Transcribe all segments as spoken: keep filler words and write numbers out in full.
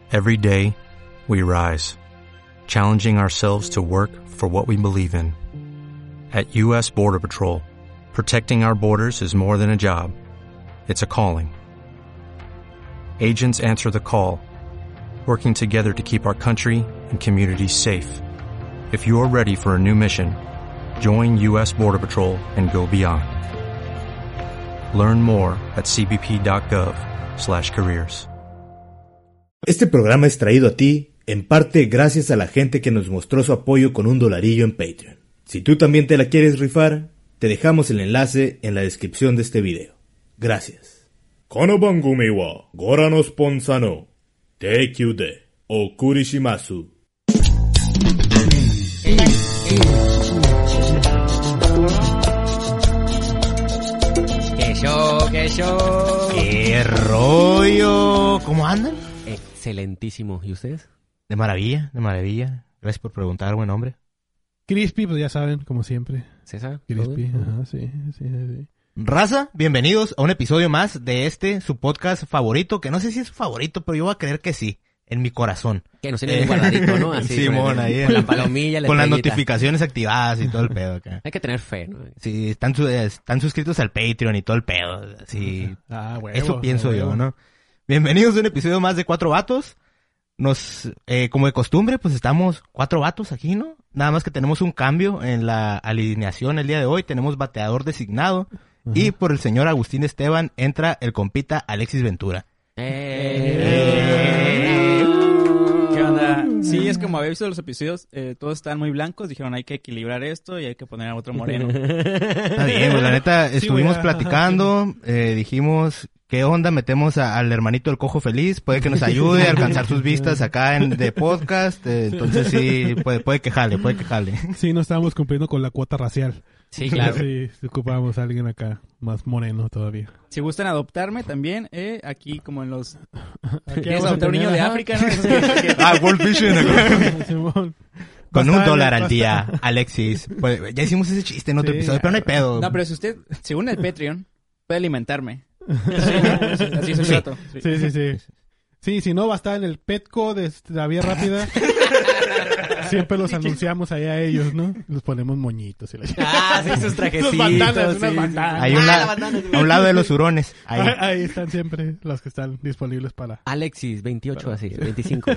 Every day, we rise, challenging ourselves to work for what we believe in. At U S Border Patrol, protecting our borders is more than a job. It's a calling. Agents answer the call, working together to keep our country and communities safe. If you're ready for a new mission, join U S Border Patrol and go beyond. Learn more at cbp.gov slash careers. Este programa es traído a ti, en parte gracias a la gente que nos mostró su apoyo con un dolarillo en Patreon. Si tú también te la quieres rifar, te dejamos el enlace en la descripción de este video. Gracias. この番組はご覧のスポンサーの提供でお送りします。 ¡Qué show, qué show! ¡Qué rollo! ¿Cómo andan? Excelentísimo. ¿Y ustedes? De maravilla, de maravilla. Gracias por preguntar, buen hombre. Crispy, pues ya saben, como siempre. ¿César? Crispy, ajá, sí, sí, sí. Raza, bienvenidos a un episodio más de este, su podcast favorito, que no sé si es su favorito, pero yo voy a creer que sí, en mi corazón. Que nos tiene eh, guardadito, ¿no? Así, Simón, con, ahí. Con la palomilla, la Con estrellita. las notificaciones activadas y todo el pedo acá. Hay que tener fe, ¿no? Sí, están, están suscritos al Patreon y todo el pedo. Sí. Ah, huevo, Eso pienso huevo. yo, ¿no? Bienvenidos a un episodio más de Cuatro Vatos. Nos, eh, como de costumbre, pues estamos cuatro vatos aquí, ¿no? Nada más que tenemos un cambio en la alineación el día de hoy. Tenemos bateador designado. Uh-huh. Y por el señor Agustín Esteban entra el compita Alexis Ventura. ¡Eh! ¿Qué onda? Sí, es como había visto los episodios, eh, todos están muy blancos. Dijeron, hay que equilibrar esto y hay que poner a otro moreno. Está bien, pues la neta, estuvimos sí, platicando, eh, dijimos... ¿Qué onda? Metemos a, al hermanito del Cojo Feliz, puede que nos ayude a alcanzar sus vistas acá en de podcast, eh, entonces sí, puede, puede que jale, puede que jale. Sí, no estábamos cumpliendo con la cuota racial. Sí, claro. Sí, ocupábamos a alguien acá más moreno todavía. Si gustan adoptarme también, eh, aquí como en los... Aquí ¿Quieres adoptar un niño de África, no? Ah, World Vision acá. Simón. Con un dólar al bastante. día, Alexis. Pues, ya hicimos ese chiste en otro Sí, episodio, pero no hay pedo. No, pero si usted se une al Patreon, puede alimentarme. Sí, así es el Sí. trato. Sí. Sí, sí, sí. Sí, si no, va a estar en el Petco de la vía rápida. Siempre los anunciamos ahí a ellos, ¿no? Los ponemos moñitos y la... Ah, sí, sus trajecitos. Los bandanas, sí, unas sí. bandanas. Hay un Ah, la- la bandana, sí. a un lado de los hurones. Ahí. Ahí. Ahí están siempre los que están disponibles para... Alexis, veintiocho así, veinticinco.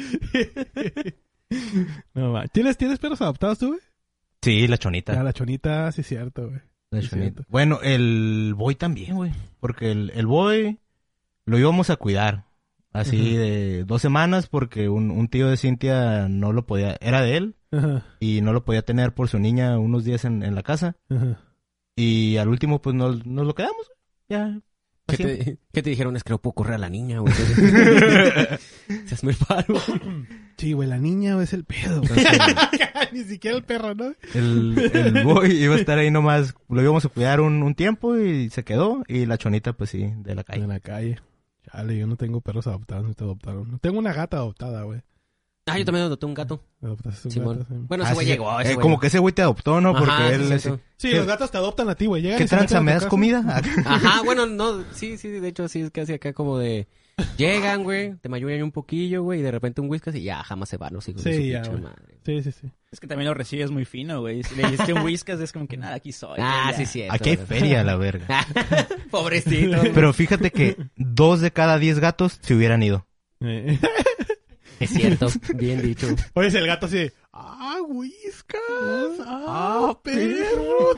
No, va. ¿Tienes, ¿Tienes perros adoptados tú, güey? Sí, la Ya, chonita. la chonita, sí es cierto, güey. La sí, chonita. cierto. Bueno, el boy también, güey. Porque el, el boy lo íbamos a cuidar. Así Ujú. de dos semanas porque un, un tío de Cintia no lo podía... Era de él. Ajá, Y no lo podía tener por su niña unos días en, en la casa. ajá. Y al último, pues, nos, nos lo quedamos. Ya. ¿Qué Así. te, ¿Qué te dijeron? Es que no puedo correr a la niña, güey. Se me paro. Sí, güey, la niña güey, es el pedo. güey. Entonces, Ni siquiera el perro, ¿no? el, el boy iba a estar ahí nomás. Lo íbamos a cuidar un, un tiempo y se quedó. Y la chonita, pues sí, de la calle. En la calle. Chale, yo no tengo perros adoptados, no te adoptaron. Tengo una gata adoptada, güey. Ah, yo también adopté un gato. Adoptaste un Simón. gato, sí. Bueno, Ah, ese güey sí. llegó. Ese Eh, güey como llegó. que ese güey te adoptó, ¿no? Porque Ajá, él... sí, es- cierto. Sí, ¿Qué- los gatos te adoptan a ti, güey. Llegan ¿Qué y se meten tranza? a tu ¿Me das casa. comida? Ajá, bueno, no, sí, sí, de hecho sí es casi acá como de... Llegan, güey, te mayuñan un poquillo, güey, y de repente un whiskas y ya jamás se van los hijos de su Sí, ya, pinche güey. madre. Sí, sí, sí. Es que también lo recibes muy fino, güey. Si le diste un whiskas, es como que nada, aquí soy. Ah, ya. sí, sí. Aquí hay feria, la verga. Pobrecito. Pero fíjate que dos de cada diez gatos se hubieran ido. Eh. Es cierto, bien dicho. Oye, el gato así de... ¡Ah, whiskas! ¡Ah, perro!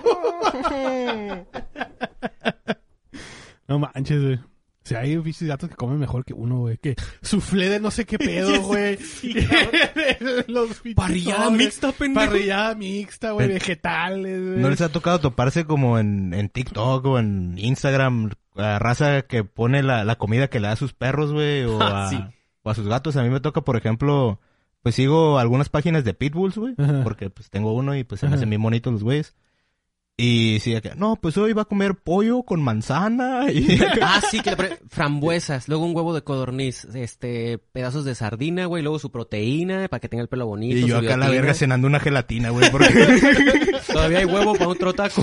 No manches, güey. O sea, hay bichos gatos que comen mejor que uno, güey. Que suflé de no sé qué pedo, güey. Los pinches Parrillada sobres. mixta, pendejo. Parrillada mixta, güey. Pero- Vegetales, güey. ¿No les ha tocado toparse como en, en TikTok o en Instagram a raza que pone la, la comida que le da a sus perros, güey? O, a- Sí. o a sus gatos. A mí me toca, por ejemplo, pues sigo algunas páginas de pitbulls, güey. Ajá. Porque pues tengo uno y pues se me Ajá. hacen bien bonitos los güeyes. Y sí, acá, no, pues hoy va a comer pollo con manzana y... Ah, sí, que le pone frambuesas, luego un huevo de codorniz, este, pedazos de sardina, güey, luego su proteína para que tenga el pelo bonito. Y yo su acá a la biotina. verga cenando una gelatina, güey, porque... Todavía hay huevo para otro taco.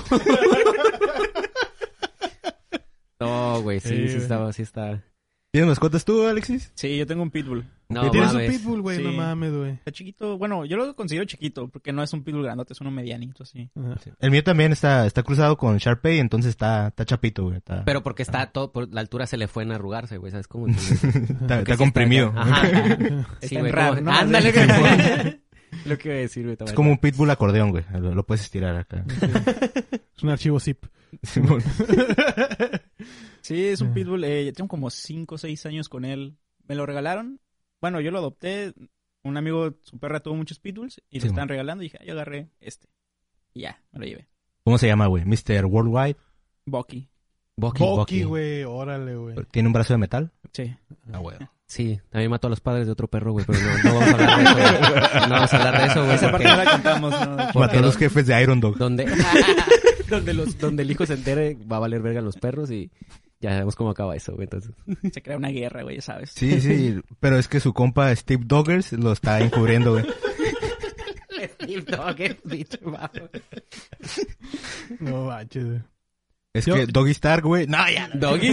No, güey, sí, Sí, sí güey. estaba, sí está. ¿Tienes mascotas tú, Alexis? Sí, yo tengo un pitbull. No Tienes un mames. pitbull, güey, Sí. no mames, güey. Está chiquito. Bueno, yo lo considero chiquito porque no es un pitbull grandote, es uno medianito, así. Ajá. El mío también está, está cruzado con Sharpei, entonces está, está chapito, güey. Está, Pero porque está todo, por la altura se le fue en arrugarse, güey, ¿sabes cómo? está, está comprimido. Ajá. Está Sí, en güey. rap, como- ¿no? Ándale, güey. Lo que iba a decir, güey. Es como un pitbull acordeón, güey. Lo, lo puedes estirar acá. Es un archivo zip. Simón. Sí, es un pitbull. Eh, tengo como cinco o seis años con él. Me lo regalaron. Bueno, yo lo adopté. Un amigo, su perra tuvo muchos pitbulls y Sí, lo estaban man. regalando. Y dije, ah, yo agarré este. Y ya, me lo llevé. ¿Cómo se llama, güey? mister Worldwide. Bucky. Bucky. Bucky, güey, órale, güey. ¿Tiene un brazo de metal? Sí. Ah, güey. Sí, también mató a los padres de otro perro, güey, pero no, no vamos a hablar de eso, güey. No vamos a hablar de eso, güey. Esa parte porque- no la contamos, ¿no? Porque Mató a los no- jefes de Iron Dog. donde, donde, los, donde el hijo se entere, va a valer verga a los perros y ya sabemos cómo acaba eso, güey. Entonces, Se crea una guerra, güey, ya sabes. Sí, sí, pero es que su compa Steve Doggers lo está encubriendo, güey. No manches, güey. Es Yo- que Doggy Stark, güey. No, ya. no. Doggy.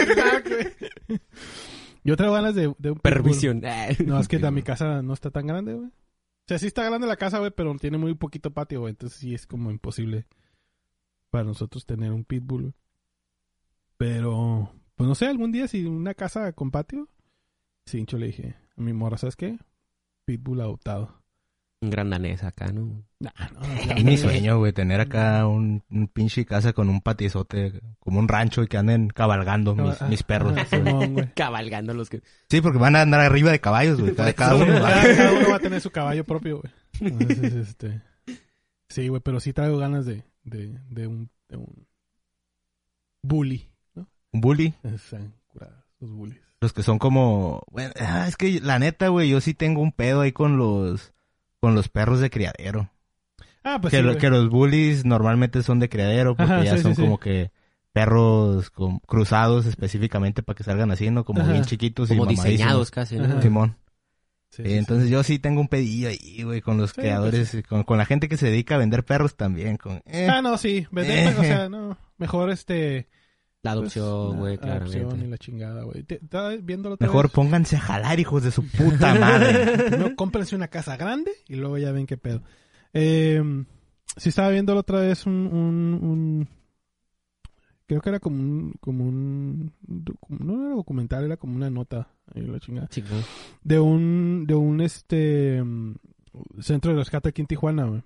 Yo traigo ganas de, de un pitbull. Pervisión. No, es que a mi casa no está tan grande, güey. O sea, sí está grande la casa, güey, pero tiene muy poquito patio, güey. Entonces sí es como imposible para nosotros tener un pitbull, güey. Pero, pues no sé, algún día si una casa con patio. Sí, yo le dije a mi morra, ¿sabes qué? Pitbull adoptado. Un gran danés acá, ¿no? Nah, no, Es mi sueño, güey, tener acá un, un pinche casa con un patiezote, como un rancho y que anden cabalgando mis, mis perros. Ah, Simón, güey. Cabalgando los que... Sí, porque van a andar arriba de caballos, güey. Cada, cada uno. va. Cada, cada uno va a tener su caballo propio, güey. Entonces, este... Sí, güey, pero sí traigo ganas de, de, de un, de un bully, ¿no? Un bully. Están curados los bullies. Los que son como... Bueno, ah, es que la neta, güey, yo sí tengo un pedo ahí con los... Con los perros de criadero. Ah, pues que, sí, lo- güey. que los bullies normalmente son de criadero porque Ajá, ya sí, son sí, sí. como que perros con- cruzados específicamente para que salgan así, ¿no? Como Ajá. bien chiquitos Como y mamadísimos. diseñados casi, ¿no? Ajá. Simón. Sí, Eh, sí, entonces yo sí tengo un pedillo ahí, güey, con los Sí, creadores, y con, con la gente que se dedica a vender perros también. Con, eh. Ah, no, sí. Vender, o sea, no. Mejor este... La pues, adopción, güey, la adopción y claramente. la chingada, güey. Te- Estaba viéndolo otra Mejor vez. pónganse a jalar, hijos de su puta madre. Primero cómprense una casa grande y luego ya ven qué pedo. Eh, sí estaba viéndolo otra vez un... un, un- creo que era como un... Como un docu- no era documental, era como una nota. Ahí la chingada. Sí, güey. De un... De un este... mm, centro de rescate aquí en Tijuana, güey.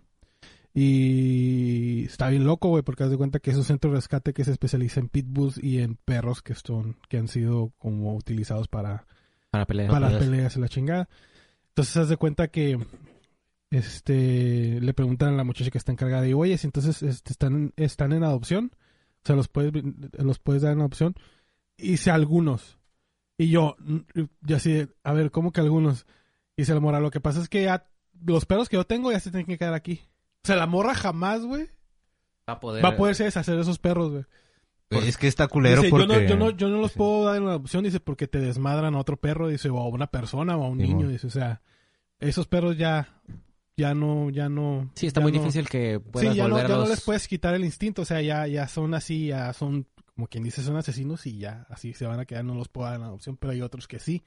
Y está bien loco, güey, porque haz de cuenta que es un centro de rescate que se especializa en pitbulls y en perros que son, que han sido como utilizados para, Para pelear. para las peleas y la chingada. Entonces haz de cuenta que este le preguntan a la muchacha que está encargada y oye, si entonces este, están, están en adopción, o sea, los puedes los puedes dar en adopción. Y dice algunos. Y yo, ya así, a ver, ¿cómo que algunos? Y dice la morra, lo que pasa es que ya los perros que yo tengo ya se tienen que quedar aquí. O sea, la morra jamás, güey, Va a poder... va a poderse deshacer de esos perros, güey. Güey, es que está culero Dice, porque... yo, no, yo, no, yo no los Sí. puedo dar en adopción, dice, porque te desmadran a otro perro, dice, o a una persona o a un Sí, niño, mo. dice, o sea, esos perros ya, ya no, ya no... Sí, está ya muy no- difícil que puedas Sí, ya, no, volver ya a no los... les puedes quitar el instinto, o sea, ya, ya son así, ya son, como quien dice, son asesinos y ya, así se van a quedar, no los puedo dar en adopción, pero hay otros que sí.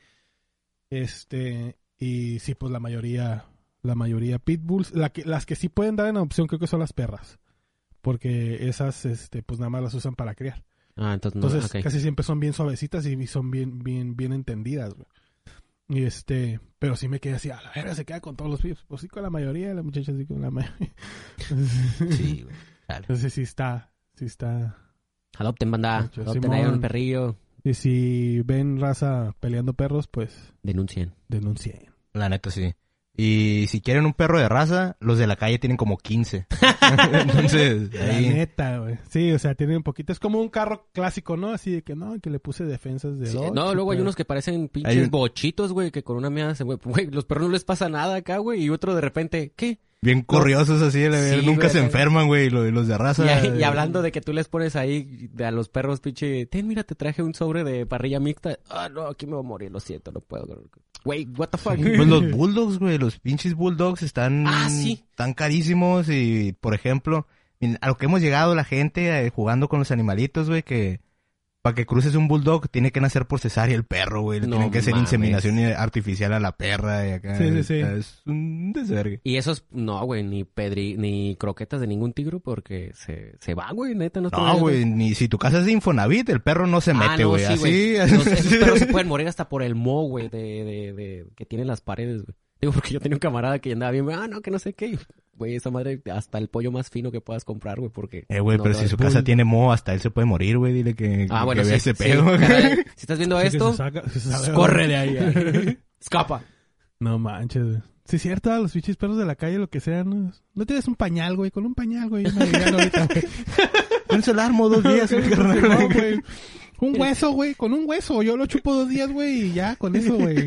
Este, y sí, pues la mayoría, la mayoría pitbulls, la que, las que sí pueden dar en adopción creo que son las perras, porque esas, este, pues nada más las usan para criar. Ah, entonces no, Entonces, ok. casi siempre son bien suavecitas y son bien, bien, bien entendidas, güey. Y este, pero sí me quedé así, a la verga, se queda con todos los pibs. Pues sí, con la mayoría, la muchacha sí con la mayoría. Sí, güey. Claro. Entonces sí está, sí está. Adopten, banda. Mucho. Adopten ahí a Simón. un perrillo. Y si ven raza peleando perros, pues Denuncien. denuncien. La neta, sí. Y si quieren un perro de raza, los de la calle tienen como quince. Entonces, La ahí... neta, güey. Sí, o sea, tienen un poquito. Es como un carro clásico, ¿no? Así de que no, que le puse defensas de Sí, Dodge, no, luego hay pero- unos que parecen pinches Hay un- bochitos, güey, que con una mía se... Güey, los perros no les pasa nada acá, güey, y otro de repente, ¿qué? Bien corriosos así, la Sí, verdad, nunca güey, se acá. enferman, güey, los, los de raza. Y, ahí- y hablando de que tú les pones ahí de a los perros, pinche, ten, mira, te traje un sobre de parrilla mixta. Ah, no, aquí me voy a morir, lo siento, no puedo. Güey, what the fuck. Pues los bulldogs, güey, los pinches bulldogs están Ah, sí. tan carísimos y, por ejemplo, a lo que hemos llegado la gente eh, jugando con los animalitos, güey, que para que cruces un bulldog, tiene que nacer por cesárea el perro, güey. Le No tienen que hacer mames. inseminación artificial a la perra y acá. Sí, sí, sí. Es un desvergue. Y esos, no, güey, ni pedri, ni croquetas de ningún tigre porque se, se va, güey, neta. No, está No, bien. güey, ni si tu casa es de Infonavit, el perro no se Ah, mete, no, güey. sí, Así. Los- esos perros se pueden morir hasta por el moho, güey, de, de, de, que tiene las paredes, güey. Digo, porque yo tenía un camarada que andaba bien, güey, ah, no, que no sé qué. Güey, esa madre, hasta el pollo más fino que puedas comprar, güey, porque... Eh, güey, no pero te si va- su casa tiene moho, hasta él se puede morir, güey. Dile que, Ah, que bueno, sí, vea ese sí, pedo. caray. Si estás viendo Sí, que esto, se saca- que se salga, corre de ahí. ya. Escapa. No manches, güey. Sí, es cierto, a los bichos perros de la calle, lo que sea, ¿no? No tienes un pañal, güey. Con un pañal, güey. Me aliviano ahorita, güey. Con eso la armo dos días, güey, carnal. No, güey. Un hueso, güey. Con un hueso. Yo lo chupo dos días, güey. Y ya, con eso, güey.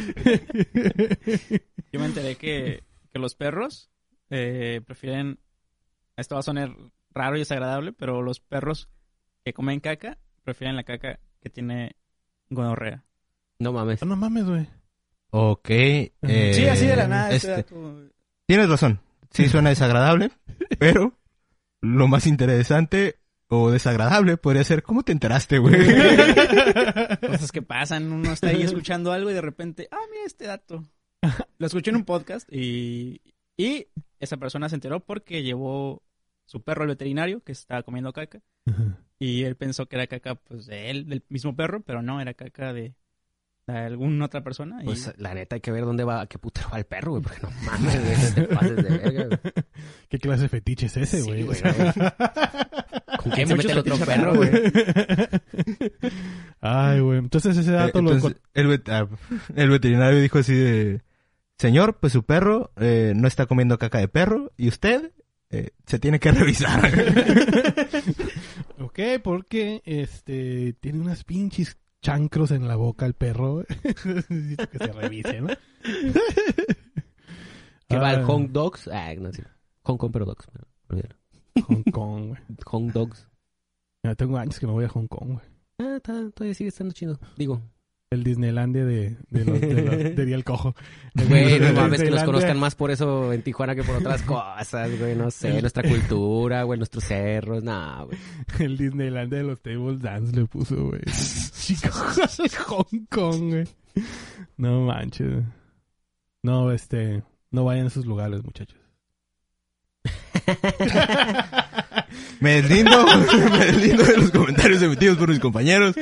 Yo me enteré que, que los perros eh, prefieren... Esto va a sonar raro y desagradable, pero los perros que comen caca prefieren la caca que tiene gonorrea. No mames. No mames, güey. Ok. eh, Sí, así de la nada. este, este dato. Tienes razón. Sí suena desagradable, pero lo más interesante o desagradable podría ser ¿cómo te enteraste, güey? Cosas que pasan, uno está ahí escuchando algo y de repente, ah, mira este dato. Lo escuché en un podcast y, y esa persona se enteró porque llevó su perro al veterinario que estaba comiendo caca y él pensó que era caca pues de él, del mismo perro, pero no, era caca de, de alguna otra persona. Y... Pues la neta hay que ver dónde va, a qué putero va el perro, güey, porque no mames, güey, no te pases de verga, güey. ¿Qué clase de fetiche es ese, Sí, güey? güey, O sea, ¿Con Hay quién se muchos mete el otro fetiches perro, raros, güey? Ay, güey. Entonces ese dato Eh, lo... entonces, el, vet- ah, el veterinario dijo así de... Señor, pues su perro eh, no está comiendo caca de perro y usted eh, se tiene que revisar. Ok, porque este tiene unas pinches chancros en la boca el perro. Necesito que se revise, ¿no? ¿Qué va Ah, el Hong Dogs? Ah, no, sí. Hong Kong, pero Dogs. No, olvídalo. Hong Kong, güey. Hong Dogs. Ya tengo años que no voy a Hong Kong, güey. Ah, está, todavía sigue estando chido. Digo, El Disneylandia de, de, los, de, los, de Riel Cojo. güey, no mames que nos Disneylandia. conozcan más por eso en Tijuana que por otras cosas, güey. No sé, nuestra cultura, güey, nuestros cerros, nada, güey. El Disneylandia de los Table Dance le puso, güey. Chicos, Hong Kong, güey. No manches. güey. No, este... No vayan a esos lugares, muchachos. Me deslindo, me deslindo de los comentarios emitidos por mis compañeros.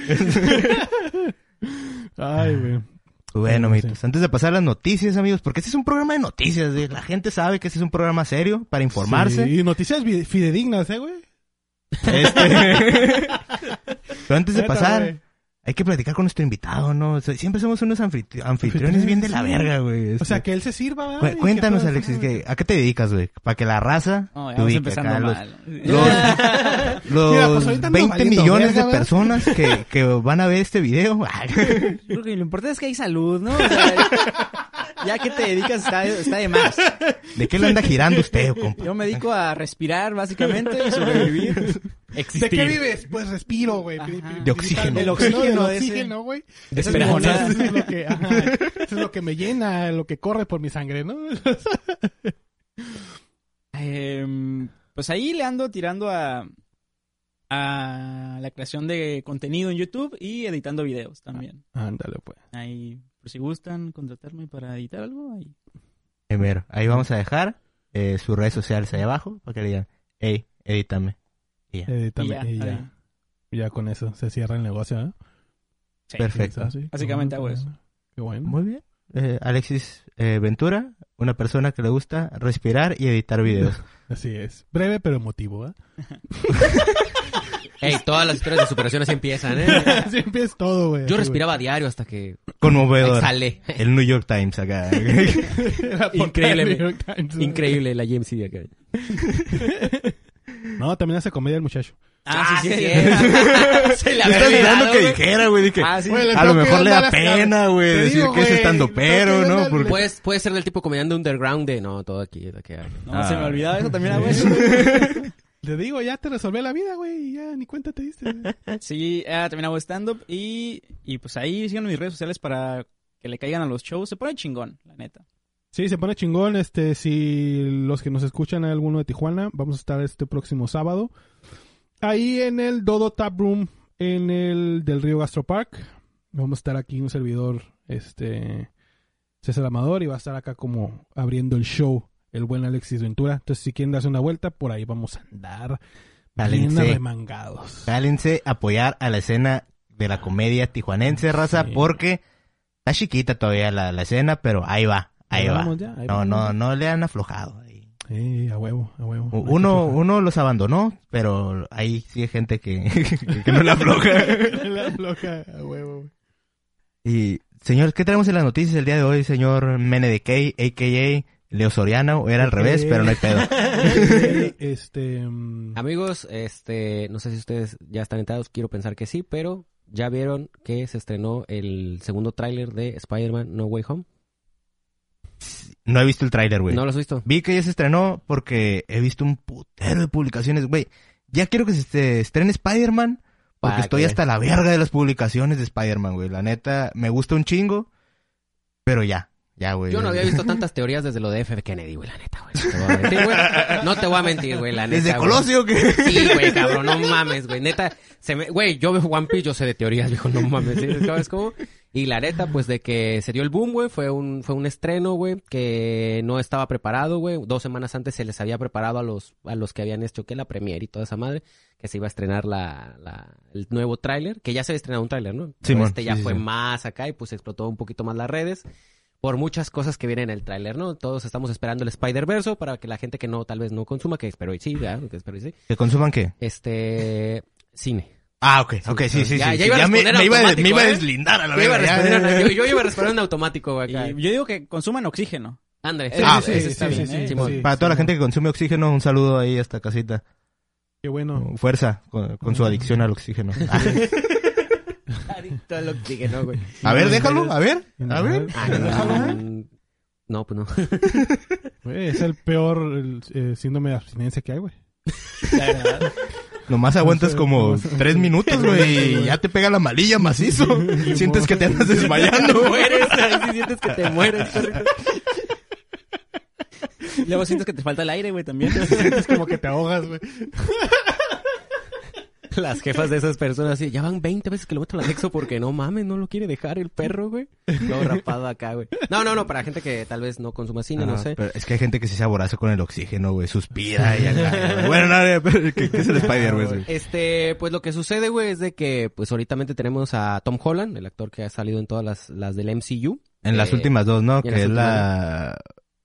Ay, güey. Bueno, Sí. amiguitos, antes de pasar a las noticias, amigos, porque este es un programa de noticias, ¿eh? La gente sabe que este es un programa serio para informarse. Sí, noticias vi- fidedignas, ¿eh, güey? Este... Pero antes de Neta, pasar, güey. hay que platicar con nuestro invitado, ¿no? O sea, siempre somos unos anfitri- anfitriones bien de la Sí. verga, güey. O Este, sea, que él se sirva, ¿verdad? cu- Y que Cuéntanos, todo- Alexis, que, ¿a qué te dedicas, güey? Para que la raza No, ya te vamos ubique empezando acá, los- mal. Los, los Mira, pues ahorita ando veinte valiendo millones verga, de ¿verdad? personas que, que van a ver este video. Yo creo que lo importante es que hay salud, ¿no? O sea, ya que te dedicas está, está de más. ¿De qué le anda girando usted, compa? Yo me dedico a respirar, básicamente, y sobrevivir. ¿De qué vives? Pues respiro, güey. Ajá. Pri- pri- De oxígeno. El oxígeno ¿no? de El ese- oxígeno, güey. de Eso es lo- esperanza. Eso es lo que, ajá, eso es lo que me llena, lo que corre por mi sangre, ¿no? Eh, pues ahí le ando tirando a, a la creación de contenido en YouTube y editando videos también. Ándale, pues. Ahí, por si gustan contratarme para editar algo, ahí. Eh, mira, ahí vamos a dejar eh, sus redes sociales ahí abajo para que le digan, hey, edítame. Y ya. Edítame, Y ya, y ya. ahí. Y ya con eso se cierra el negocio, ¿eh? Sí. Perfecto. Sí, Básicamente qué hago bueno, eso. Qué bueno. Muy bien. Eh, Alexis eh, Ventura, una persona que le gusta respirar y editar videos. Así es. Breve pero emotivo, ¿eh? Ey, todas las historias de superación así empiezan, ¿eh? Así empieza todo, güey. Yo así, respiraba a diario hasta que Conmovedor. exhalé. El New York Times acá. güey. La portada Increíble, del New York Times, güey. Increíble la G M C de acá. No, también hace comedia el muchacho. Ah, sí, sí, sí. Se le Me había estás olvidado, dando que güey. dijera, güey. Dije, Ah, sí. Güey, le a lo tengo que mejor le da dar las- pena, güey, Te decir digo, que es güey, estando tengo pero, que ¿no? darle- Porque... Puedes, puede ser del tipo comediante underground de... No, todo aquí, de aquí. No, Ah. se me olvidaba eso, también hago eso. Te digo, ya te resolví la vida, güey. y Ya ni cuenta te diste. güey. Sí, ah, también hago stand-up y, y pues ahí sigan mis redes sociales para que le caigan a los shows. Se pone chingón, la neta. Sí, se pone chingón. Este, si los que nos escuchan hay alguno de Tijuana, vamos a estar este próximo sábado. Ahí en el Dodo Tap Room, en el del Río Gastropark. Vamos a estar aquí un servidor, este, César Amador, y va a estar acá como abriendo el show el buen Alexis Ventura. Entonces, si quieren darse una vuelta, por ahí vamos a andar bien Jálense. arremangados. Jálense a apoyar a la escena de la comedia tijuanense, raza, Sí. porque está chiquita todavía la, la escena, pero ahí va, ahí Ahí va. vamos ya, ahí no, vamos. no, no le han aflojado. ahí. Sí, a huevo, a huevo. No hay que Uno, aflojar. uno los abandonó, pero ahí sí hay gente que, que no le afloja. La floja, a huevo. Y, señor, ¿qué tenemos en las noticias el día de hoy, señor Mene de Kay, a k a. Leo Soriano? Era al revés, Ok. pero no hay pedo. Este... mm, Amigos, este, no sé si ustedes ya están enterados, quiero pensar que sí, pero ¿ya vieron que se estrenó el segundo tráiler de Spider-Man No Way Home? No he visto el tráiler, güey. ¿No lo has visto? Vi que ya se estrenó porque he visto un putero de publicaciones, güey. Ya quiero que se este- estrene Spider-Man porque Pa' estoy que- hasta la verga de las publicaciones de Spider-Man, güey. La neta, me gusta un chingo, pero ya, ya, güey. Yo no había visto tantas teorías desde lo de F. Kennedy, güey, la neta, güey. No te voy a mentir, güey. No te voy a mentir, güey, la neta. ¿Desde güey. Colosio que Sí, güey, cabrón, no mames, güey. Neta, se me... Güey, yo veo One Piece, yo sé de teorías, viejo, no mames. ¿Sí? ¿Sabes cómo? Y la neta, pues, de que se dio el boom, güey, fue un, fue un estreno, güey, que no estaba preparado, güey. Dos semanas antes se les había preparado a los, a los que habían hecho, que la premiere y toda esa madre, que se iba a estrenar la, la, el nuevo tráiler, que ya se había estrenado un tráiler, ¿no? Pero Simón, este ya sí, sí, fue sí. más acá y pues explotó un poquito más las redes. Por muchas cosas que vienen en el tráiler, ¿no? Todos estamos esperando el Spider-Verse para que la gente que no, tal vez no consuma, que espero y sí, ¿verdad? Que espero y sí. ¿Que consuman qué? Este... Cine. Ah, ok, ok, sí, sí, Ya- sí. ya sí. iba a me, responder me iba, a- automático, me iba a ¿eh? deslindar a la Yo iba, a verga. ya, responder, ya, yo, ya. yo iba a responder en automático, güey, acá. Y yo digo que consuman oxígeno. André, Sí, sí, Ah, sí, ok. sí, está sí, bien, sí, ¿eh? sí, Simón. sí. Para toda la gente que consume oxígeno, un saludo ahí hasta casita. Qué bueno. Fuerza con, con su adicción al oxígeno. Adicto al oxígeno, güey. A ver, déjalo, a ver, a ver. Ah, no, no, pues no. Güey, es el peor el, eh, síndrome de abstinencia que hay, güey. La verdad. Nomás aguantas como No sé. tres minutos, güey, y ya te pega la malilla macizo. Sientes que te andas Te desmayando. mueres, ahí sí sientes que te mueres, perrito. Luego sientes que te falta el aire, güey, también. Es como que te ahogas, güey. Las jefas de esas personas así, ya van veinte veces que lo meto al anexo porque no mames, no lo quiere dejar el perro, güey. Todo rapado acá, güey. No, no, no, para gente que tal vez no consuma cine, no Ah, sé. pero es que hay gente que sí se aboraza con el oxígeno, güey, suspira y acá, güey. Bueno, nada, pero ¿qué, qué es el Spider-Man, güey? Este, pues lo que sucede, güey, es de que, pues ahorita tenemos a Tom Holland, el actor que ha salido en todas las, las del M C U. En las Eh, últimas dos, ¿no? y en Que las es la...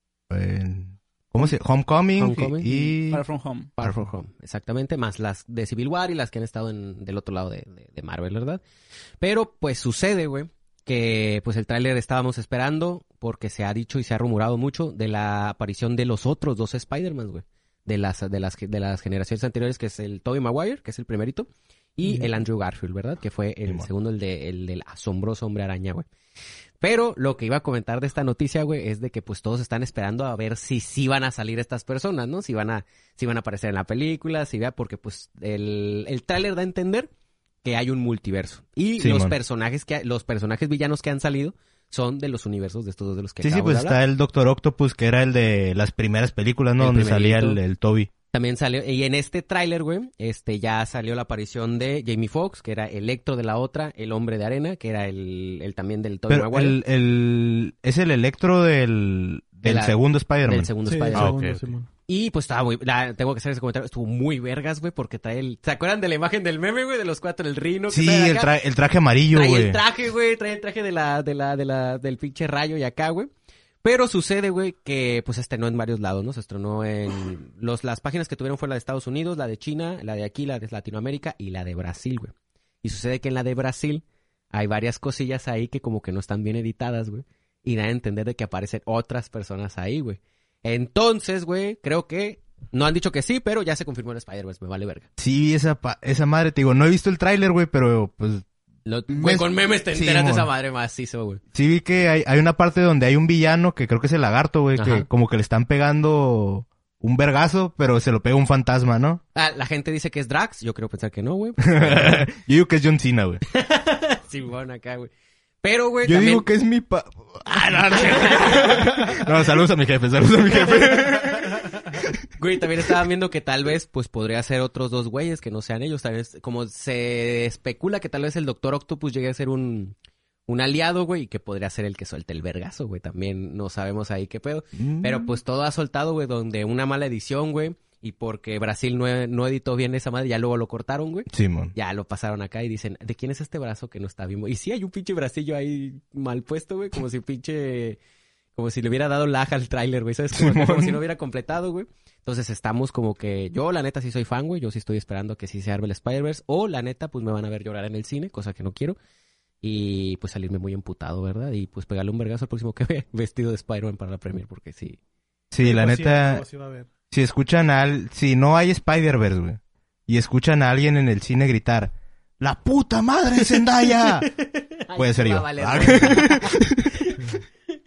eh, ¿Cómo se...? Homecoming, Homecoming. y... Far From Home. Far From Home, exactamente, más las de Civil War y las que han estado en, del otro lado de, de, de Marvel, ¿verdad? Pero, pues sucede, güey, que pues el tráiler estábamos esperando porque se ha dicho y se ha rumorado mucho de la aparición de los otros dos Spider-Man, güey. De las, de las, de las generaciones anteriores, que es el Tobey Maguire, que es el primerito, y Ujú. el Andrew Garfield, ¿verdad? Que fue el Simón. segundo, el de, el del asombroso hombre araña, güey. Pero lo que iba a comentar de esta noticia, güey, es de que pues todos están esperando a ver si sí van a salir estas personas, ¿no? Si van a, si van a aparecer en la película, si vea, porque pues el, el tráiler da a entender que hay un multiverso. Y Sí, los mon. personajes que, los personajes villanos que han salido son de los universos de estos dos de los que Sí, sí, acabo pues de hablar. está el Doctor Octopus, que era el de las primeras películas, ¿no? El Donde salía el, primerito. el Toby. También salió, y en este tráiler, güey, este, ya salió la aparición de Jamie Foxx, que era Electro de la otra, el Hombre de Arena, que era el, el también del Tobey Pero Maguire. el, el... Es el Electro del... Del la- segundo Spider-Man. Del segundo Sí, Spider-Man. Ah, segundo, ok, ok. Simón. Y pues estaba muy... la- tengo que hacer ese comentario. Estuvo muy vergas, güey, porque trae el... ¿Se acuerdan de la imagen del meme, güey? De los cuatro, el rino. que Sí, trae el, acá? tra- el traje amarillo, Trae güey. el traje, güey. Trae el traje de la, de la, de la, del pinche rayo y acá, güey. Pero sucede, güey, que pues se estrenó en varios lados, ¿no? Se estrenó en... los Las páginas que tuvieron fue la de Estados Unidos, la de China, la de aquí, la de Latinoamérica y la de Brasil, güey. Y sucede que en la de Brasil hay varias cosillas ahí que como que no están bien editadas, güey. Y da a entender de que aparecen otras personas ahí, güey. Entonces, güey, creo que... No han dicho que sí, pero ya se confirmó en Spider-Verse, me vale verga. Sí, esa, pa- esa madre, te digo, no he visto el tráiler, güey, pero pues... Lo- Me- güey, con memes te sí, enteras de mon. esa madre macizo, güey. Sí vi que hay, hay una parte donde hay un villano que creo que es el lagarto, güey, que Ajá. como que le están pegando un vergazo, pero se lo pega un fantasma, ¿no? Ah, la gente dice que es Drax, yo quiero pensar que no, güey. Yo digo que es John Cena, güey. Simón acá, güey. Pero, güey, Yo también... digo que es mi pa... Ah, no, no, no, saludos a mi jefe, saludos a mi jefe. Güey, también estaban viendo que tal vez, pues, podría ser otros dos güeyes que no sean ellos. Tal vez, como se especula que tal vez el Doctor Octopus llegue a ser un, un aliado, güey, y que podría ser el que suelte el vergazo, güey. También no sabemos ahí qué pedo. Mm. Pero, pues, todo ha soltado, güey, donde una mala edición, güey, y porque Brasil no, no editó bien esa madre, ya luego lo cortaron, güey. Simón. Ya lo pasaron acá y dicen, ¿de quién es este brazo que no está bien? Y sí, hay un pinche bracillo ahí mal puesto, güey, como si pinche... Como si le hubiera dado laja al tráiler, güey, ¿sabes? Como, como si no hubiera completado, güey. Entonces estamos como que... Yo, la neta, sí soy fan, güey. Yo sí estoy esperando que sí se arme el Spider-Verse. O, la neta, pues me van a ver llorar en el cine, cosa que no quiero. Y, pues, salirme muy emputado, ¿verdad? Y, pues, pegarle un vergazo al próximo que vea vestido de Spider-Man para la premiere, porque sí. Sí, la Pues sí, neta... algo así va a haber. Si escuchan a... al- Si no hay Spider-Verse, güey. Y escuchan a alguien en el cine gritar... ¡La puta madre, Zendaya! Puede ser Ay, yo. va a valer, Ah. güey.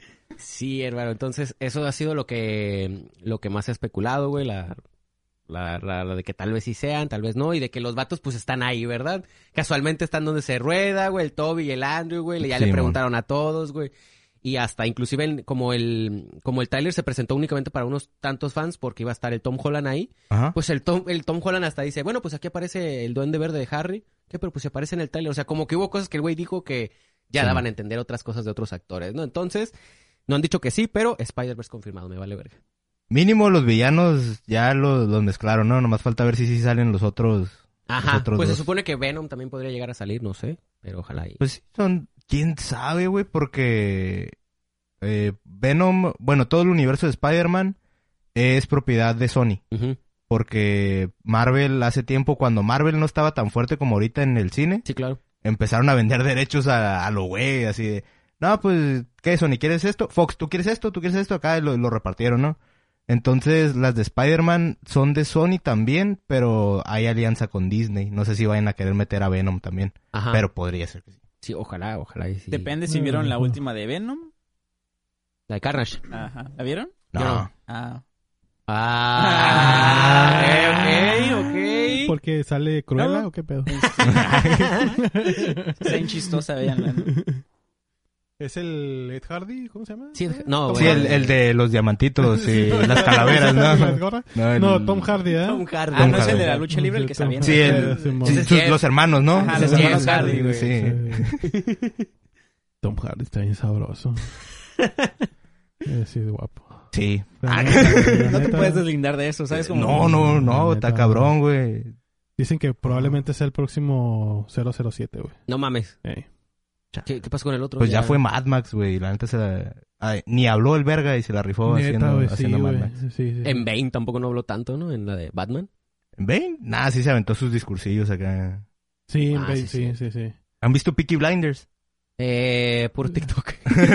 Sí, hermano, entonces eso ha sido lo que lo que más se ha especulado, güey, la, la, la, la de que tal vez sí sean, tal vez no, y de que los vatos pues están ahí, ¿verdad? Casualmente están donde se rueda, güey, el Toby y el Andrew, güey, ya Sí, le mon. preguntaron a todos, güey, y hasta inclusive en- como el como el tráiler se presentó únicamente para unos tantos fans porque iba a estar el Tom Holland ahí, Ajá. pues el Tom, el Tom Holland hasta dice, bueno, pues aquí aparece el Duende Verde de Harry, ¿qué? Pero pues se aparece en el tráiler, o sea, como que hubo cosas que el güey dijo que ya Sí. daban a entender otras cosas de otros actores, ¿no? Entonces... No han dicho que sí, pero Spider-Verse confirmado, me vale verga. Mínimo los villanos ya los, los mezclaron, ¿no? Nomás falta ver si sí salen los otros... Ajá, los otros pues dos. se supone que Venom también podría llegar a salir, no sé, pero ojalá y... Pues son... ¿Quién sabe, güey? Porque... eh, Venom... Bueno, todo el universo de Spider-Man es propiedad de Sony. Ujú. Porque Marvel hace tiempo, cuando Marvel no estaba tan fuerte como ahorita en el cine, Sí, claro. empezaron a vender derechos a, a lo güey, así de... No, pues, ¿qué Sony? ¿Quieres esto? Fox, ¿tú quieres esto? ¿Tú quieres esto? Acá y lo, lo repartieron, ¿no? Entonces, las de Spider-Man son de Sony también, pero hay alianza con Disney. No sé si vayan a querer meter a Venom también, Ajá. pero podría ser que sí. Sí, ojalá, ojalá y sí. Depende si vieron la última de Venom. La de Carnage. Ajá. ¿La vieron? No. Yo no. Ah. Ah, ok, ok, ok. ¿Porque sale Cruella No. o qué pedo? Está bien chistosa, veanla. ¿no? ¿Es el Ed Hardy? ¿Cómo se llama? Sí, no, Tom Sí, bueno. el, el de los diamantitos y las calaveras, ¿Las ¿no? gorras? No, el- No, Tom Hardy, ¿eh? Tom Hardy. Ah, no es Hardy. el de la lucha libre el que se avienta. Sí, el- Simón. sí, Ese sus- sí es- los hermanos, ¿no? Ajá, los Los hermanos Hardy, Hardy, sí. Tom Hardy está bien sabroso. Eh, sí, es guapo. Sí. La neta, la No te neta, puedes deslindar de eso, ¿sabes? Como... No, no, no, La está neta. cabrón, güey. Dicen que probablemente sea el próximo cero cero siete, güey. No mames. Ey. ¿Qué, qué pasó con el otro? Pues ya fue Mad Max, güey. La neta se la... Ay, ni habló el verga y se la rifó Neta, haciendo, güey, sí, haciendo Mad güey. Max. Sí, sí, sí. En Bane tampoco no habló tanto, ¿no? En la de Batman. ¿En Bane? Nah, sí se aventó sus discursillos acá. Sí, en Ah, Bane, sí, sí, sí, sí. ¿Han visto Peaky Blinders? Eh, puro TikTok.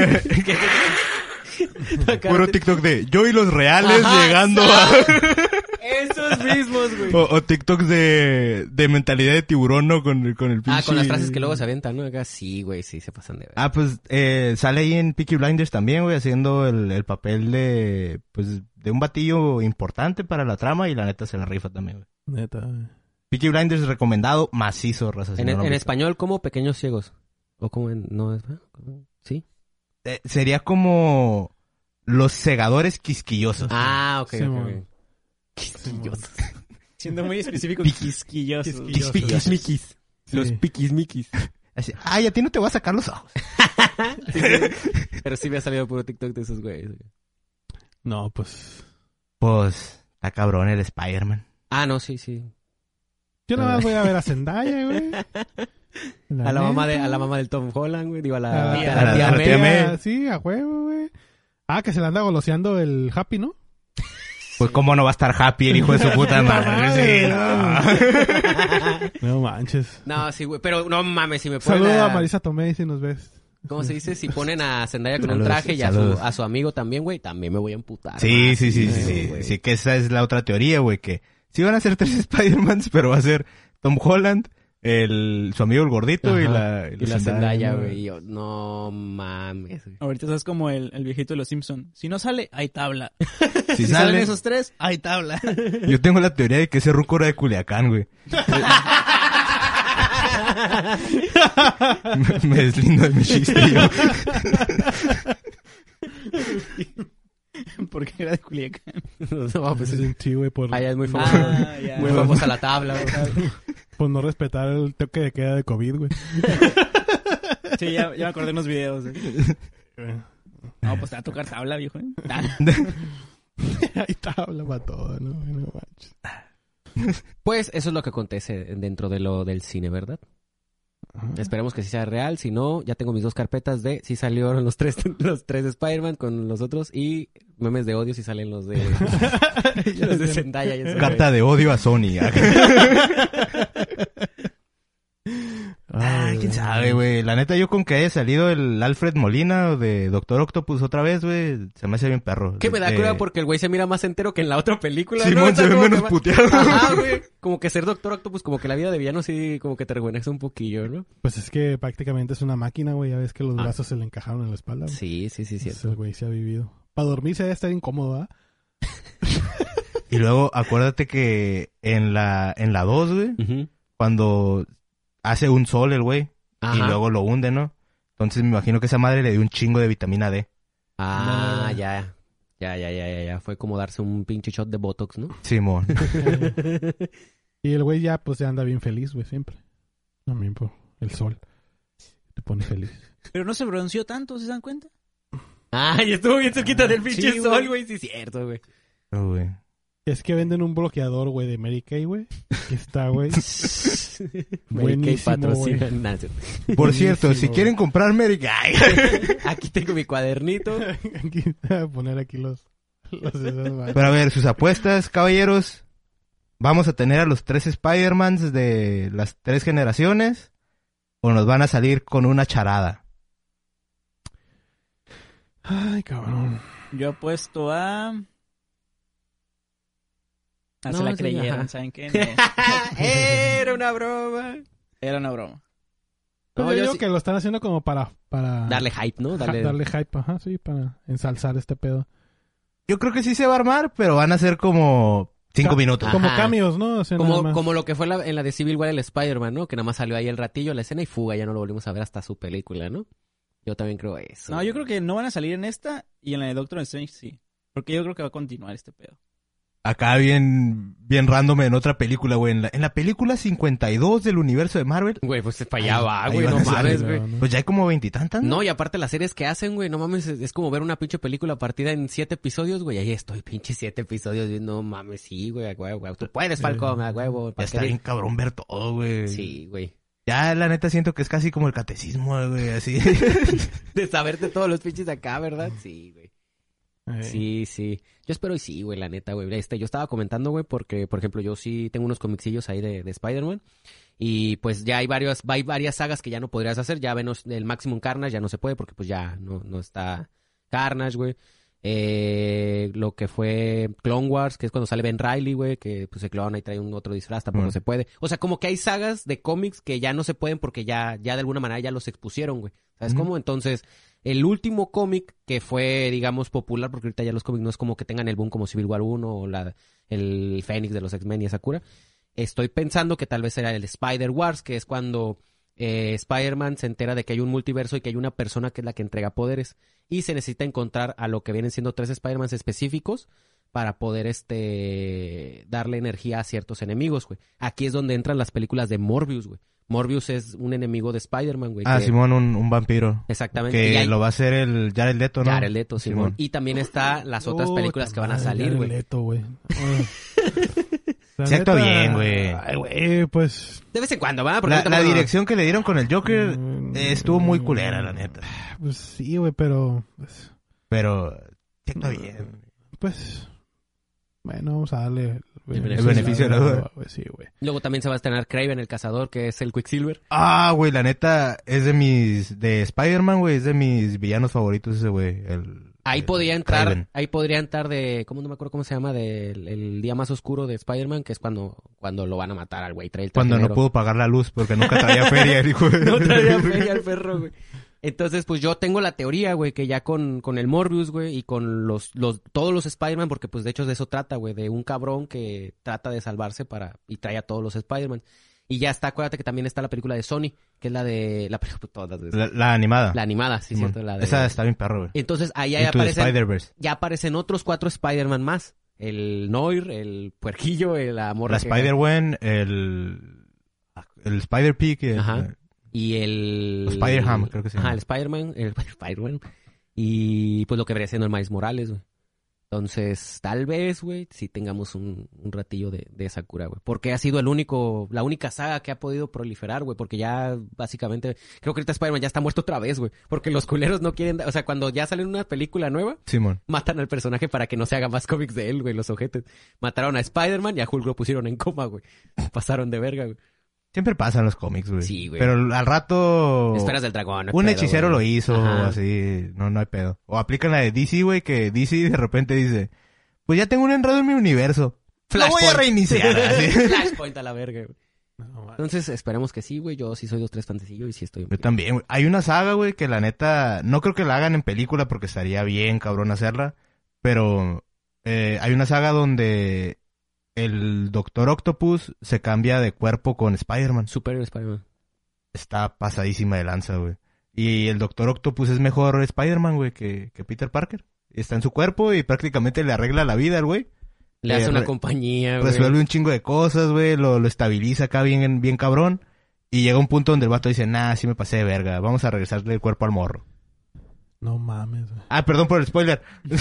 Puro TikTok de yo y los reales Ajá, llegando a... Esos mismos, güey. o, o TikToks de, de mentalidad de tiburón, ¿no? Con, con el pinche... Ah, con las frases que luego se avientan, ¿no? Acá sí, güey, sí, se pasan de ver. Ah, pues eh, sale ahí en Peaky Blinders también, güey, haciendo el, el papel de... Pues de un batillo importante para la trama y la neta se la rifa también, güey. Neta, güey. Peaky Blinders recomendado, macizo, raza. si en no lo han en visto. español, como Pequeños Ciegos. O como en... No, es... ¿Sí? Eh, sería como los segadores quisquillosos. Ah, ok, Sí, ok, mon. ok. Quisquillosos. Siendo muy específico, quisquilloso. Quisquilloso. Piquismiquis. Sí. Los piquismiquis. Así, ay, a ti no te voy a sacar los ojos. Sí, sí. Pero sí me ha salido puro TikTok de esos güeyes. güey. No, pues... Pues, está cabrón el Spider-Man. Ah, no, sí, sí. Yo nada más voy a ver a Zendaya, güey. A la mamá de, a la mamá del Tom Holland, güey. Digo, a la, A a la- la a la- tía a la May. tía May. Sí, a huevo, güey. Ah, que se le anda goloseando el Happy, ¿no? Pues, ¿cómo no va a estar happy el hijo de su puta madre? Sí, no. No manches. No, sí, güey. Pero no mames, si me ponen Saludo a... a Marisa Tomei si nos ves. ¿Cómo se dice? Si ponen a Zendaya con un Saludos, traje y a su, saludos. a su amigo también, güey, también me voy a emputar. Sí, más, sí, sí, sí, güey, sí. güey. Sí, que esa es la otra teoría, güey, que sí van a ser tres Spider-Mans, pero va a ser Tom Holland, el, su amigo el gordito Ajá. y la, Y la Zendaya, ¿no? güey. y yo, no mames, güey. Ahorita estás como el, el viejito de los Simpson. Si no sale, hay tabla. Si Si salen sale, esos tres, hay tabla. yo tengo la teoría de que ese ruco era de Culiacán, güey. me, me deslindo de mi chiste yo. Porque era de Culiacán. No, pues Sí, sí, güey, por, allá es muy famoso. Ah, ya. Muy famosa la tabla, güey. por no respetar el toque de queda de COVID, güey. Sí, ya, ya me acordé de unos videos. ¿eh? No, pues te va a tocar tabla, viejo. ¿eh? Ahí tabla para todo, ¿no? No manches. Pues eso es lo que acontece dentro de lo del cine, ¿verdad? Ajá. Esperemos que sí sea real. Si no, ya tengo mis dos carpetas de si salieron los tres, los tres de Spider-Man con los otros y memes de odio si salen los de, los de Zendaya. Y eso, Carta de odio a Sony. Ah, quién sabe, güey. La neta, yo con que haya salido el Alfred Molina de Doctor Octopus otra vez, güey, se me hace bien perro. Que me da Eh, cura porque el güey se mira más entero que en la otra película. Simón ¿no? se ve como menos que va- puteado. Ajá, güey. Como que ser Doctor Octopus, como que la vida de villano sí, como que te rejuvenece un poquillo, ¿no? Pues es que prácticamente es una máquina, güey. Ya ves que los Ah. brazos se le encajaron en la espalda. güey. Sí, sí, sí, Entonces, cierto. el güey se ha vivido. Para dormir se debe estar incómodo, ¿ah? Y luego, acuérdate que en la en la dos, güey, Ujú. cuando hace un sol el güey, y Ajá. luego lo hunde, ¿no? Entonces me imagino que esa madre le dio un chingo de vitamina D. Ah, No. ya. Ya, ya, ya, ya, ya. Fue como darse un pinche shot de Botox, ¿no? Simón. Y el güey ya, pues, ya anda bien feliz, güey, siempre. También por el sol. Te pone feliz. Pero no se bronceó tanto, ¿se dan cuenta? Ay, estuvo bien cerquita del pinche Sí, sol, güey. güey. Sí, cierto, güey. Oh, güey. Es que venden un bloqueador, güey, de Mary Kay, güey. Que está, güey. Mary Kay Buenísimo, patrocina. güey. Nah, es cierto. Por cierto, si Buenísimo, quieren comprar Mary Kay. Aquí tengo mi cuadernito. Aquí, voy a poner aquí los... los esas madres. Pero a ver, sus apuestas, caballeros. ¿Vamos a tener a los tres Spider-Mans de las tres generaciones? ¿O nos van a salir con una charada? Ay, cabrón. Yo apuesto a... Ah, No, se la sí, creyeron, ajá. ¿saben qué? No. Era una broma. Era una broma. Pues No, yo yo digo sí- que lo están haciendo como para... para Darle hype, ¿no? ja- Darle... darle hype, ajá, sí, para ensalzar este pedo. Yo creo que sí se va a armar, pero van a ser como cinco Ca- minutos. Como Ajá. cambios, ¿no? O sea, nada Como, más. como lo que fue la- en la de Civil War el Spider-Man, ¿no? Que nada más salió ahí el ratillo, la escena y fuga. Ya no lo volvimos a ver hasta su película, ¿no? Yo también creo eso. No, yo creo que no van a salir en esta y en la de Doctor Strange sí. Porque yo creo que va a continuar este pedo. Acá bien, bien random en otra película, güey. En la, en la película cincuenta y dos del universo de Marvel, Güey, pues se fallaba, Ahí- güey. ahí No van a mames, salir, güey. ¿no? pues ya hay como veintitantas, ¿no? No, y aparte las series que hacen, güey, no mames, es, es como ver una pinche película partida en siete episodios, güey. Ahí estoy, pinche siete episodios. y No mames, sí, güey, a huevo, güey. Tú puedes, Falcón, a huevo. Ya ¿para está qué bien di- cabrón ver todo, güey. Sí, güey. Ya la neta siento que es casi como el catecismo, güey, así. De saberte todos los pinches de acá, ¿verdad? Sí, güey. Eh, Sí, sí. Yo espero y sí, güey, la neta, güey. Este, yo estaba comentando, güey, porque, por ejemplo, yo sí tengo unos comicsillos ahí de, de Spider-Man. Y pues ya hay varias, hay varias sagas que ya no podrías hacer. Ya venos el Maximum Carnage, ya no se puede porque pues ya no, no está Carnage, güey. Eh, lo que fue Clone Wars, que es cuando sale Ben Reilly, güey, que pues se clona y trae un otro disfraz, tampoco Mm. se puede. O sea, como que hay sagas de cómics que ya no se pueden porque ya, ya de alguna manera ya los expusieron, güey. ¿Sabes Ujú. cómo? Entonces, el último cómic que fue, digamos, popular, porque ahorita ya los cómics no es como que tengan el boom como Civil War uno o la, el Fénix de los X-Men y esa cura. Estoy pensando que tal vez era el Spider-Wars, que es cuando eh, Spider-Man se entera de que hay un multiverso y que hay una persona que es la que entrega poderes. Y se necesita encontrar a lo que vienen siendo tres Spider-Mans específicos para poder este darle energía a ciertos enemigos, güey. Aquí es donde entran las películas de Morbius, güey. Morbius es un enemigo de Spider-Man, güey. Ah, que- Simón, un, un vampiro. Exactamente. Que Y hay- lo va a hacer el Jared Leto, ¿no? Jared Leto, Simón. Y también está las otras puta películas que van a madre, salir, Jared güey. Leto, güey. Ay. La Se actúa neta, bien, güey. Ay, güey, pues... De vez en cuando, ¿verdad? Porque La, ahorita la como- dirección que le dieron con el Joker Mm, eh, estuvo muy culera, la neta. Pues sí, güey, pero... Pues, Pero se actúa bien. pues... Bueno, vamos a darle... El beneficio de la duda. güey, sí, güey. Luego también se va a estrenar Kraven el Cazador, que es el Quicksilver. Ah, güey, la neta es de mis... De Spider-Man, güey, es de mis villanos favoritos ese, güey. El, Ahí el podría entrar, Kraven. ahí podría entrar de, ¿cómo no me acuerdo cómo se llama? Del el día más oscuro de Spider-Man, que es cuando, cuando lo van a matar al güey. Trae el traje Cuando no negro. pudo pagar la luz porque nunca traía feria, el hijo. No traía feria al perro, güey. Entonces, pues yo tengo la teoría, güey, que ya con, con el Morbius, güey, y con los, los, todos los Spider-Man, porque pues de hecho de eso trata, güey, de un cabrón que trata de salvarse para, y trae a todos los Spider-Man. Y ya está, acuérdate que también está la película de Sony, que es la de... La, todas, La, la animada. la animada, sí, Simón. cierto. La de, Esa está bien perro, güey. Entonces, ahí ya Into the aparecen, Spider-Verse. ya aparecen otros cuatro Spider-Man más. El Noir, el Puerquillo, el Amor... La Spider-Gwen, el... El Spider-Pig. el- Ajá. Y el... Spider-Ham, creo que se Ajá, llama. el Spider-Man, el Spider-Man. Y pues lo que vendría siendo el Miles Morales, güey. Entonces, tal vez, güey, sí tengamos un, un ratillo de, de esa cura, güey. Porque ha sido el único, la única saga que ha podido proliferar, güey. Porque ya, básicamente, creo que ahorita Spider-Man ya está muerto otra vez, güey. Porque los culeros no quieren, da- o sea, cuando ya sale una película nueva, Simón. matan al personaje para que no se haga más cómics de él, güey, los ojetes. Mataron a Spider-Man y a Hulk lo pusieron en coma, güey. Pasaron de verga, güey. Siempre pasa en los cómics, güey. Sí, güey. Pero al rato... Esperas del dragón. no hay Un pedo, hechicero güey. lo hizo, Ajá. así, no, no hay pedo. O aplican la de D C, güey, que D C de repente dice, pues ya tengo un enredo en mi universo. Lo voy a Flashpoint. reiniciar, así. Flashpoint a la verga, güey. No, mames. Entonces, esperemos que sí, güey. Yo sí soy dos, tres fantasillo y sí estoy... Yo también, güey. Hay una saga, güey, que la neta, no creo que la hagan en película porque estaría bien cabrón hacerla, pero eh, hay una saga donde el Doctor Octopus se cambia de cuerpo con Spider-Man. Superior Spider-Man. Está pasadísima de lanza, güey. Y el Doctor Octopus es mejor Spider-Man, güey, que, que Peter Parker. Está en su cuerpo y prácticamente le arregla la vida al güey. Le Eh, hace una re- compañía, güey. Resuelve un chingo de cosas, güey. Lo, lo estabiliza acá bien, bien cabrón. Y llega un punto donde el vato dice, nah, sí me pasé de verga. Vamos a regresarle el cuerpo al morro. No mames, güey. Ah, perdón por el spoiler.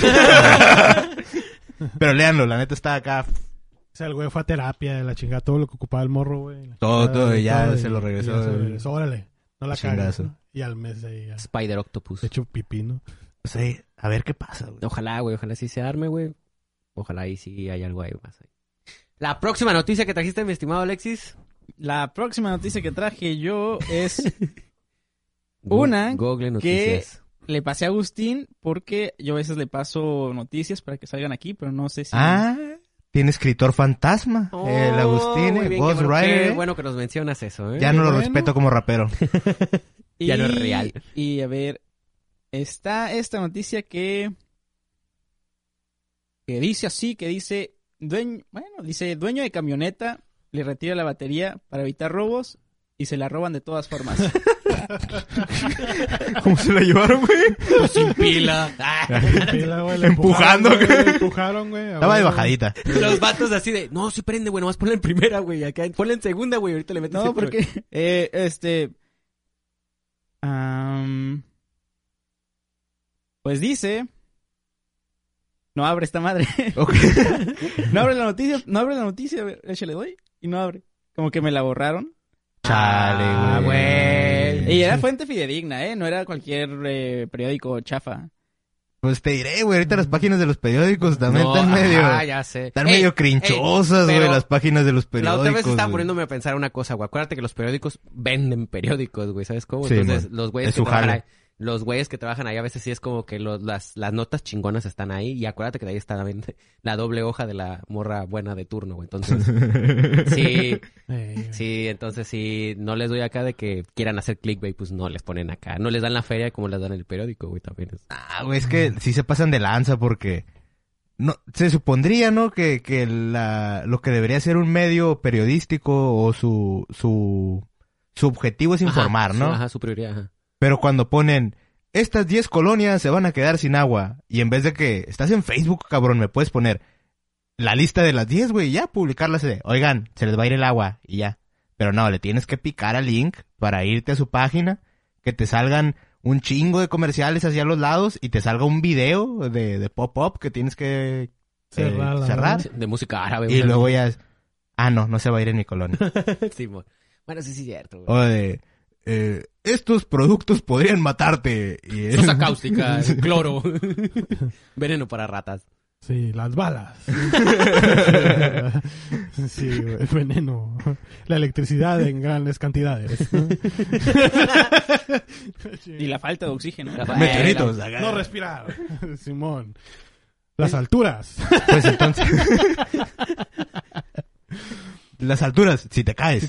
Pero léanlo, la neta está acá. O sea, el güey fue a terapia de la chingada, todo lo que ocupaba el morro, güey. la Todo, chingada, todo, y ya todo, se lo y regresó. ya se lo regresó. Órale, no la cagas, Chingazo. ¿no? Y al mes ahí ya. Spider Octopus. De hecho, pipí, ¿no? O sea, a ver qué pasa, güey. Ojalá, güey. Ojalá sí se arme, güey. Ojalá ahí sí hay algo ahí más ahí. La próxima noticia que trajiste, mi estimado Alexis. La próxima noticia que traje yo es... Una Google que Noticias. le pasé a Agustín porque yo a veces le paso noticias para que salgan aquí, pero no sé si... Ah, tiene escritor fantasma. Oh, el Agustín, muy el bien, Ghost qué bueno, Rider. qué eh. bueno que nos mencionas eso, ¿eh? Ya no lo bueno. respeto como rapero. Ya no es real. Y a ver, está esta noticia que... Que dice así, que dice... Dueño, bueno, dice, dueño de camioneta le retira la batería para evitar robos y se la roban de todas formas. ¿Cómo se la llevaron, güey? Sin pila. Pila, güey, le Empujando, empujaron, güey, güey. le empujaron, güey. a Estaba de huevo. bajadita. Los vatos así de, no, sí prende, güey, nomás ponla en primera, güey. Acá, ponla en segunda, güey, ahorita le metes No, el- porque, eh, este... am, pues dice... No abre esta madre. Ok. No abre la noticia, no abre la noticia, a ver, échale doy y no abre. Como que me la borraron. Chale, Ah, güey. güey. Y era fuente fidedigna, ¿eh? No era cualquier eh, periódico chafa. Pues te diré, güey, ahorita las páginas de los periódicos también No, están medio... Ah, ya sé. Están Ey, medio crinchosas, ey, güey, pero las páginas de los La periódicos. otra vez estaba güey. poniéndome a pensar una cosa, güey. Acuérdate que los periódicos venden periódicos, güey. ¿Sabes cómo? Sí, Entonces, man. los güeyes Es que su trabajan jale. ahí, los güeyes que trabajan ahí a veces sí es como que los, las, las notas chingonas están ahí. Y acuérdate que de ahí está también la doble hoja de la morra buena de turno, güey. Entonces, sí, Ey, güey. sí. Entonces, si no les doy acá de que quieran hacer clickbait, pues no les ponen acá. No les dan la feria como les dan el periódico, güey, también. Es... Ah, güey, es que sí se pasan de lanza porque... No, se supondría, ¿no? Que, que la, lo que debería ser un medio periodístico o su, su, su objetivo es informar, Ajá, ¿no? su- Ajá, su prioridad, ajá. Pero cuando ponen, estas diez colonias se van a quedar sin agua, y en vez de que, estás en Facebook, cabrón, me puedes poner la lista de las diez, güey, y ya, publicarlas de, oigan, se les va a ir el agua, y ya. Pero no, le tienes que picar al link para irte a su página, que te salgan un chingo de comerciales hacia los lados, y te salga un video de, de pop-up que tienes que eh, Cerrar la cerrar. verdad. De música árabe. Y güey. luego ya es, ah, no, no se va a ir en mi colonia. Sí, mo- bueno, sí, sí, es cierto, güey. O de, eh, estos productos podrían matarte. Y es- Sosa cáustica, cloro, veneno para ratas. Sí, las balas. Sí, güey, veneno. La electricidad en grandes cantidades. ¿no? Y la falta de oxígeno. Meteoritos. No respirar. Simón. Las alturas. Pues entonces... Las alturas, si te caes.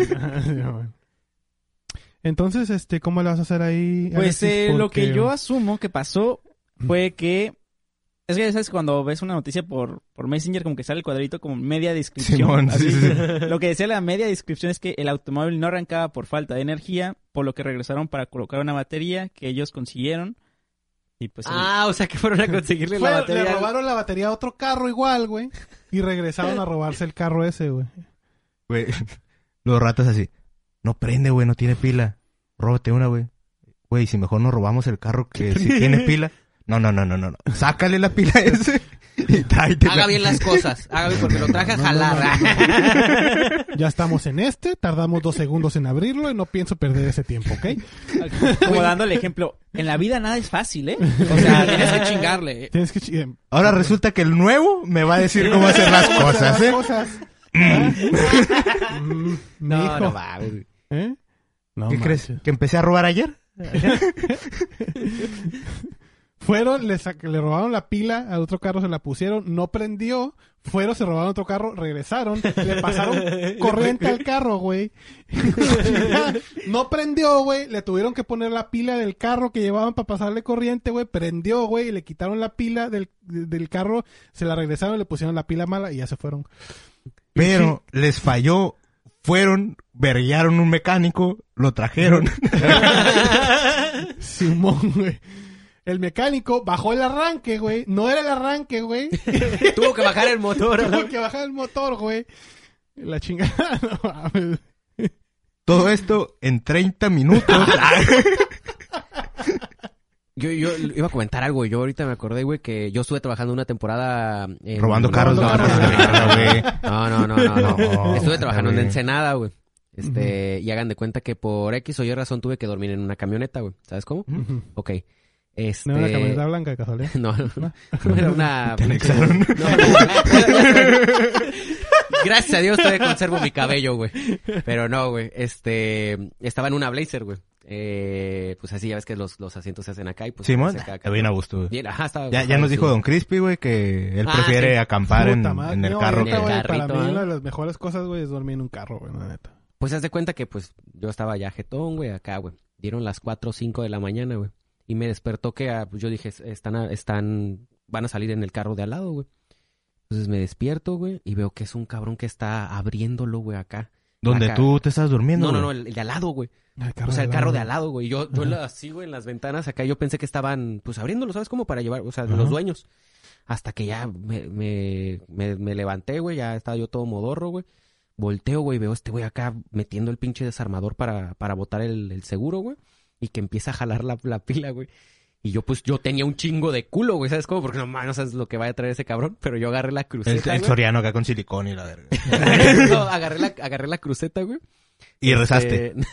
Entonces, este, ¿cómo le vas a hacer ahí? Pues Alexis? eh, lo Porque- que yo asumo que pasó fue que Es que, ¿sabes? Cuando ves una noticia por, por Messenger, como que sale el cuadrito como media descripción. Simón, así. sí, sí, sí. Lo que decía la media descripción es que el automóvil no arrancaba por falta de energía, por lo que regresaron para colocar una batería que ellos consiguieron. Y pues... el- Ah, o sea que fueron a conseguirle Fue- la batería. Le robaron la batería a otro carro igual, güey. Y regresaron a robarse el carro ese, güey. Güey, los ratos así. No prende, güey, no tiene pila. Róbate una, güey. Güey, si mejor nos robamos el carro que si tiene pila. No, no, no, no, no. no. Sácale la pila a ese y tráetela. Haga bien las cosas. Haga bien porque lo traje a jalar. Ya estamos en este, tardamos dos segundos en abrirlo y no pienso perder ese tiempo, ¿ok? Como dando el ejemplo, en la vida nada es fácil, ¿eh? O sea, tienes que chingarle. Tienes que... chi- eh, Ahora resulta que el nuevo me va a decir cómo hacer las ¿cómo hacer cosas, las ¿eh? cosas? ¿Ah? Mm, No, mijo. no mames, güey. ¿Eh? No ¿Qué manches. crees? ¿Que empecé a robar ayer? Fueron, le, sa- le robaron la pila al otro carro, se la pusieron, no prendió, fueron, se robaron otro carro, regresaron, le pasaron corriente al carro, güey. No prendió, güey, le tuvieron que poner la pila del carro que llevaban para pasarle corriente, güey, prendió, güey, y le quitaron la pila del, del carro, se la regresaron, le pusieron la pila mala y ya se fueron. Pero les falló. Fueron, verguearon un mecánico, lo trajeron. Simón, güey. El mecánico bajó el arranque, güey. No era el arranque, güey. Tuvo que bajar el motor. ¿no? Tuvo que bajar el motor, güey. La chingada, no mames. Todo esto en treinta minutos. Yo, yo iba a comentar algo. Yo ahorita me acordé, güey, que yo estuve trabajando una temporada... En... Robando carros. No, no, carros. no, güey. no, no, no, no, no. No, Estuve trabajando en güey. Ensenada, güey. Este, y hagan de cuenta que por X o Y razón tuve que dormir en una camioneta, güey. ¿Sabes cómo? Ujú. Ok. Este... No era una camioneta blanca de casualidad. No, no, no era una... Te anexaron. No, no. Gracias a Dios todavía conservo mi cabello, güey. Pero no, güey. Este... Estaba en una Blazer, güey. Eh... Pues así, ya ves que los, los asientos se hacen acá y pues... Simón, se acá- está bien a gusto. güey. Bien, ajá, estaba... Ya, ya nos dijo Don Crispy, güey, que él Ah, prefiere sí. acampar en, Puta madre. en el No, carro. neta, En el güey, para carrito, mí ¿eh? una de las mejores cosas, güey, es dormir en un carro, güey, la neta. Pues haz de cuenta que pues yo estaba ya jetón, güey, acá, güey. Dieron las cuatro o cinco de la mañana, güey. Y me despertó que, ah, pues yo dije, están, a- están, van a salir en el carro de al lado, güey. Entonces me despierto, güey, y veo que es un cabrón que está abriéndolo, güey, acá. Donde Acá. tú te estás durmiendo. No, no, no, güey. el, el de al lado, güey. El carro O sea, el de carro de lado. al lado, güey. Y yo, yo la- así, güey, en las ventanas acá, yo pensé que estaban, pues, abriéndolo, ¿sabes? Como para llevar, o sea, Ajá. los dueños. Hasta que ya me, me, me, me levanté, güey, ya estaba yo todo modorro, güey. Volteo, güey, veo a este güey acá metiendo el pinche desarmador para, para botar el, el seguro, güey. Y que empieza a jalar la, la pila, güey. Y yo, pues, yo tenía un chingo de culo, güey, ¿sabes cómo? Porque no mames, no sabes lo que vaya a traer ese cabrón. Pero yo agarré la El, cruceta, el güey. soriano acá con silicón y la verga. No, agarré la, agarré la cruceta, güey. Y rezaste. Este-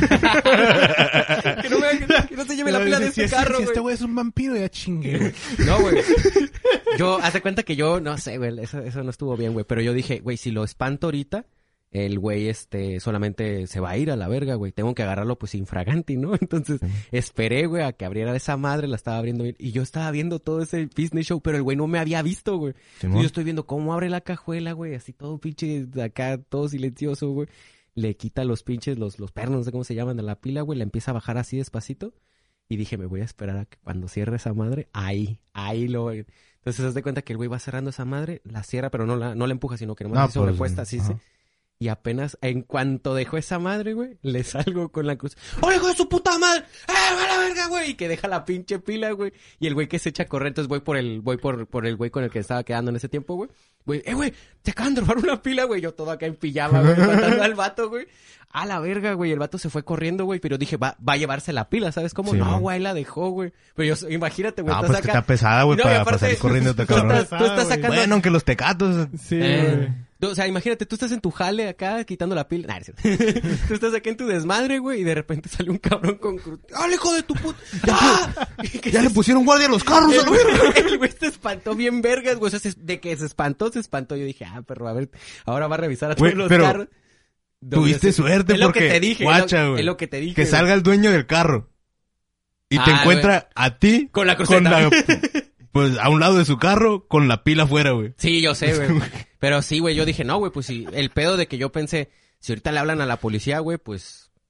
que, no me, que, que no se lleve la pila de Si este es- carro, si güey. este güey es un vampiro, ya chingue, güey. No, güey. Yo, hace cuenta que yo, no sé, güey, eso, eso no estuvo bien, güey. Pero yo dije, güey, si lo espanto ahorita, el güey, este, solamente se va a ir a la verga, güey. Tengo que agarrarlo, pues, infraganti, ¿no? Entonces, esperé, güey, a que abriera esa madre, la estaba abriendo bien. Y yo estaba viendo todo ese business show, pero el güey no me había visto, güey. Simón. Y yo estoy viendo cómo abre la cajuela, güey, así todo pinche, acá, todo silencioso, güey. Le quita los pinches, los, los pernos, no sé cómo se llaman, de la pila, güey. La empieza a bajar así despacito. Y dije, me voy a esperar a que cuando cierre esa madre, ahí, ahí lo... Entonces, haz de cuenta que el güey va cerrando esa madre, la cierra, pero no la, no la empuja, sino que nomás No, así pues, sobrepuesta, así, ajá. sí. Y apenas, en cuanto dejó esa madre, güey, le salgo con la cruz. ¡Hola, hijo de su puta madre! ¡Eh, va a la verga, güey! Y que deja la pinche pila, güey. Y el güey que se echa a correr, entonces voy por el, voy por, por el güey con el que estaba quedando en ese tiempo, güey. Güey, eh, güey, te acaban de robar una pila, güey. Yo todo acá en pijama, güey, matando al vato, güey. A la verga, güey. El vato se fue corriendo, güey. Pero dije, va, va a llevarse la pila, ¿sabes cómo? Sí, no, ¿no? güey, la dejó, güey. Pero yo, imagínate, güey, Ah, estás pues que acá. está pesada, güey, No, y para, aparte, para salir corriendo, te Tú cabrón. estás, tú estás güey. sacando... Bueno, aunque los tecatos... Sí, Eh, güey. tú- o sea, imagínate, tú estás en tu jale acá quitando la pila. Nah, es cierto. Tú estás acá en tu desmadre, güey, y de repente sale un cabrón con cruz. ¡Ah, hijo de tu puta! ¡Ah! Ya le pusieron guardia a los carros, a la verga. El güey se espantó bien vergas, güey. O sea, se- de que se espantó, se espantó. Yo dije, ah, perro, a ver, ahora va a revisar a todos Güey, los pero carros. Tuviste Es- suerte es lo porque, que te dije, guacha, es, lo, güey, es lo que te dije. que güey. salga el dueño del carro y te Ah, encuentra a ti Con la cruceta. la- pues a un lado de su carro con la pila afuera, güey. Sí, yo sé, güey. Pero sí, güey, yo dije, no, güey, pues sí, el pedo de que yo pensé, si ahorita le hablan a la policía, güey, pues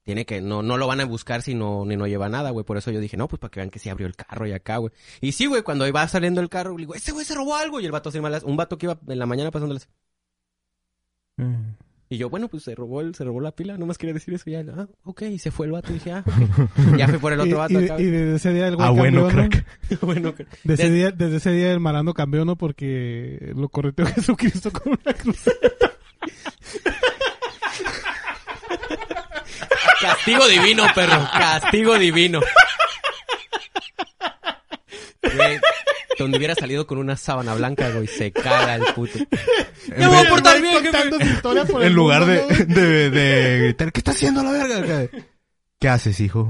tiene que, no, no lo van a buscar si no, ni no lleva nada, güey. Por eso yo dije, no, pues para que vean que sí abrió el carro y acá, güey. Y sí, güey, cuando iba saliendo el carro, le digo, ese güey se robó algo. Y el vato se malas, un vato que iba en la mañana pasándoles. Mm. Y yo, bueno, pues se robó el, se robó la pila, nomás quería decir eso. Y ya, ah, ok, y se fue el vato. Y dije, ah, ok. Ya fui por el otro Y- vato y, acá. y desde ese día el güey Ah, cambió, bueno, ¿no? crack. bueno, que- Desde, ese Des- día, desde ese día el marano cambió, ¿no? Porque lo correteó Jesucristo con una cruz. Castigo divino, perro. Castigo divino. Güey, donde hubiera salido con una sábana blanca, güey, se caga el puto. ¡Me voy a portar bien, contando jefe! su historia por el En lugar mundo, de, ¿no? de, de gritar, ¿qué está haciendo la verga? ¿Qué haces, hijo?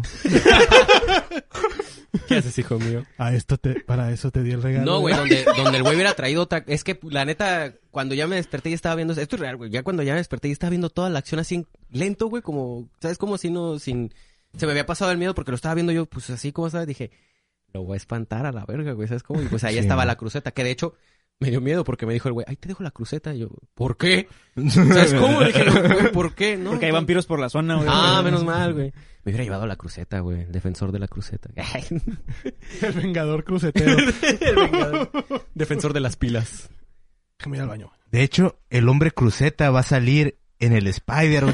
¿Qué haces, hijo mío? A esto te, para eso te di el regalo. No, güey, donde, donde el güey hubiera traído otra... Es que, la neta, cuando ya me desperté y estaba viendo... Esto es real, güey. Ya cuando ya me desperté y estaba viendo toda la acción así en lento, güey, como... ¿Sabes? Como si no... sin Se me había pasado el miedo porque lo estaba viendo yo, pues así como estaba. Dije, lo voy a espantar a la verga, güey. ¿Sabes cómo? Y pues ahí Sí, estaba man. la cruceta. Que de hecho, me dio miedo porque me dijo el güey, ay, te dejo la cruceta. Y yo, ¿por qué? ¿Sabes cómo? Le dije, güey, ¿por qué? No, Porque hay no. vampiros por la zona, güey. Ah, menos mal, güey. Me hubiera llevado la cruceta, güey. El defensor de la cruceta. El vengador crucetero. El vengador. Defensor de las pilas. Déjame ir al baño. De hecho, el hombre cruceta va a salir en el Spider.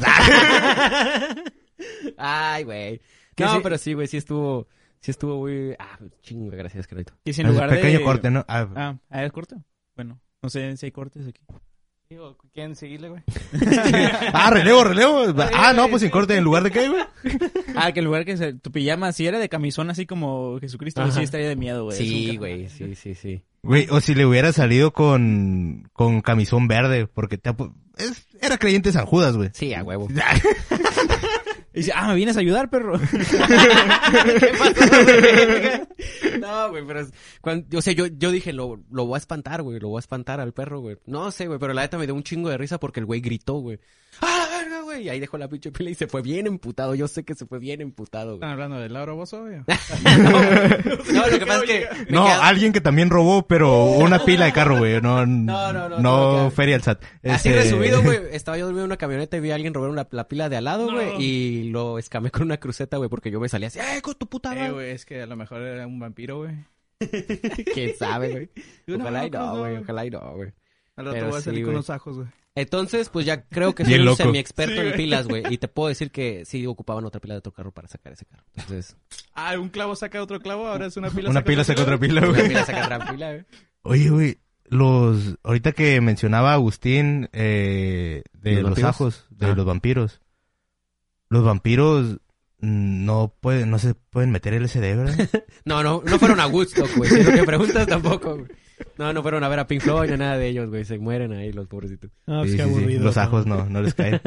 Ay, güey. Que No, sí- pero sí, güey, sí estuvo... Sí estuvo muy... Ah, chingo, gracias, Carlito. Y si en lugar Pequeño de... corte, ¿no? Ah, Ah, ¿ah, ¿es corte? Bueno, no sé si hay cortes aquí. Digo, ¿quieren seguirle, güey? ah, relevo, relevo. Ah, no, pues sin corte. ¿En lugar de qué, güey? Ah, que en lugar que se- tu pijama, si era de camisón así como Jesucristo, Ajá. sí estaría de miedo, güey. Es Sí, un ca- güey, sí, sí, sí. Güey, o si le hubiera salido con, con camisón verde, porque te apu- es- era creyente San Judas, güey. Sí, a huevo. Y dice, ah, ¿me vienes a ayudar, perro? ¿Qué pasó, güey? No, güey, pero... es- cuando- o sea, yo, yo dije, lo, lo voy a espantar, güey. Lo voy a espantar al perro, güey. No sé, güey, pero la neta me dio un chingo de risa porque el güey gritó, güey. ¡Ah, la verga, güey! Y ahí dejó la pinche pila y se fue bien emputado. Yo sé que se fue bien emputado, güey. ¿Están hablando del Lauro Bozo, güey? no, no, lo que pasa es que... me No, queda- alguien que también robó, pero una pila de carro, güey. No, No, no, no, no, no, no. feria al S A T. Así Este- resumido, güey, estaba yo dormido en una camioneta y vi a alguien robar una, la pila de al lado, güey, y lo escamé con una cruceta, güey, porque yo me salía así, ¡ay, con tu puta Eh, madre! güey, es que a lo mejor era un vampiro, güey. ¿Quién sabe, güey? No, Ojalá y no, no, no, güey, no. ojalá y no, güey. Al rato Pero voy a sí, salir con güey. los ajos, güey. Entonces, pues ya creo que soy Bien un loco. semi-experto Sí, en güey. pilas, güey, y te puedo decir que sí ocupaban otra pila de otro carro para sacar ese carro. Entonces, Ah, un clavo saca otro clavo, ahora es una pila. Una pila saca otra pila, una güey. pila saca otra pila, güey. Oye, güey, los... Ahorita que mencionaba Agustín eh, de ¿Los los, vampiros? ajos, de Ah. los vampiros. Los vampiros mm, no pueden, no se pueden meter L S D, ¿verdad? No, no, no fueron a Woodstock, güey, si es lo que preguntas tampoco, güey. No, no fueron a ver a Pink Floyd ni nada de ellos, güey, se mueren ahí los pobrecitos. Ah, pues Sí, qué sí, sí. aburrido. Los ajos no, no les caen.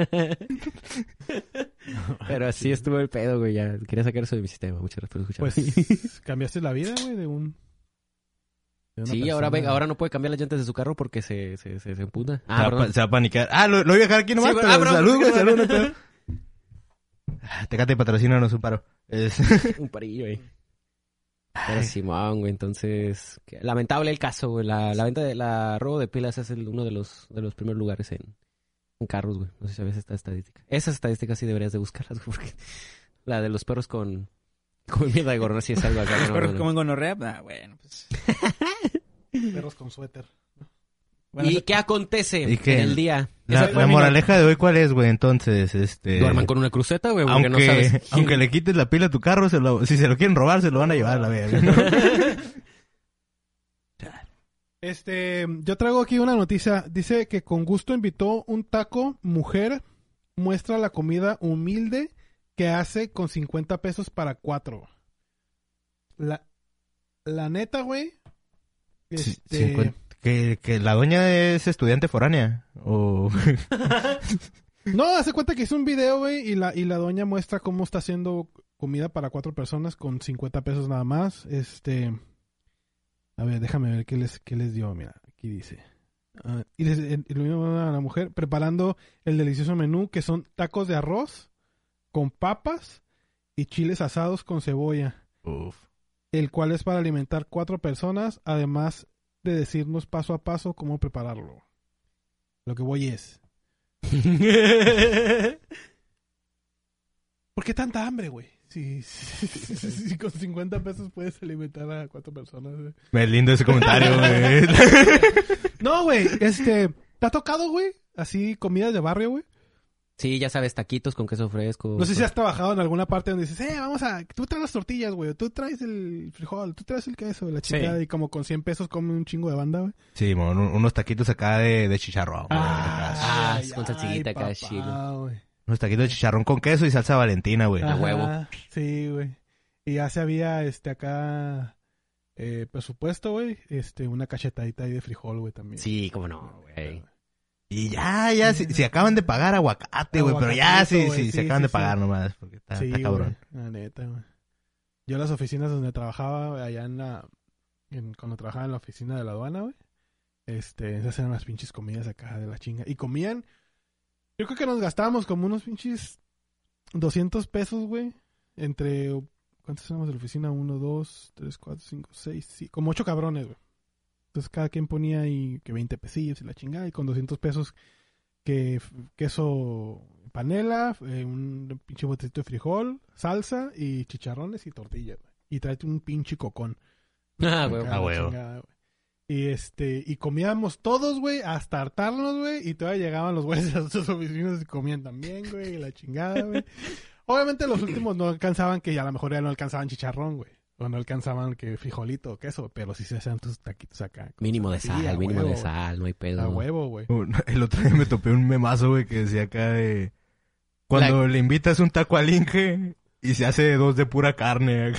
Pero así estuvo el pedo, güey, ya. Quería sacar eso de mi sistema. Muchas gracias por escucharme. Pues cambiaste la vida, güey, de un... de una sí, persona. ahora ve, ahora no puede cambiar las llantas de su carro porque se, se, se, se emputa. se, Ah, va, a perdón. pa- se va a panicar. Ah, lo, lo voy a dejar aquí nomás. Sí, pero ah, perdón, salud, güey, perdón. salud. no pedo. Ah, Tecate, patrocínanos un paro. Es... Un parillo, güey. Pero Simón, güey, entonces... que- lamentable el caso, güey. La, la venta de... La robo de pilas es el, uno de los, de los primeros lugares en, en carros, güey. No sé si sabías esta estadística. Esas estadísticas sí deberías de buscarlas, güey, porque... La de los perros con... Con mierda de gorro, sí es algo acá. Los no, perros no, no. comen gonorrea. Ah, bueno, pues. Perros con suéter. Bueno, ¿Y se- qué acontece ¿Y qué? en el día? La, Esa fue la mi moraleja de hoy, ¿cuál es, güey? Entonces, este... Duerman con una cruceta, güey, porque Aunque, no sabes quién- aunque le quites la pila a tu carro, se lo, si se lo quieren robar, se lo van a llevar a la vez. ¿no? Este, yo traigo aquí una noticia. Dice que con gusto invitó un taco mujer. Muestra la comida humilde que hace con cincuenta pesos para cuatro. La, la neta, güey. Sí, Este, cincuenta. Que, que la doña es estudiante foránea. O... no, hace cuenta que hizo un video, güey, y la, y la doña muestra cómo está haciendo comida para cuatro personas con cincuenta pesos nada más. Este, a ver, déjame ver qué les, qué les dio. Mira, aquí dice. Ah, y les, y lo mismo a la mujer preparando el delicioso menú que son tacos de arroz con papas y chiles asados con cebolla, Uf. el cual es para alimentar cuatro personas, además de decirnos paso a paso cómo prepararlo. Lo que voy es, ¿Por qué tanta hambre, güey? Si, si, si, si, si con cincuenta pesos puedes alimentar a cuatro personas, güey. Es lindo ese comentario, güey. No, güey, este... ¿Te ha tocado, güey? Así, comidas de barrio, güey. Sí, ya sabes, taquitos con queso fresco. No sé si has trabajado en alguna parte donde dices, eh, vamos a... Tú traes las tortillas, güey. Tú traes el frijol. Tú traes el queso, la chingada. Sí. Y como con cien pesos come un chingo de banda, güey. Sí, mon, un- unos taquitos acá de, de chicharrón. güey. Ah, Ay, con salsillita ay, acá, papá, chilo. güey. Unos taquitos de chicharrón con queso y salsa valentina, güey. Ah. huevo. Ajá, sí, güey. Y ya se había, este, acá... Eh, presupuesto, güey. Este, una cachetadita ahí de frijol, güey, también. Sí, cómo no, güey. Y ya, ya, si, si acaban de pagar aguacate, güey. Pero ya, sí, Aguacatito, sí, güey, se sí, acaban sí, de sí. pagar nomás. Porque está, Sí, está cabrón. güey, la neta, güey. Yo las oficinas donde trabajaba, güey, allá en la... En, cuando trabajaba en la oficina de la aduana, güey. Este, esas eran las pinches comidas acá de la chinga. Y comían... Yo creo que nos gastábamos como unos pinches doscientos pesos, güey. Entre... ¿Cuántos éramos de la oficina? Uno, dos, tres, cuatro, cinco, seis... Sí, como ocho cabrones, güey. Entonces cada quien ponía ahí que veinte pesillos y la chingada. Y con doscientos pesos que f- queso panela, eh, un pinche botecito de frijol, salsa y chicharrones y tortillas, güey. Y tráete un pinche cocón. Ah, güey. Acá, Ah, la huevo. chingada, güey. Y este, y comíamos todos, güey, hasta hartarnos, güey, y todavía llegaban los güeyes a sus oficinas y comían también, güey, y la chingada, güey. Obviamente los últimos no alcanzaban, que a lo mejor ya no alcanzaban chicharrón, güey. O no alcanzaban que frijolito o queso, pero sí se hacían tus taquitos acá. con Mínimo de sí, sal, a mínimo huevo, de sal, no hay güey. pedo. A huevo, güey. Un- El otro día me topé un memazo, güey, que decía acá de... Cuando le invitas un taco al Inge y se hace dos de pura carne.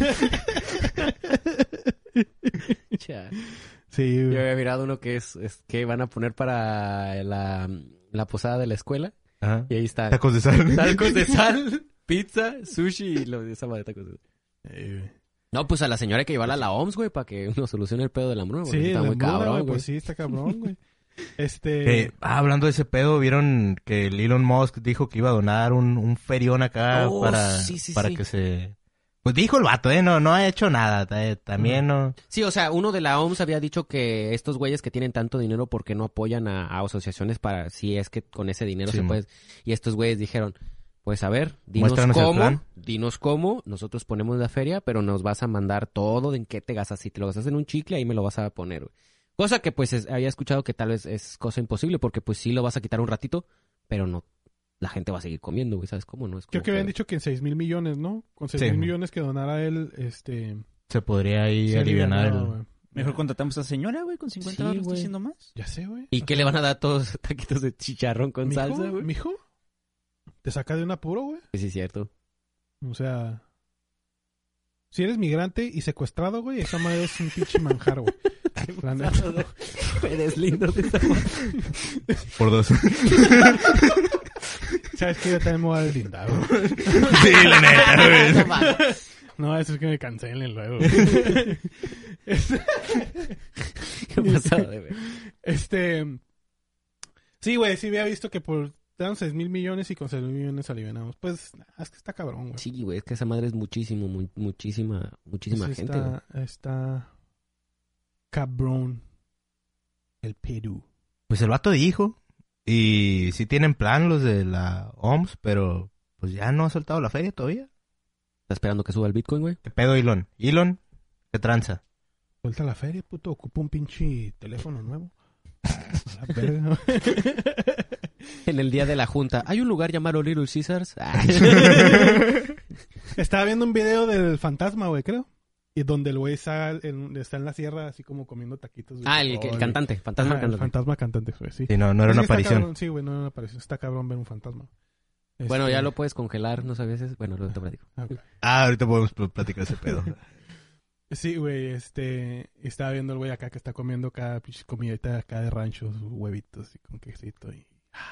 Cha. Sí, Yo güey. había mirado uno que es, es que van a poner para la, la posada de la escuela. Ajá. Y ahí está. Tacos de sal. Tacos de sal, pizza, sushi y lo de esa madre de tacos de sal. Eh, güey. No, pues a la señora hay que llevarla a la O M S, güey, para que uno solucione el pedo de la hambruna. porque Sí, está la muy hambruna, cabrón, güey, güey. pues sí, está cabrón, güey. Este... Eh, ah, hablando de ese pedo, ¿vieron que el Elon Musk dijo que iba a donar un, un ferión acá Oh, para, sí, sí, para sí. que se... Pues dijo el vato, ¿eh? No, no ha hecho nada. eh, También no... Sí, o sea, uno de la O M S había dicho que estos güeyes que tienen tanto dinero, ¿por qué no apoyan a, a asociaciones para si es que con ese dinero Sí, se mo. puede? Y estos güeyes dijeron, pues a ver, dinos Muéstranos el cómo, plan. dinos cómo, nosotros ponemos la feria, pero nos vas a mandar todo de en qué te gastas. Si te lo gastas en un chicle, ahí me lo vas a poner, güey. Cosa que pues es- había escuchado que tal vez es cosa imposible, porque pues sí lo vas a quitar un ratito, pero no, la gente va a seguir comiendo, güey, ¿sabes cómo? No es como Creo que habían que- dicho que en seis mil millones, ¿no? Con seis Sí. mil millones que donara él, este... Se podría ahí se alivianar alivianaba, el... güey. Mejor contratamos a esa señora, güey, con cincuenta Sí, dólares, estoy güey. diciendo más. Ya sé, güey. ¿Y qué le van a dar todos taquitos de chicharrón con ¿Mijo? salsa, güey? ¿Mijo? ¿Te saca de un apuro, güey? Sí, sí, es cierto. O sea... Si eres migrante y secuestrado, güey, esa madre es un pinche manjar, güey. La neta. Me deslindo de esa madre. Por dos. ¿Sabes qué? Yo también me voy a deslindar, güey. Sí, la neta, güey. No mames. No, eso es que me cancelen luego. güey. Este... ¿Qué pasó, de ver? este... Sí, güey, sí había visto que por... Dan seis mil millones y con seis mil millones alivianamos. Pues, nah, es que está cabrón, güey. Sí, güey, es que esa madre es muchísimo, mu- muchísima, muchísima Pues gente, güey. está, está... Cabrón. El Perú. Pues el vato dijo. Y sí tienen plan los de la O M S, pero pues ya no ha soltado la feria todavía. Está esperando que suba el Bitcoin, güey. ¿Qué pedo, Elon? Elon, ¿qué tranza? Suelta la feria, puto. Ocupa un pinche teléfono nuevo. A la verga, ¿no? En el día de la junta. ¿Hay un lugar llamado Little Caesars? Ah. Estaba viendo un video del fantasma, güey, creo. Y donde el güey está en, está en la sierra así como comiendo taquitos. güey. Ah, el, que- el Ay, cantante. Fantasma ajá, el cantante. fantasma cantante, güey, sí. Sí, no, no era Es una que está aparición. cabrón, sí, güey, no era una aparición. Está cabrón ver un fantasma. Bueno, Este, ya lo puedes congelar, ¿no sabías eso? Bueno, lo te platico. ok. Ah, ahorita podemos pl- platicar ese pedo. Sí, güey, este... Estaba viendo el güey acá que está comiendo cada pinche comidita acá de rancho, sus huevitos y con quesito y...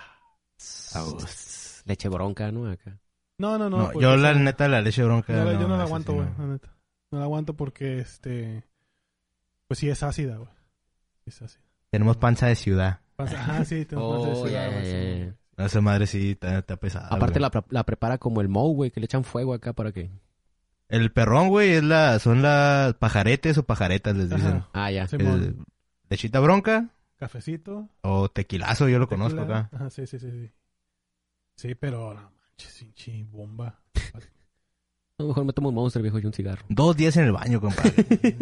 Leche bronca, ¿no? Acá. No, no, no. No, pues, yo o la sea, neta, la leche bronca... no la- yo no la esa aguanto, sí güey, no. la neta. No la aguanto porque, este... Pues sí es ácida, güey. Sí es ácida. Tenemos panza de ciudad. Pasa- Ajá, sí, tenemos panza de Oh, ciudad, ya, güey, ya, sí, ya. güey. No, esa madre sí está, está pesada. Aparte güey. la, pre- la prepara como el Moe, güey, que le echan fuego acá para que... El perrón, güey, es la, son las pajaretes o pajaretas, les dicen. Ajá. Ah, ya. Simón. El lechita bronca Cafecito. o tequilazo, yo lo conozco tequila. acá. Ajá, sí, sí, sí, sí. Sí, pero no manches, pinche bomba. A lo mejor me tomo un Monster, viejo, y un cigarro. Dos días en el baño, compadre.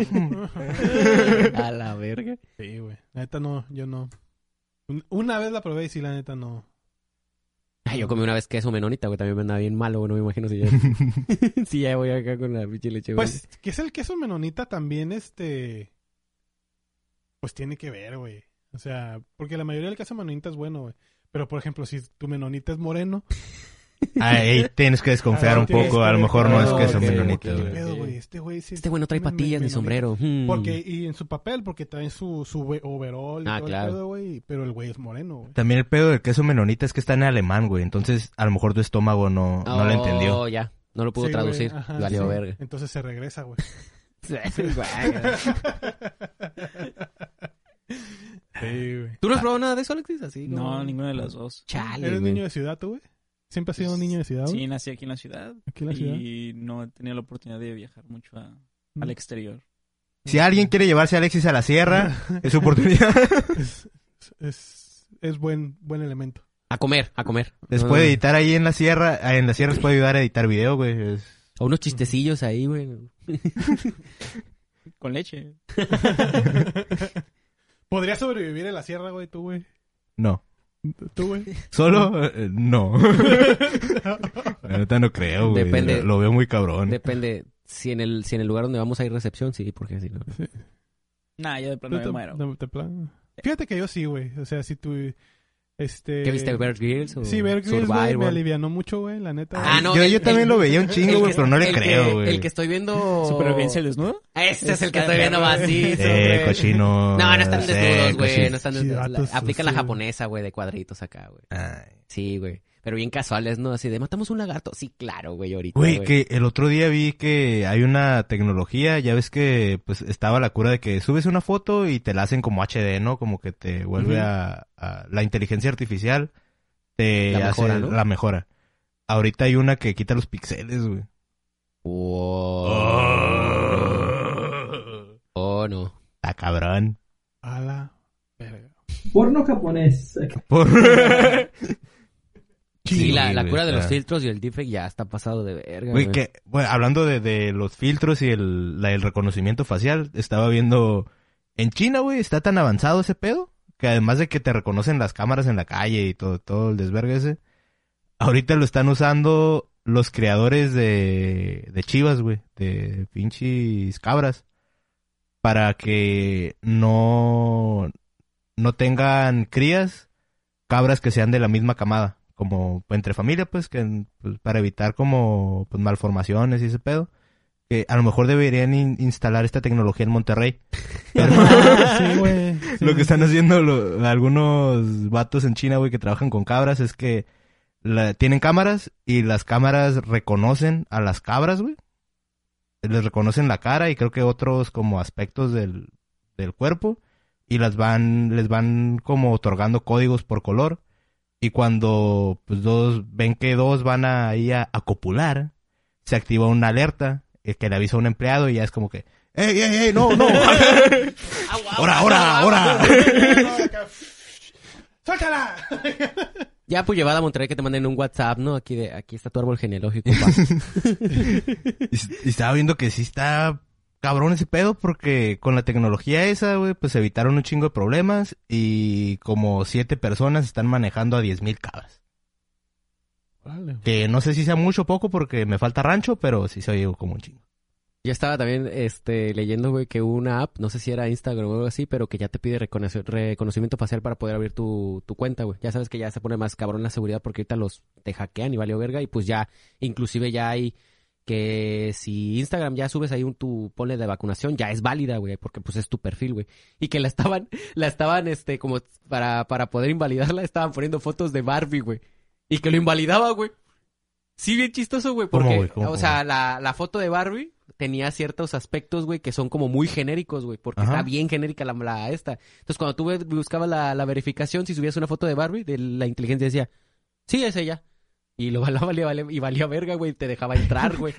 A la verga. Sí, güey. La neta no, yo no. Un- Una vez la probé y sí, la neta no. Ay, yo comí una vez queso menonita, güey. También me andaba bien malo, güey. No me imagino si ya... si ya voy acá con la pinche leche, güey. Pues, ¿qué es el queso menonita también, este... Pues tiene que ver, güey. O sea, porque la mayoría del queso menonita es bueno, güey. Pero, por ejemplo, si tu menonita es moreno... Ahí tienes que desconfiar Ah, un tienes poco. que A lo mejor no es desconfiar, queso ok, menonita, ok, ¿Qué güey. pedo, güey? Este güey sí... Este güey no trae men- patillas ni menonita. sombrero. Hmm. Porque, y en su papel, porque trae su, su we- overall y Ah, todo claro. el pedo, güey. Pero el güey es moreno, güey. También el pedo del queso menonita es que está en alemán, güey. Entonces, a lo mejor tu estómago no, no lo entendió. Oh, ya. No lo pudo Sí, güey, traducir. ajá, Valió sí. verga. Entonces se regresa, güey. Sí, güey. ¿Tú no has probado nada de eso, Alexis? Así como- No, ninguna de las dos. Chale, ¿Eres güey. niño de ciudad, tú, güey? ¿Siempre has sido un niño de ciudad, güey? Sí, nací aquí en la ciudad. Aquí en la ciudad. Y no he tenido la oportunidad de viajar mucho a- Mm. al exterior. Si alguien quiere llevarse a Alexis a la sierra, es su oportunidad. Es, es, es buen, buen elemento. A comer, a comer. Les No, puede no. editar ahí en la sierra. ah, En la sierra les puede ayudar a editar video, güey. Es- O unos chistecillos ahí, güey. Con leche. ¿Podrías sobrevivir en la sierra, güey, tú, güey? No. ¿Tú, güey? ¿Solo? Eh, no. La neta no creo, güey. Depende. Lo, lo veo muy cabrón. Depende. Si en el si en el lugar donde vamos hay recepción, sí, porque si no... Nah, yo de plano ¿Tú me te- muero. te- te plan- Fíjate que yo sí, güey. O sea, si tú... Este... ¿Qué viste, Bear Grylls o Sí, Bear Grylls, güey, me Survivor? alivianó mucho, güey, la neta. Ah, no, yo, el- yo también el- lo veía un chingo, el güey, que- pero no le el creo, que- güey. El que estoy viendo... ¿Supervivencia al desnudo? Este es el que Está estoy viendo perro, más, sí. Eh, cochino. No, no están eh, desnudos, güey. cochino. No están Sí, desnudos. vatos, Aplica la sí. japonesa, güey, de cuadritos acá, güey. Ay. Sí, güey. Pero bien casuales, ¿no? Así de, matamos un lagarto. Sí, claro, güey, ahorita, Güey, que el otro día vi que hay una tecnología, ya ves que pues estaba la cura de que subes una foto y te la hacen como H D, ¿no? Como que te vuelve Ujú. a, a- la inteligencia artificial te La hace mejora, ¿no? la mejora. Ahorita hay una que quita los píxeles, güey. Wow. Oh, no. Está cabrón. A la verga. Porno japonés. Por... Sí, la, la güey, cura de los está- filtros y el deepfake ya está pasado de verga, Güey, güey. que, bueno, hablando de, de los filtros y el, la- el reconocimiento facial, estaba viendo... En China, güey, está tan avanzado ese pedo, que además de que te reconocen las cámaras en la calle y todo, todo el desvergue ese, ahorita lo están usando los creadores de, de chivas, güey, de pinches cabras, para que no, no tengan crías, cabras que sean de la misma camada, como entre familia, pues, que pues, para evitar como pues, malformaciones y ese pedo. Que a lo mejor deberían in- instalar esta tecnología en Monterrey. Pero Sí, güey. Sí, lo que sí, están sí. haciendo lo- algunos vatos en China, güey, que trabajan con cabras, es que la- tienen cámaras y las cámaras reconocen a las cabras, güey. Les reconocen la cara y creo que otros como aspectos del, del cuerpo. Y las van, les van como otorgando códigos por color. Y cuando pues dos, ven que dos van a, ahí a, a copular, se activa una alerta eh, que le avisa a un empleado y ya es como que, ¡ey, ey, ey, no, no! ¡Ahora, ahora, ahora! ¡Suéltala! Ya, pues llevada a Monterrey que te manden un WhatsApp, ¿no? Aquí de, aquí está tu árbol genealógico, pa. Y, y estaba viendo que sí está cabrón ese pedo porque con la tecnología esa, güey, pues evitaron un chingo de problemas y como siete personas están manejando a diez mil cabras. Vale. Que no sé si sea mucho o poco porque me falta rancho, pero sí se oye como un chingo. Yo estaba también este, leyendo, güey, que hubo una app, no sé si era Instagram o algo así, pero que ya te pide reconoci- reconocimiento facial para poder abrir tu, tu cuenta, güey. Ya sabes que ya se pone más cabrón la seguridad porque ahorita los te hackean y valió verga y pues ya, inclusive ya hay que si Instagram ya subes ahí un tu ponle de vacunación, ya es válida, güey, porque pues es tu perfil, güey. Y que la estaban, la estaban, este, como para, para poder invalidarla, estaban poniendo fotos de Barbie, güey. Y que lo invalidaba, güey. Sí, bien chistoso, güey, ¿Cómo, porque, güey? ¿Cómo, o sea, la, la foto de Barbie tenía ciertos aspectos, güey, que son como muy genéricos, güey, porque Ajá. está bien genérica la, la esta. Entonces, cuando tú ve- buscabas la, la verificación, si subías una foto de Barbie, de la inteligencia decía, sí, es ella. Y lo valía, valía, valía, y valía verga, güey, te dejaba entrar, güey.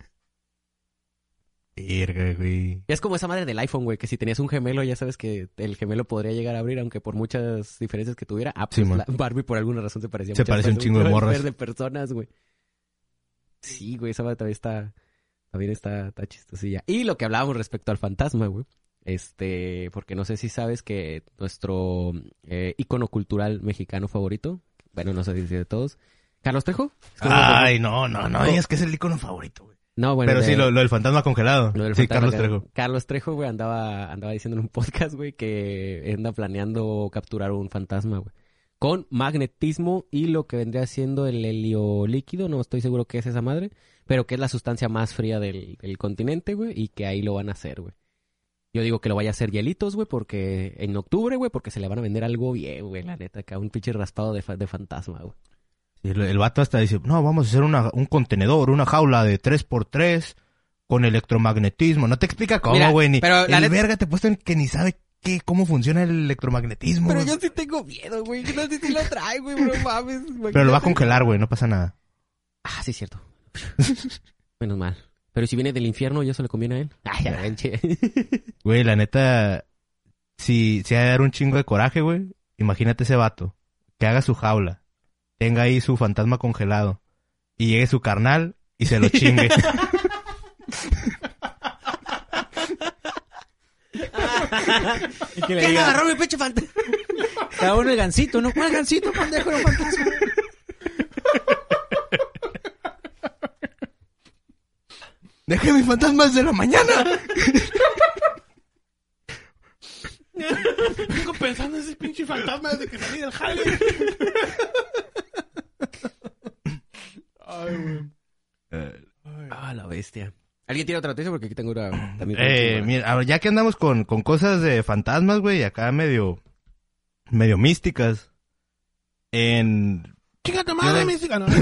Verga, güey. Y es como esa madre del iPhone, güey, que si tenías un gemelo, ya sabes que el gemelo podría llegar a abrir, aunque por muchas diferencias que tuviera. Ah, pues Sí, man. la Barbie por alguna razón se parecía Se muchas parece un veces, chingo de güey, morras. de personas, güey. Sí, güey, esa madre todavía está, También está, está chistosilla. Y lo que hablábamos respecto al fantasma, güey. Este, porque no sé si sabes que nuestro eh, ícono cultural mexicano favorito, bueno, no sé si de todos, Carlos Trejo. ¿Es Carlos Ay, Trejo? no, no, no, es que es el icono favorito, güey. No, bueno. Pero de- sí, lo, lo del fantasma congelado. lo del Sí, fantasma Carlos que- Trejo. Carlos Trejo, güey, andaba, andaba diciendo en un podcast, güey, que anda planeando capturar un fantasma, güey. Con magnetismo y lo que vendría siendo el helio líquido, no estoy seguro qué es esa madre, pero que es la sustancia más fría del, del continente, güey, y que ahí lo van a hacer, güey. Yo digo que lo vaya a hacer hielitos, güey, porque en octubre, güey, porque se le van a vender algo bien, güey, la neta, acá un pinche raspado de, fa- de fantasma, güey. Y el, el vato hasta dice, no, vamos a hacer una, un contenedor, una jaula de tres por tres con electromagnetismo. No te explica cómo, Mira, güey. Ni, pero la el net- verga te he puesto en que ni sabe qué, cómo funciona el electromagnetismo. Pero güey. yo sí tengo miedo, güey, yo no sé si lo trae, güey, no mames. Pero lo va a imagínate. congelar, güey, no pasa nada. Ah, sí, cierto. Menos mal. Pero si viene del infierno, ¿y eso le conviene a él? Ay, ya ven, che. Güey, la neta, si, si ha de dar un chingo de coraje, güey, imagínate ese vato, que haga su jaula, tenga ahí su fantasma congelado, y llegue su carnal y se lo chingue. Y que le ¿Quién diga, agarró mi pecho fantasma? cada uno el gancito, ¿no? ¿Cuál gancito, pendejo? Era un fantasma. ¡Dejé mis fantasmas de la mañana! Vengo pensando en ese pinche fantasma desde que salí del jale. Ay, güey. Ah, la bestia. ¿Alguien tiene otra noticia? Porque aquí tengo una también. Eh, mira, a ver, ya que andamos con, con cosas de fantasmas, güey, acá medio, medio místicas. En... Chica tu madre, Yo de- mística. No,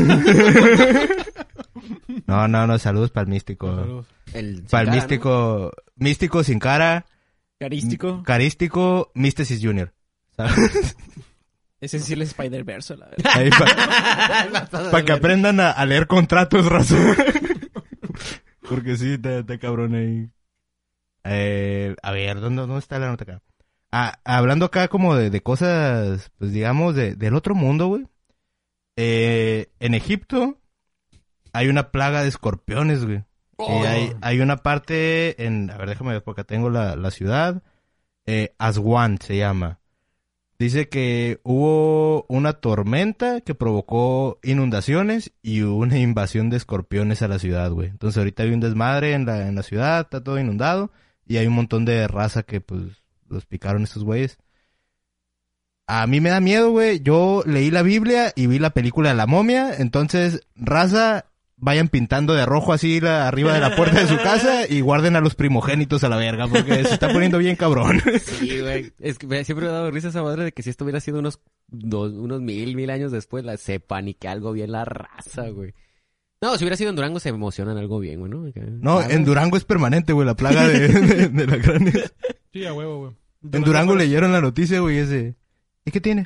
No, no, no, saludos para el místico. Saludos. El Para el Cara, místico, místico sin cara, Carístico. carístico, Místesis Junior. ¿Sabes? Ese sí es el Spider-Verse, la verdad. Ahí para ¿no? que aprendan a, a leer contratos, raza. Porque sí, está, está cabrón ahí. Eh, a ver, ¿dónde, ¿dónde está la nota acá? Ah, hablando acá como de, de cosas, pues digamos, de, del otro mundo, güey. Eh, en Egipto hay una plaga de escorpiones, güey. Y hay, hay una parte en... A ver, déjame ver, porque acá tengo la, la ciudad. Eh, Aswan se llama. Dice que hubo una tormenta que provocó inundaciones y una invasión de escorpiones a la ciudad, güey. Entonces ahorita hay un desmadre en la, en la ciudad, está todo inundado. Y hay un montón de raza que, pues, los picaron estos güeyes. A mí me da miedo, güey. Yo leí la Biblia y vi la película de la momia. Entonces, raza, vayan pintando de rojo así la, arriba de la puerta de su casa y guarden a los primogénitos a la verga, porque se está poniendo bien cabrón. Sí, güey. Es que me- siempre me ha dado risa esa madre de que si esto hubiera sido unos, dos, unos mil, mil años después, la, se panique algo bien la raza, güey. No, si hubiera sido en Durango se emocionan algo bien, güey, ¿no? No, en Durango es permanente, güey, la plaga de, de, de la gran... Sí, a huevo, güey. En Durango leyeron la noticia, güey, ese... ¿Y qué tiene?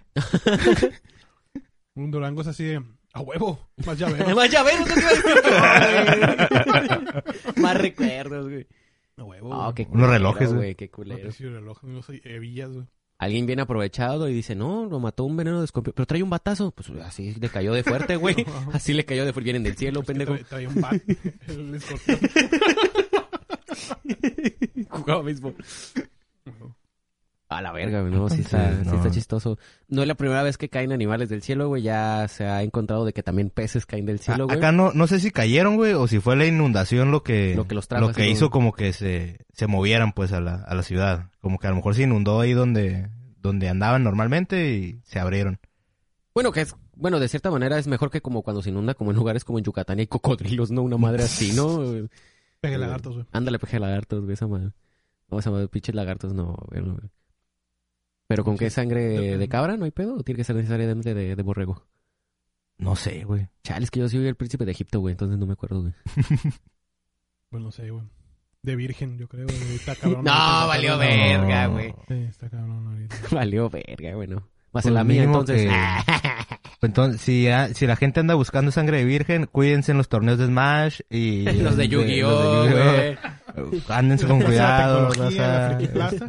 Un Durango es así de... A huevo. Más llaveros. Más llaveros, ¿no te iba a decir? Más recuerdos, güey. A huevo. Oh, qué Unos culero, relojes, güey. güey. Qué culero. No, sí, reloj, no soy hebillas, güey. Alguien bien aprovechado y dice, no, lo mató un veneno de escorpión. Pero trae un batazo. Pues así le cayó de fuerte, güey. Así le cayó de fuerte. Vienen del cielo, Es que pendejo. trae- Traía un bat. El escorpión. Jugaba béisbol. A la verga, güey. No, sí Sí, está, sí no. está chistoso. No es la primera vez que caen animales del cielo, güey. Ya se ha encontrado de que también peces caen del cielo, A- güey. acá no, no sé si cayeron, güey, o si fue la inundación lo que... Lo que los trajo lo que así hizo como- como que se, se movieran, pues, a la, a la ciudad. Como que a lo mejor se inundó ahí donde, donde andaban normalmente y se abrieron. Bueno, que es, bueno, de cierta manera es mejor que como cuando se inunda, como en lugares como en Yucatán y hay cocodrilos, ¿no? Una madre así, ¿no? Pegue lagartos, güey. Ándale, peje lagartos, güey, esa madre. No, esa madre, pinches lagartos, no, güey, no, güey. ¿Pero con qué sangre de cabra? ¿No hay pedo? ¿O tiene que ser necesariamente de, de borrego? No sé, güey. Chale, es que yo soy el príncipe de Egipto, güey, entonces no me acuerdo, güey. Pues no sé, güey. De virgen, yo creo. Güey. Está cabrón. No, ahorita, valió está cabrón. verga, No. güey. Sí, está cabrón ahorita. Valió verga, güey, no. Va a Pues ser la mía, mínimo entonces. que- Entonces, si, ah, si la gente anda buscando sangre de virgen, cuídense en los torneos de Smash y... Los de Yu-Gi-Oh, los de güey. Yu-Gi-Oh. Ándense con cuidado, Tecnología, la raza. Friki Plaza.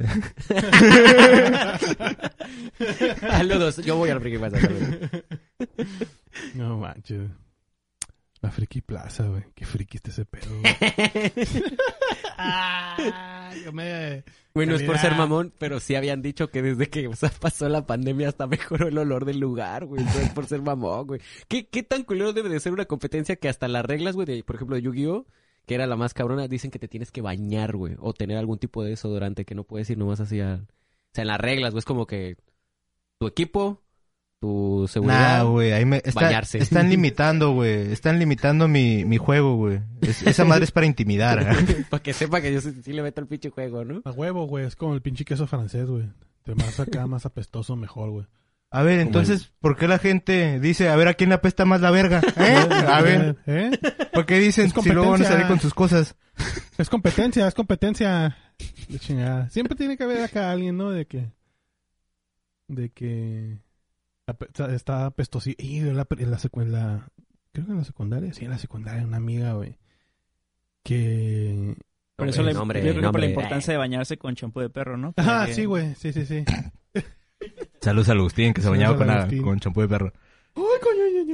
Saludos, yo voy al Friki Plaza, saludos. No manches. La Friki Plaza, güey. Qué friki está ese pedo, güey. ah, yo me... Güey, no es por calidad. ser mamón, pero sí habían dicho que desde que o sea, pasó la pandemia hasta mejoró el olor del lugar, güey. No es por ser mamón, güey. ¿Qué, ¿Qué tan culero debe de ser una competencia que hasta las reglas, güey, de, por ejemplo, de Yu-Gi-Oh!, que era la más cabrona, dicen que te tienes que bañar, güey, o tener algún tipo de desodorante que no puedes ir nomás así a... O sea, en las reglas, güey, es como que tu equipo, tu seguridad, Nah, güey, ahí me... Está, bañarse. Están limitando, güey. Están limitando mi, mi juego, güey. Es- esa madre es para intimidar. ¿eh? para que sepa que yo sí, sí le meto el pinche juego, ¿no? A huevo, güey. Es como el pinche queso francés, güey. De más acá, más apestoso, mejor, güey. A ver, entonces, ¿por qué la gente dice, a ver, a quién le apesta más la verga? ¿Eh? A ver, ¿Eh? ¿por qué dicen Es si luego van a competencia. salir con sus cosas? Es competencia, es competencia. De chingada. Siempre tiene que haber acá alguien, ¿no? De que... De que... ape- está- Está apestoso. Y en la, en la, secu- en la- creo que en la secundaria. Sí, en la secundaria, una amiga, güey. Que... Por eso Hombre, la, nombre, yo creo que por nombre. la importancia de bañarse con champú de perro, ¿no? Ajá, Porque- sí, güey. Sí, sí, sí. Saludos a Agustín, que se Saludos bañaba al con, a- Agustín. con champú de perro. ¡Uy, coño! Ay,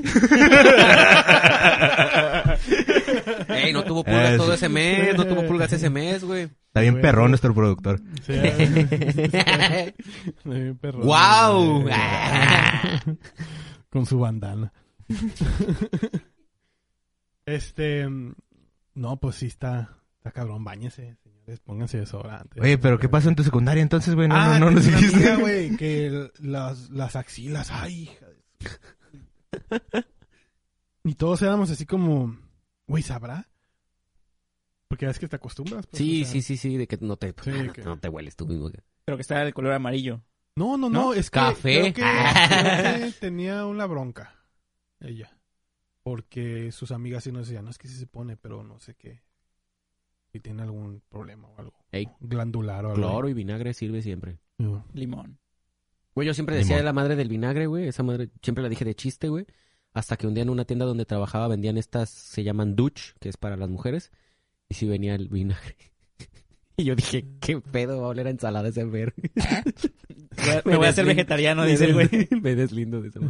ay, Ey, no tuvo pulgas Eh, todo sí. ese mes, no tuvo pulgas ese mes, güey. Está bien Güey. perrón nuestro productor. Sí, ay, ay, perro. ¡Guau! Con su bandana. Este... No, pues sí está... Está cabrón. Báñese, señores. Pónganse desodorante. Oye, pero ¿qué pasó en tu secundaria entonces, güey? No, ah, no, no nos tengo una dijiste. amiga, güey, que el- las, las axilas, ay, hija de... Y todos éramos así como, güey, ¿sabrá? Porque es que te acostumbras. pues, Sí, o sea. sí, sí, sí, de que no te, Sí, que- no te hueles tú mismo. Pero que está de color amarillo. No, no, no, ¿No? es que... Café. creo que, creo que tenía una bronca, ella. Porque sus amigas sí nos decían, no, es que sí se pone, pero no sé qué. Si tiene algún problema o algo. Ey. Glandular o algo. Cloro y vinagre sirve siempre. Yo, Limón. Güey, yo siempre decía Limón. de la madre del vinagre, güey. Esa madre siempre la dije de chiste, güey. Hasta que un día en una tienda donde trabajaba vendían estas, se llaman Dutch, que es para las mujeres. Y sí venía el vinagre. Y yo dije, ¿qué pedo va a oler a ensalada ese ver? Voy a- Me voy a hacer vegetariano, dice el güey. Me deslindo de eso.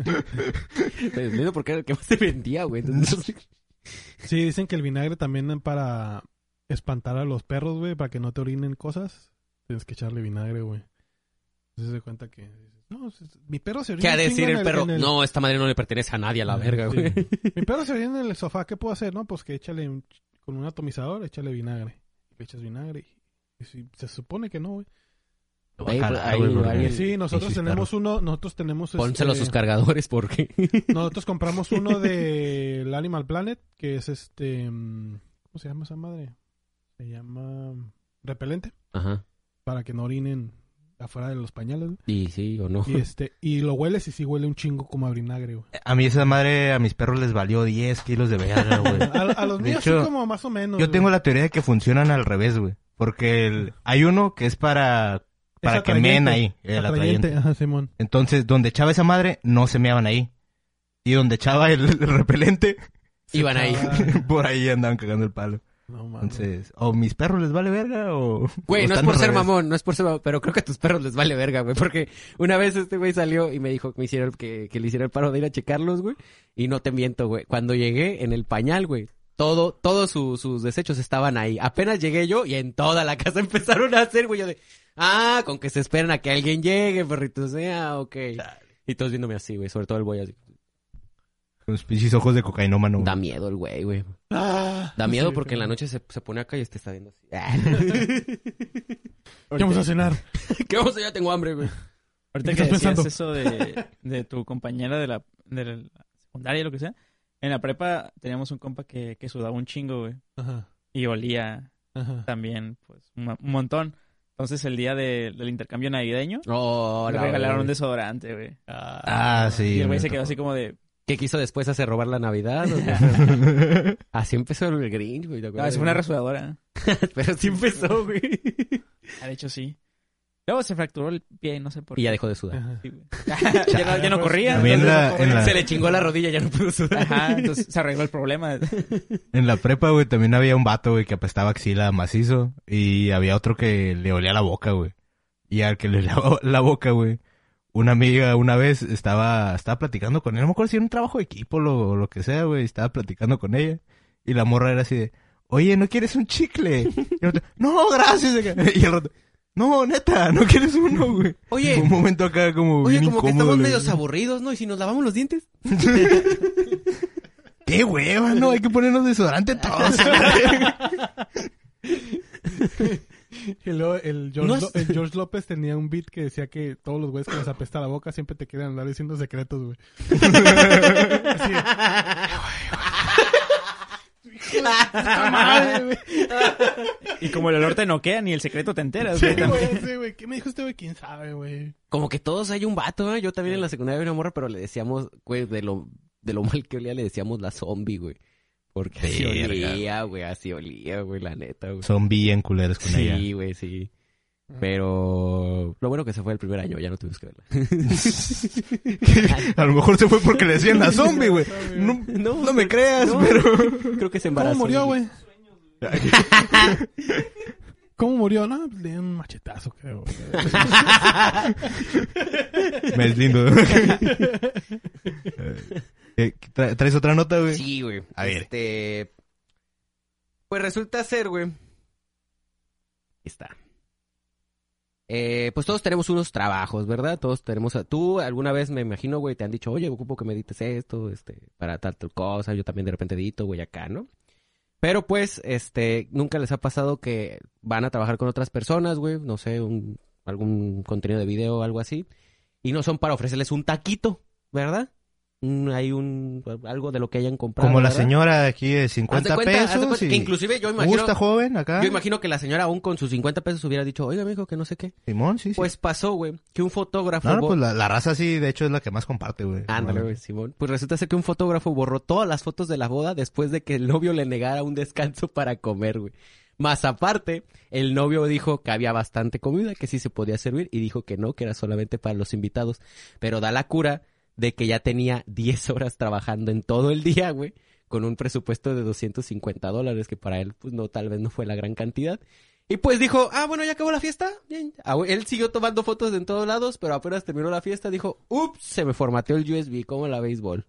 Me deslindo porque era el que más se vendía, güey. Entonces, Sí, dicen que el vinagre también para espantar a los perros, güey, para que no te orinen cosas. Tienes que echarle vinagre, güey. Entonces se cuenta que... No, es- mi perro se orina ¿qué ha un de chingo decir en el perro? en el- No, esta madre no le pertenece a nadie a la Ah, verga, sí. güey. Mi perro se orina en el sofá. ¿Qué puedo hacer? No, pues que échale un- con un atomizador, échale vinagre. Le echas vinagre y, y si- se supone que no, güey. Lo voy a Ey, jalar, ahí- güey, porque- alguien- Sí, nosotros sí, tenemos perro. uno, nosotros tenemos... Pónselo a este, sus cargadores porque... Nosotros compramos uno del Animal Planet, que es este... mm, ¿Cómo se llama esa madre? Se llama... Repelente, Ajá. para que no orinen afuera de los pañales, güey. Y sí o no. Y este, y lo hueles y sí huele un chingo como a vinagre, güey. A mí esa madre, a mis perros les valió diez kilos de verga, güey. A, a los De míos hecho, sí como más o menos. Yo güey. tengo la teoría de que funcionan al revés, güey. Porque el- hay uno que es para, Es para que atrayente, meen ahí, el atrayente. atrayente. Ajá, Simón. Entonces, donde echaba esa madre, no se meaban ahí. Y donde echaba el, el repelente, Iban ahí. Ah, por ahí andaban cagando el palo. no mames. Entonces, o mis perros les vale verga, o... Güey, o no es están por al ser revés. mamón, no es por ser mamón, pero creo que a tus perros les vale verga, güey. Porque una vez este güey salió y me dijo que me hiciera el- que, que le hiciera el paro de ir a checarlos, güey. Y no te miento, güey. Cuando llegué en el pañal, güey, todo, todos su- sus desechos estaban ahí. Apenas llegué yo y en toda la casa empezaron a hacer, güey. Yo de, ah, con que se esperan a que alguien llegue, perritos. Ah, ok. Y todos viéndome así, güey. Sobre todo el güey así. Con sus pinches ojos de cocainómano. güey. Da miedo el güey, güey. Ah, Da miedo sí, porque en la sí. noche se, se pone acá y te está viendo así. ¿Qué vamos a cenar? ¿Qué vamos a Ya tengo hambre, güey. Ahorita ¿Qué que estás decías pensando? eso de, de tu compañera de la, de la secundaria, lo que sea. En la prepa teníamos un compa que, que sudaba un chingo, güey. Ajá, Y olía ajá. también, pues, un, mo- un montón. Entonces, el día de- del intercambio navideño, Oh, le la regalaron un güey. desodorante, güey. Ah, sí. Y el güey me se quedó tocó. así como de... ¿Qué quiso después hacer robar la Navidad? ¿O qué? Así empezó el Grinch, güey. ¿te No, acuerdas? eso fue una rasudadora. Pero sí empezó, güey. Ah, de hecho, sí. Luego se fracturó el pie, no sé por qué. Y ya dejó de sudar. Ajá. Sí, güey. ya, no, ya no corría. A mí en entonces la- no corría. en la- Se le chingó la rodilla, ya no pudo sudar. Ajá, entonces se arregló el problema. En la prepa, güey, también había un vato, güey, que apestaba axila macizo. Y había otro que le olía la boca, güey. Y al que le olía la boca, güey, una amiga una vez estaba, estaba platicando con él, no me acuerdo si era un trabajo de equipo o lo, lo que sea, güey, estaba platicando con ella, y la morra era así de, oye, ¿no quieres un chicle? Y el otro, no, gracias. Y el rato, no, neta, ¿no quieres uno, güey? Oye. Fue un momento acá como Oye, bien como que incómodo, estamos güey. medios aburridos, ¿no? ¿Y si nos lavamos los dientes? ¡Qué hueva, no! Hay que ponernos desodorante todos. Y luego el George, No es- Lo- el George López tenía un beat que decía que todos los güeyes que les apesta la boca siempre te quieren andar diciendo secretos, güey. Así, puta madre, güey. Y como el olor te noquea, ni el secreto te enteras, Sí, güey. también. güey, sí, güey. ¿Qué me dijo este güey? ¿Quién sabe, güey? Como que todos hay un vato, ¿eh? Yo también en la secundaria había una morra, pero le decíamos, güey, de lo, de lo mal que olía, le decíamos la zombie, güey. Porque así Verga, olía, güey, así olía, güey, la neta, güey. Son bien culeros con ella. Sí, güey, sí. Pero lo bueno que se fue el primer año, ya no tuvimos que verla. A lo mejor se fue porque le decían la zombie, güey. No, No, no me creas, no. pero... Creo que se ¿Cómo embarazó. murió, güey? ¿Cómo murió? No, pues le dio un machetazo, creo. Me es lindo. Eh, tra- ¿Traes otra nota, güey? Sí, güey. A ver. Este... Pues resulta ser, güey. Ahí está. Eh, pues todos tenemos unos trabajos, ¿verdad? Todos tenemos... a- Tú alguna vez, me imagino, güey, te han dicho, oye, ocupo que me edites esto, este, para tal, tal cosa. Yo también de repente edito, güey, acá, ¿no? Pero pues, este, nunca les ha pasado que van a trabajar con otras personas, güey, no sé, un, algún contenido de video o algo así, y no son para ofrecerles un taquito, ¿verdad? Un- hay un, algo de lo que hayan comprado. Como la ¿verdad? señora aquí de Haz de cincuenta cuenta, haz de pesos. cuenta y- que inclusive yo imagino, ¿Gusta, joven, acá? yo imagino que la señora aún con sus cincuenta pesos hubiera dicho, oiga, mijo, que no sé qué. Simón, sí, sí. Pues pasó, güey, que un fotógrafo... No, no, bo- pues la, la raza sí, de hecho, es la que más comparte, güey. Ándale, Bueno. güey, Simón. Pues resulta ser que un fotógrafo borró todas las fotos de la boda después de que el novio le negara un descanso para comer, güey. Más aparte, el novio dijo que había bastante comida, que sí se podía servir, y dijo que no, que era solamente para los invitados. Pero da la cura de que ya tenía diez horas trabajando en todo el día, güey, con un presupuesto de doscientos cincuenta dólares, que para él, pues no, tal vez no fue la gran cantidad. Y pues dijo, ah, bueno, ya acabó la fiesta. Bien. Ah, güey, él siguió tomando fotos en todos lados, pero apenas terminó la fiesta, dijo, ups, se me formateó el U S B, como la béisbol.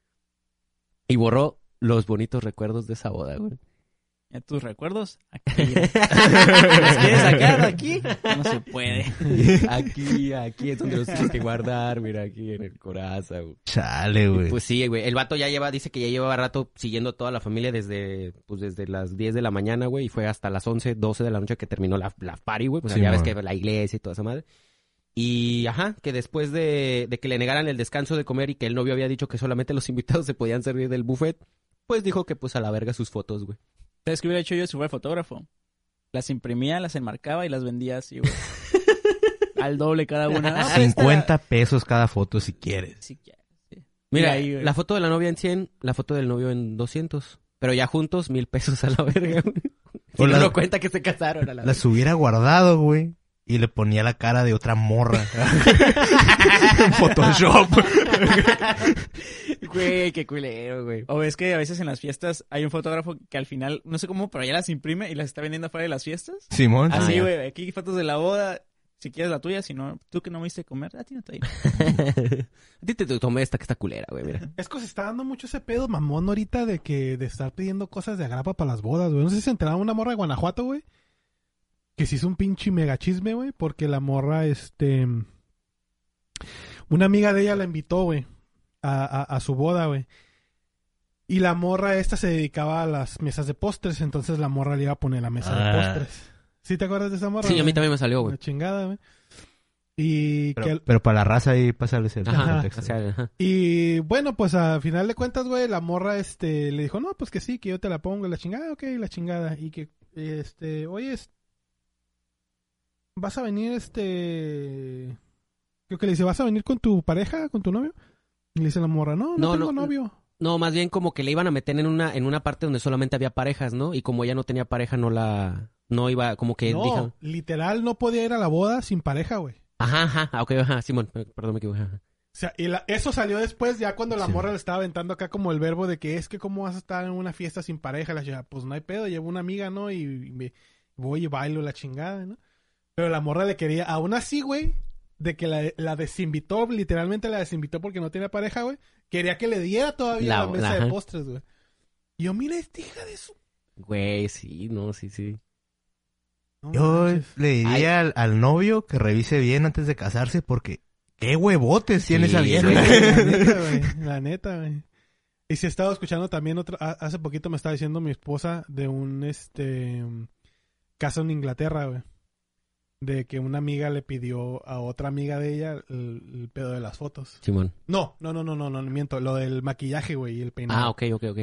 Y borró los bonitos recuerdos de esa boda, güey. ¿Ya tus recuerdos? Aquí. ¿Los quieres sacar aquí? No se puede. Aquí, aquí es donde los tienes que guardar, mira, aquí en el corazón, güey. Chale, güey. Pues sí, güey. El vato ya lleva, dice que ya llevaba rato siguiendo toda la familia desde, pues desde las diez de la mañana, güey, y fue hasta las once, doce de la noche que terminó la, la party, güey. Pues Sí, ya ves mon. que la iglesia y toda esa madre. Y, ajá, que después de, de que le negaran el descanso de comer y que el novio había dicho que solamente los invitados se podían servir del buffet, pues dijo que pues a la verga sus fotos, güey. ¿Sabes qué hubiera hecho yo si fuera fotógrafo? Las imprimía, las enmarcaba y las vendía así, güey. Al doble cada una. Ah, pues, cincuenta pesos cada foto si quieres. Si quieres, sí. Mira, Y ahí, güey. la foto de la novia en cien, la foto del novio en doscientos. Pero ya juntos, mil pesos a la verga, güey. O Y no la- lo cuenta que se casaron a la verga. Las hubiera guardado, güey. Y le ponía la cara de otra morra. En Photoshop. Güey, qué culero, güey. O ves que a veces en las fiestas hay un fotógrafo que al final, no sé cómo, pero ya las imprime y las está vendiendo afuera de las fiestas. Simón. Ah, Así, ya. güey, aquí fotos de la boda. Si quieres la tuya, si no, tú que no me diste comer, a ti no te digo. A ti te, te tomé esta que está culera, güey, mira. Es que se está dando mucho ese pedo mamón ahorita de que de estar pidiendo cosas de agrapa para las bodas, güey. No sé si se enteraron una morra de Guanajuato, güey. Que se hizo un pinche mega chisme, güey. Porque la morra, este... Una amiga de ella la invitó, güey. A, a, a su boda, güey. Y la morra esta se dedicaba a las mesas de postres. Entonces la morra le iba a poner la mesa Ah. de postres. ¿Sí te acuerdas de esa morra? Sí, a mí güey? también me salió, güey. Una chingada, güey. Y que... Pero, pero para la raza ahí pásales el Ajá, contexto. o sea, ajá. Y bueno, pues a final de cuentas, güey, la morra este le dijo, no, pues que sí, que yo te la pongo, y la chingada, ok, la chingada. Y que, este, oye, es- vas a venir, este... Creo que le dice, ¿vas a venir con tu pareja, con tu novio? Y le dice la morra, no, no, No, tengo no, novio. No, más bien como que le iban a meter en una, en una parte donde solamente había parejas, ¿no? Y como ella no tenía pareja, no la... No iba, como que No, dijo... literal, no podía ir a la boda sin pareja, güey. Ajá, ajá, ah, ok, ajá, Simón, eh, perdón, me equivoqué. Ajá. O sea, y la- eso salió después, ya cuando la Sí. morra le estaba aventando acá como el verbo de que es que cómo vas a estar en una fiesta sin pareja. La chingada, pues no hay pedo, llevo una amiga, ¿no? Y, y me voy y bailo la chingada, ¿no? Pero la morra le quería, aún así, güey, de que la, la desinvitó, literalmente la desinvitó porque no tenía pareja, güey. Quería que le diera todavía la, la mesa ajá. de postres, güey. Y yo, mira, esta hija de su... Güey, sí, no, sí, sí. No, yo manches. Le diría al, al novio que revise bien antes de casarse porque qué huevotes sí, tiene esa vieja. La neta, güey. La neta, güey. Y si he estado escuchando también otro... Hace poquito me estaba diciendo mi esposa de un, este... caso en Inglaterra, güey. De que una amiga le pidió a otra amiga de ella el, el pedo de las fotos. Simón. No, no, no, no, no, no, miento. Lo del maquillaje, güey, y el peinado. Ah, ok, ok, ok.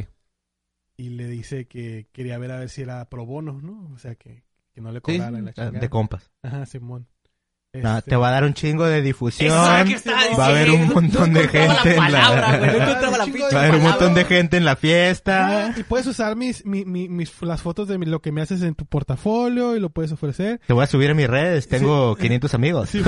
Y le dice que quería ver a ver si era pro bono, ¿no? O sea, que, que no le cobrara sí, la chingada. De compas. Ajá, Simón. Este... No, te va a dar un chingo de difusión. Exacto, va a haber un montón no de gente la palabra, en la... güey, no encontraba la pinche va a haber un montón de gente en la fiesta. Ah, y puedes usar mis, mi, mi, mis las fotos de mi, lo que me haces en tu portafolio y lo puedes ofrecer. Te voy a subir a mis redes, tengo sí. quinientos amigos. Sí,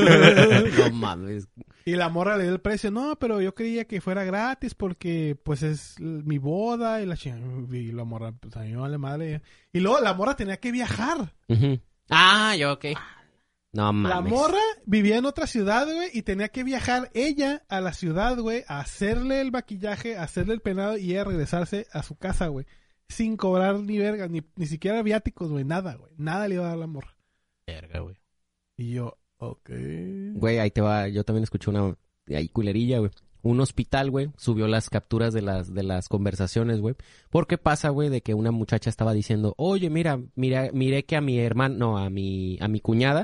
no mames. Y la morra le dio el precio. No, pero yo creía que fuera gratis porque pues es mi boda y la chingada. Y la morra, pues a mí me vale madre. Y luego la morra tenía que viajar. Uh-huh. Ah, yo, ok. No mames. La morra vivía en otra ciudad, güey, y tenía que viajar ella a la ciudad, güey, a hacerle el maquillaje, a hacerle el peinado y ella regresarse a su casa, güey. Sin cobrar ni verga, ni, ni siquiera viáticos, güey, nada, güey. Nada le iba a dar la morra. Verga, güey. Y yo, ok. Güey, ahí te va, yo también escuché una ahí culerilla, güey. Un hospital, güey, subió las capturas de las de las conversaciones, güey. Porque pasa, güey, de que una muchacha estaba diciendo, oye, mira, mira, miré que a mi hermano, no, a mi, a mi cuñada,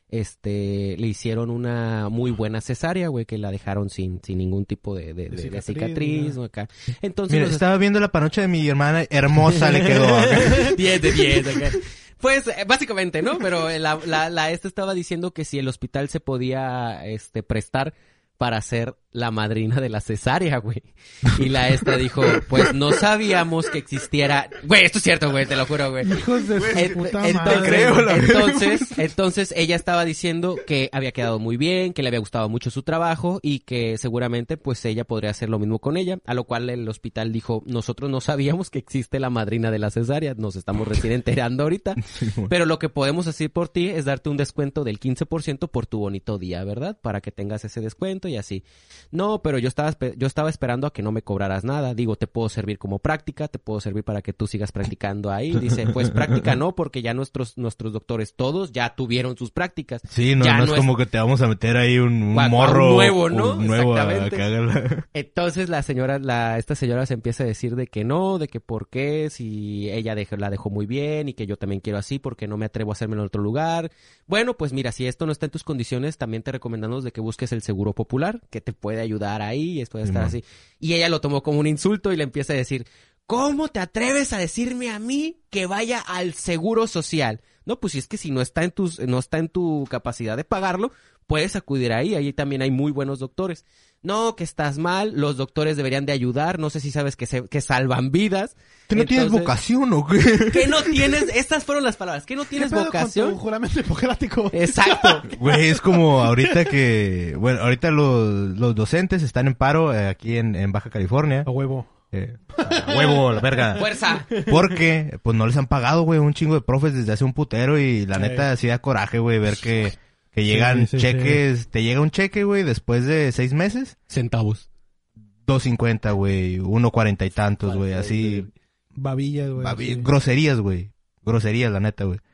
este, le hicieron una muy buena cesárea, güey, que la dejaron sin, sin ningún tipo de, de, de, de cicatriz, de cicatriz ¿no? Acá. Entonces, mira, los... estaba viendo la panocha de mi hermana, hermosa le quedó. diez de diez, acá. Pues, básicamente, ¿no? Pero la, la, la esta estaba diciendo que si el hospital se podía, este, prestar para ser la madrina de la cesárea, güey. Y la esta dijo, pues no sabíamos que existiera... Güey, esto es cierto, güey, te lo juro, güey. Hijos de su En, puta entonces, madre. creo, la entonces, entonces ella estaba diciendo que había quedado muy bien, que le había gustado mucho su trabajo y que seguramente pues ella podría hacer lo mismo con ella, a lo cual el hospital dijo, nosotros no sabíamos que existe la madrina de la cesárea, nos estamos recién enterando ahorita, Sí, bueno. pero lo que podemos hacer por ti es darte un descuento del quince por ciento por tu bonito día, ¿verdad? Para que tengas ese descuento y así. No, pero yo estaba, yo estaba esperando a que no me cobraras nada. Digo, te puedo servir como práctica, te puedo servir para que tú sigas practicando ahí. Dice, pues práctica no, porque ya nuestros nuestros doctores todos ya tuvieron sus prácticas. Sí, no, ya no es no como es... que te vamos a meter ahí un, un Guau, morro un nuevo, ¿no? un nuevo a, Exactamente. que haga la... Entonces la señora, la esta señora se empieza a decir de que no, de que por qué, si ella dejó, la dejó muy bien y que yo también quiero así porque no me atrevo a hacerme en otro lugar. Bueno, pues mira, si esto no está en tus condiciones, también te recomendamos de que busques el seguro popular, que te puede ayudar ahí y puede estar no. así. Y ella lo tomó como un insulto y le empieza a decir, ¿cómo te atreves a decirme a mí que vaya al seguro social? No, pues si es que si no está en tus, no está en tu capacidad de pagarlo, puedes acudir ahí, ahí también hay muy buenos doctores. No, que estás mal, los doctores deberían de ayudar, no sé si sabes que se, que salvan vidas. ¿Que no Entonces, tienes vocación o qué? que no tienes, estas fueron las palabras, que no tienes ¿Qué pedo vocación. con tu juramento hipocrático? Exacto. Güey, es como ahorita que... Bueno, ahorita los, los docentes están en paro eh, aquí en, en Baja California. A huevo. Eh, a huevo, la verga. Fuerza. Porque, pues no les han pagado, güey, un chingo de profes desde hace un putero y la Sí. neta sí da coraje, güey, ver que, que llegan Sí, sí, cheques, te llega un cheque, güey, después de seis meses, Centavos. dos cincuenta, güey, uno cuarenta y tantos, güey, así, Babillas, güey. babi- sí. groserías, güey, groserías, la neta, güey.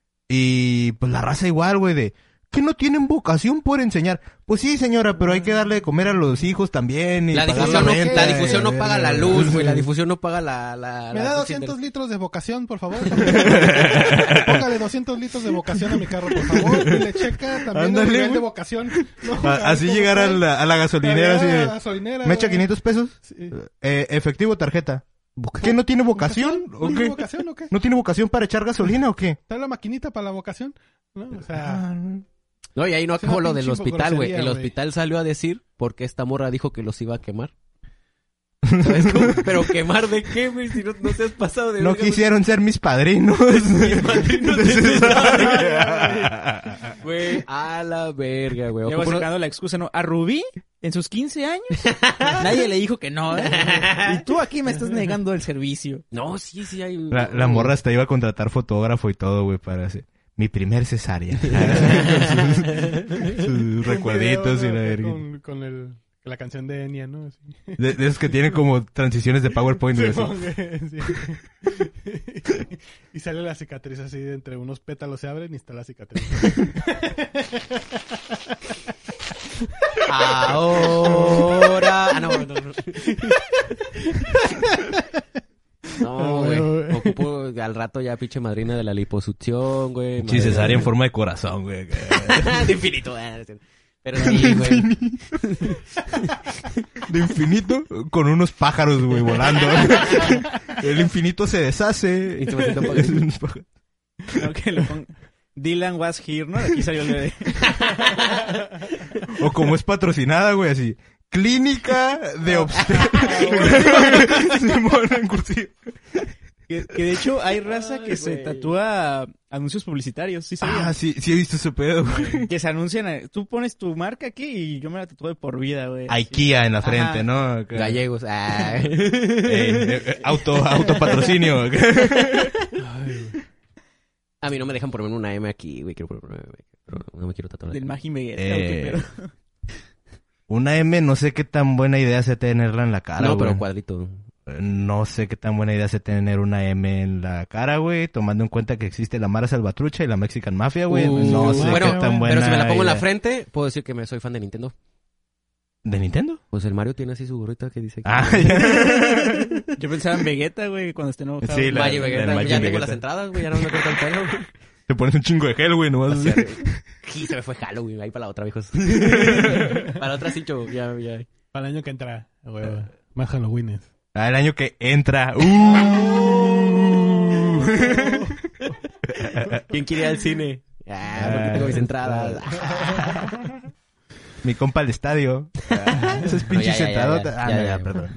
Y, pues la raza igual, güey, de, que no tienen vocación por enseñar. Pues sí, señora, pero hay que darle de comer a los hijos también y La pagar difusión, no, renta, la difusión no eh, paga la luz, güey, la difusión no paga la... la Me la- da la- doscientos litros de vocación, por favor. Póngale doscientos litros de vocación a mi carro, por favor. Y le checa también Ándale, el nivel güey. de vocación. No, A- así ¿cómo llegar a está? la, a la gasolinera, así A la de, gasolinera, ¿me echa güey. quinientos pesos? Sí. Eh, efectivo, tarjeta. ¿Qué, no tiene vocación? ¿No ¿O tiene qué? vocación o qué? ¿No tiene vocación para echar gasolina o qué? ¿Está la maquinita para la vocación? ¿No? O sea, No, y ahí no Es una acabó lo del pinche hospital, güey. grosería, El güey. hospital salió a decir porque esta morra dijo que los iba a quemar. ¿Sabes cómo? Pero quemar de qué, güey, si no, no te has pasado de No verga, quisieron ser mis padrinos. Mis padrinos De de cesárea. güey. A la verga, güey. Luego Ocupo uno- sacando la excusa, ¿no? ¿A Rubí? ¿En sus quince años? Nadie le dijo que no, ¿eh? Y tú aquí me estás negando el servicio. No, sí, sí hay... La, la morra hasta iba a contratar fotógrafo y todo, güey, para hacer mi primer cesárea. su, su créditos y la verga. Con, con el, la canción de Enya, ¿no? Así. De, de esos que tienen como transiciones de PowerPoint. güey, así. Simón, güey, sí. Y sale la cicatriz así, de entre unos pétalos se abren y está la cicatriz. Ahora. Ah, no, no, no. No, Ah, güey. bueno, güey. Ocupo al rato ya pinche madrina de la liposucción, güey. Sí, cesárea en forma de corazón, güey. De infinito, eh. Pero sí, güey. De infinito con unos pájaros, güey, volando. El infinito se deshace. Y se me sienta un pájaro. No, que le ponga- Dylan was here, ¿no? Aquí salió el bebé. O como es patrocinada, güey, así. Clínica de obstétrica. Simón en cursiva. Que, que de hecho hay raza que Ay, se güey. tatúa anuncios publicitarios, ¿sí sabías? Ah, sí, sí he visto ese pedo, güey. Que se anuncian, a- tú pones tu marca aquí y yo me la tatúo de por vida, güey. IKEA en la frente, Ajá. ¿no? Acá. Gallegos. Ah. Ey, eh, eh, auto, autopatrocinio. A mí no me dejan ponerme una M aquí, güey. Quiero ponerme una M, pero no me quiero tatuar. Del Magi Vegeta, Eh, ¿o qué pedo? Una M, no sé qué tan buena idea sea tenerla en la cara, No, pero güey. cuadrito. No sé qué tan buena idea sea tener una M en la cara, güey, tomando en cuenta que existe la Mara Salvatrucha y la Mexican Mafia, güey. Uh, no sé bueno, qué tan buena Pero si me la pongo en la idea. frente, puedo decir que me soy fan de Nintendo. ¿De Nintendo? Pues el Mario tiene así su gorrita que dice que... Ah, ya. Yo pensaba en Vegeta, güey, cuando esté enojado. Sí, la- Magic Vegeta. del Magic Ya tengo Vegeta. las entradas, güey. Ya no me corta el pelo, güey. Te pones un chingo de gel, güey, nomás. O sea, y se me fue Halloween. Ahí para la otra, viejos. Para la otra sí, chavo. Ya, ya. Para el año que entra, güey. Más Halloweenes. Ah, el año que entra. Uh. ¿Quién quiere ir al cine? Ah, porque tengo mis entradas. Mi compa al estadio. Ah, esas No, pinches ya, ya, ya, entradotas. ya, Ah, ya, no, ya. ya, perdón.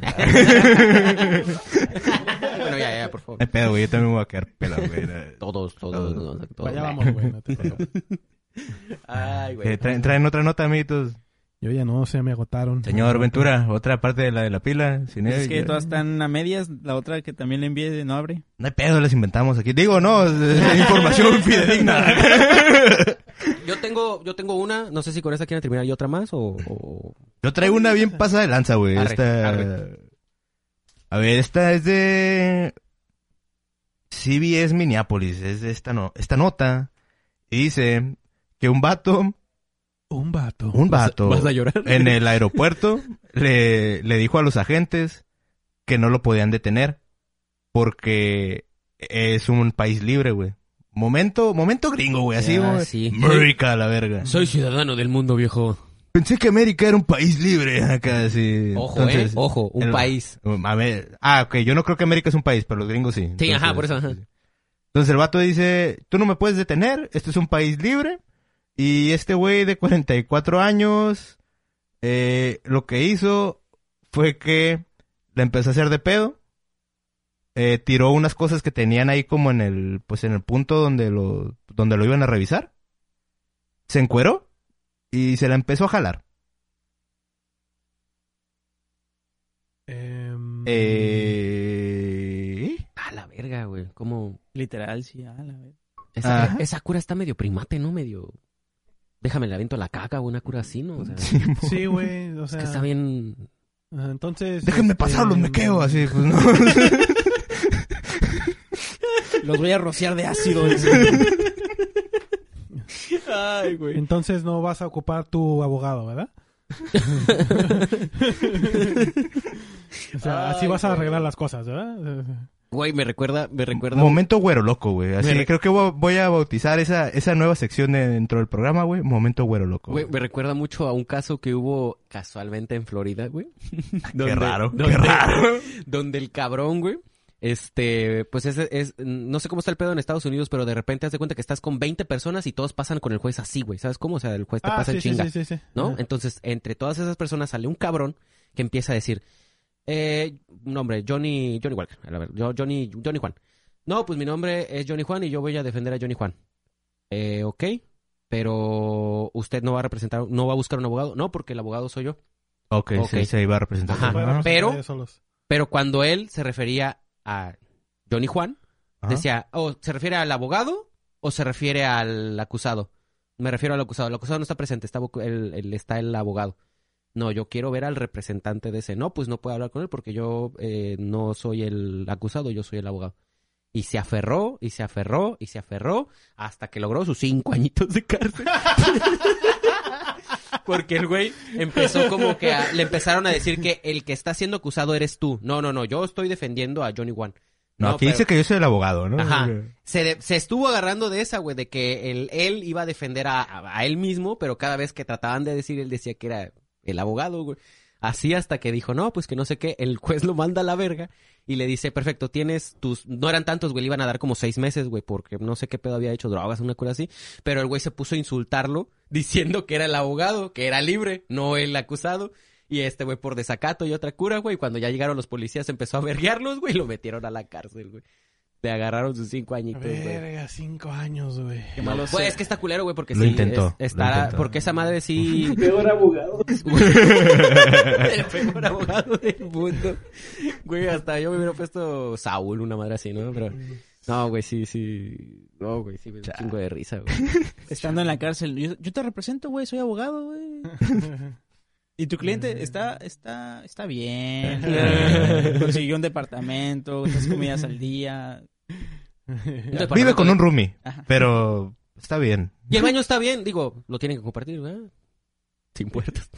Bueno, ya, ya, por favor. No hay pedo, güey. Yo también me voy a quedar pelo, güey. Todos, todos, todos. todos. Allá vamos, güey. No te preocupes. Ay, Eh, güey. traen, traen otra nota, amiguitos. Yo ya no, se me agotaron. Señor Ventura, otra parte de la de la pila. Sin Es él, que ya- todas están a medias, la otra que también le envié no abre. No hay pedo, las inventamos aquí. Digo, no, es, es información fidedigna. Yo tengo, yo tengo una. No sé si con esta quieren terminar y otra más o... o... Yo traigo una bien pasada de lanza, güey. Arre, Esta... arre. A ver, esta es de C B S Minneapolis. Es de esta, no... esta nota. Y dice que un vato, Un vato. un vato, ¿Vas a llorar? en el aeropuerto le, le dijo a los agentes que no lo podían detener porque es un país libre, güey. Momento, momento gringo, güey, así, Ya, güey. sí. América, la verga. Soy ciudadano del mundo, viejo. Pensé que América era un país libre, acá, sí. Ojo, Entonces, eh. Ojo, un el- país. A ver, ah, ok, yo no creo que América es un país, pero los gringos sí. Sí, ajá, por eso, ajá. Entonces el vato dice, tú no me puedes detener, este es un país libre. Y este güey de cuarenta y cuatro años, eh, lo que hizo fue que le empezó a hacer de pedo. Eh, tiró unas cosas que tenían ahí como en el, pues en el punto donde lo, donde lo iban a revisar. Se encueró y se la empezó a jalar. Em, Eh... A la verga, güey. ¿Cómo? Literal, sí, a la vez. Esa, Ajá. esa cura está medio primate, ¿no? Medio... Déjame le aviento la caca o una cura así, ¿no? O sea, Sí, mo- Sí, güey. O es sea, que está bien... ajá, entonces. Déjenme este, pasar los mequeos, así, pues no. Los voy a rociar de ácido. dice. Ay, güey. Entonces no vas a ocupar tu abogado, ¿verdad? O sea, así Ay, vas a güey. arreglar las cosas, ¿verdad? Güey, me recuerda... Me recuerda... Momento güero loco, güey. Así Me que re- creo que voy voy a bautizar esa, esa nueva sección de- dentro del programa, güey. Momento güero loco. Güey, güey. me recuerda mucho a un caso que hubo casualmente en Florida, güey. Qué raro, donde- qué raro. Donde el cabrón, güey, este, pues es, es, no sé cómo está el pedo en Estados Unidos, pero de repente haz de cuenta que estás con veinte personas y todos pasan con el juez así, güey. ¿Sabes cómo? O sea, el juez te Ah, pasa sí, en sí, chinga, sí, sí, sí. ¿no? Ajá. Entonces, entre todas esas personas sale un cabrón que empieza a decir, eh, nombre, Johnny, Johnny Walker, a ver, yo, Johnny, Johnny Juan. No, pues mi nombre es Johnny Juan y yo voy a defender a Johnny Juan. Eh, ok, pero usted no va a representar, no va a buscar un abogado. No, porque el abogado soy yo. Ok, Ok. sí, se iba a representar. Ajá. Pueden Ajá. representar Pero- ellos solos. Pero cuando él se refería a Johnny Juan, Ajá. decía, oh, ¿se refiere al abogado o se refiere al acusado? Me refiero al acusado. El acusado no está presente, está el, el, está el abogado. No, yo quiero ver al representante de ese. No, pues no puedo hablar con él porque yo eh, no soy el acusado, yo soy el abogado. Y se aferró, y se aferró, y se aferró, hasta que logró sus cinco añitos de cárcel. Porque el güey empezó como que a, le empezaron a decir que el que está siendo acusado eres tú. No, no, no, yo estoy defendiendo a Johnny Wan. No, No, aquí pero- dice que yo soy el abogado, ¿no? Ajá. Se, de- se estuvo agarrando de esa, güey, de que él, él iba a defender a, a, a él mismo, pero cada vez que trataban de decir, él decía que era el abogado, güey. Así hasta que dijo, no, pues que no sé qué, el juez lo manda a la verga y le dice, perfecto, tienes tus... No eran tantos, güey, le iban a dar como seis meses, güey, porque no sé qué pedo había hecho, drogas, una cosa así, pero el güey se puso a insultarlo diciendo que era el abogado, que era libre, no el acusado. Y este güey por desacato y otra cura, güey, cuando ya llegaron los policías empezó a verguearlos, güey, y lo metieron a la cárcel, güey. Le agarraron sus cinco añitos, güey. Verga, cinco años, güey. Qué malo Pues sea. es que está culero, güey, porque Lo sí. intentó, es- lo estará- intentó. porque esa madre sí. Peor abogado. El peor abogado del mundo. Güey, hasta yo me hubiera puesto Saúl, una madre así, ¿no? Pero. No, güey, sí, sí. No, güey, sí, me da un chingo de risa, güey. Estando en la cárcel, yo, yo te represento, güey, soy abogado, güey. Y tu cliente está, está, está bien. Consiguió un departamento, tres comidas al día. Vive con un roomie, Ajá. pero está bien. Y el baño está bien, digo, lo tienen que compartir, ¿verdad? Sin puertas.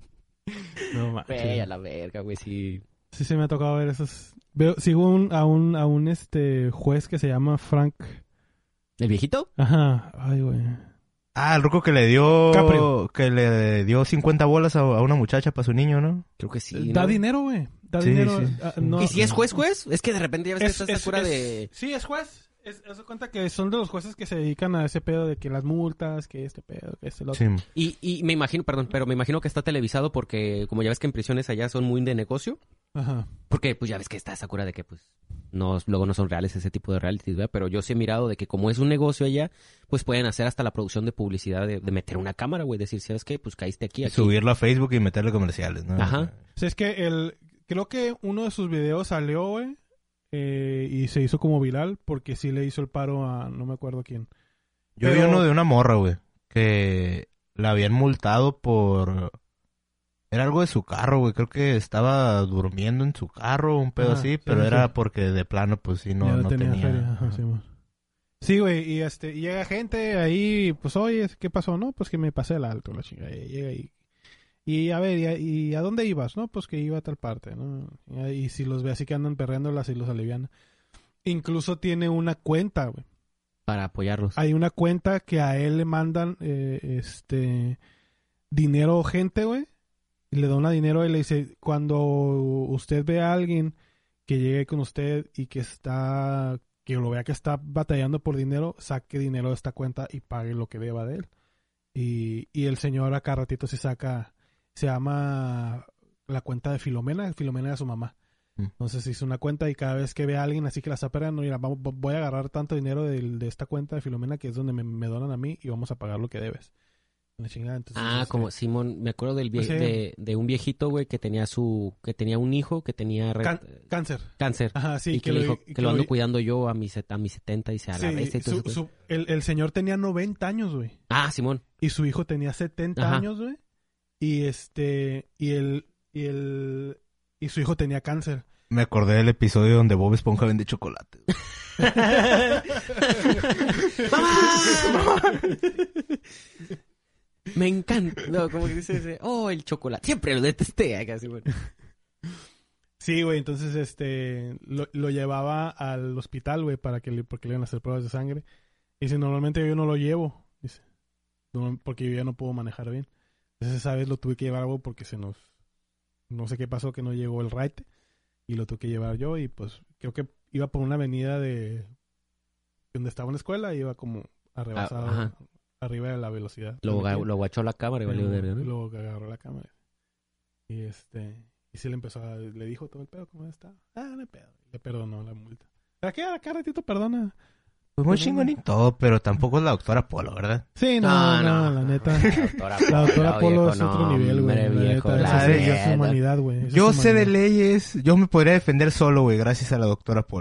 No manches. Güey, a la verga, güey, sí. Sí, se me ha tocado ver esos. Veo, sigo un, a un, a un este juez que se llama Frank. ¿El viejito? Ajá. Ay, güey. Ah, el ruco que le dio... Caprio. Que le dio cincuenta bolas a, a una muchacha para su niño, ¿no? Creo que sí. Da ¿no? dinero, güey. Da Sí, dinero. sí. ah, no- ¿Y si es juez, juez? Es que de repente ya ves que Es- está esta es- cura es- de... Sí, es juez. Es, haz de cuenta que son de los jueces que se dedican a ese pedo de que las multas, que este pedo, que este lo otro. Sí. Y, y me imagino, perdón, pero me imagino que está televisado porque como ya ves que en prisiones allá son muy de negocio. Ajá. Porque pues ya ves que está esa cura de que pues no, luego no son reales ese tipo de realities, ¿verdad? Pero yo sí he mirado de que como es un negocio allá, pues pueden hacer hasta la producción de publicidad de, de meter una cámara, güey. Decir, ¿sabes qué? Pues caíste aquí, aquí. Subirlo a Facebook y meterle comerciales, ¿no? Ajá. O sea, es que el... Creo que uno de sus videos salió, güey. eh, y se hizo como viral porque sí le hizo el paro a... No me acuerdo quién. Yo vi Pero- uno de una morra, güey, que la habían multado por... Era algo de su carro, güey. Creo que estaba durmiendo en su carro, un pedo Ajá, así, sí, pero sí, era sí. porque de plano, pues sí, no, Ya no tenía... feria. Ajá, Ajá. sí, man. Sí, güey, y este, y llega gente ahí, pues, oye, ¿qué pasó? No, pues que me pasé el alto, la chingada. Y llega ahí. Y a ver, ¿y a, y a dónde ibas? No, pues que iba a tal parte, ¿no? Y, y si los ve así que andan perreándolas y los alivian. Incluso tiene una cuenta, güey. Para apoyarlos. Hay una cuenta que a él le mandan, eh, este, dinero gente, güey. Y le dona dinero y le dice, cuando usted ve a alguien que llegue con usted y que está, que lo vea que está batallando por dinero, saque dinero de esta cuenta y pague lo que deba de él. Y, y el señor acá ratito se saca, se llama la cuenta de Filomena, Filomena era su mamá. Mm. Entonces hizo una cuenta y cada vez que ve a alguien así que la está perreando, mira, vamos, voy a agarrar tanto dinero de, de esta cuenta de Filomena que es donde me, me donan a mí y vamos a pagar lo que debes. La chingada, entonces, Ah, este, como Simón, me acuerdo del vie- Pues sí. de, de un viejito, güey, que tenía su, que tenía un hijo que tenía re- Can- cáncer. cáncer. Ajá, sí. y que, le dijo y que lo ando vi- cuidando yo a mis, set- a mis setenta y se a la sí, vez y todo su- eso, güey. su- el, el señor tenía noventa años, güey. Ah, Simón. Y su hijo tenía setenta Ajá. años, güey. Y este, y el, y el, y su hijo tenía cáncer. Me acordé del episodio donde Bob Esponja vende chocolate. ¡Mamá! Me encanta. No, como que dice ese, oh, el chocolate. Siempre lo detesté. Acá, así, bueno. Sí, güey, entonces este lo, lo llevaba al hospital, güey, para que le, porque le iban a hacer pruebas de sangre. Y dice, normalmente yo no lo llevo, dice, "no, porque yo ya no puedo manejar bien. Entonces esa vez lo tuve que llevar, güey, porque se nos, no sé qué pasó, que no llegó el raite, y lo tuve que llevar yo, y pues creo que iba por una avenida de donde estaba una escuela, y iba como arrebasado, Ah, ajá. arriba de la velocidad. Lo, permitida. ga- lo guachó la cámara y valió Luego- verga, ¿no? luego que agarró la cámara. Y este... Y sí le empezó a... Le dijo todo el pedo, ¿cómo está? Ah, no hay pedo. Le perdonó la multa. ¿A qué? ¿A qué ratito perdona? Pues muy chingón y todo, pero tampoco es la doctora Polo, ¿verdad? Sí, no, No, no, no. la neta. Doctora La doctora Polo, Polo viejo, es otro no, nivel, güey. hombre, La viejo, neta, la esa sí ya es neta. humanidad, güey. Esa Yo es sé de humanidad. leyes, yo me podría defender solo, güey, gracias a la doctora Polo.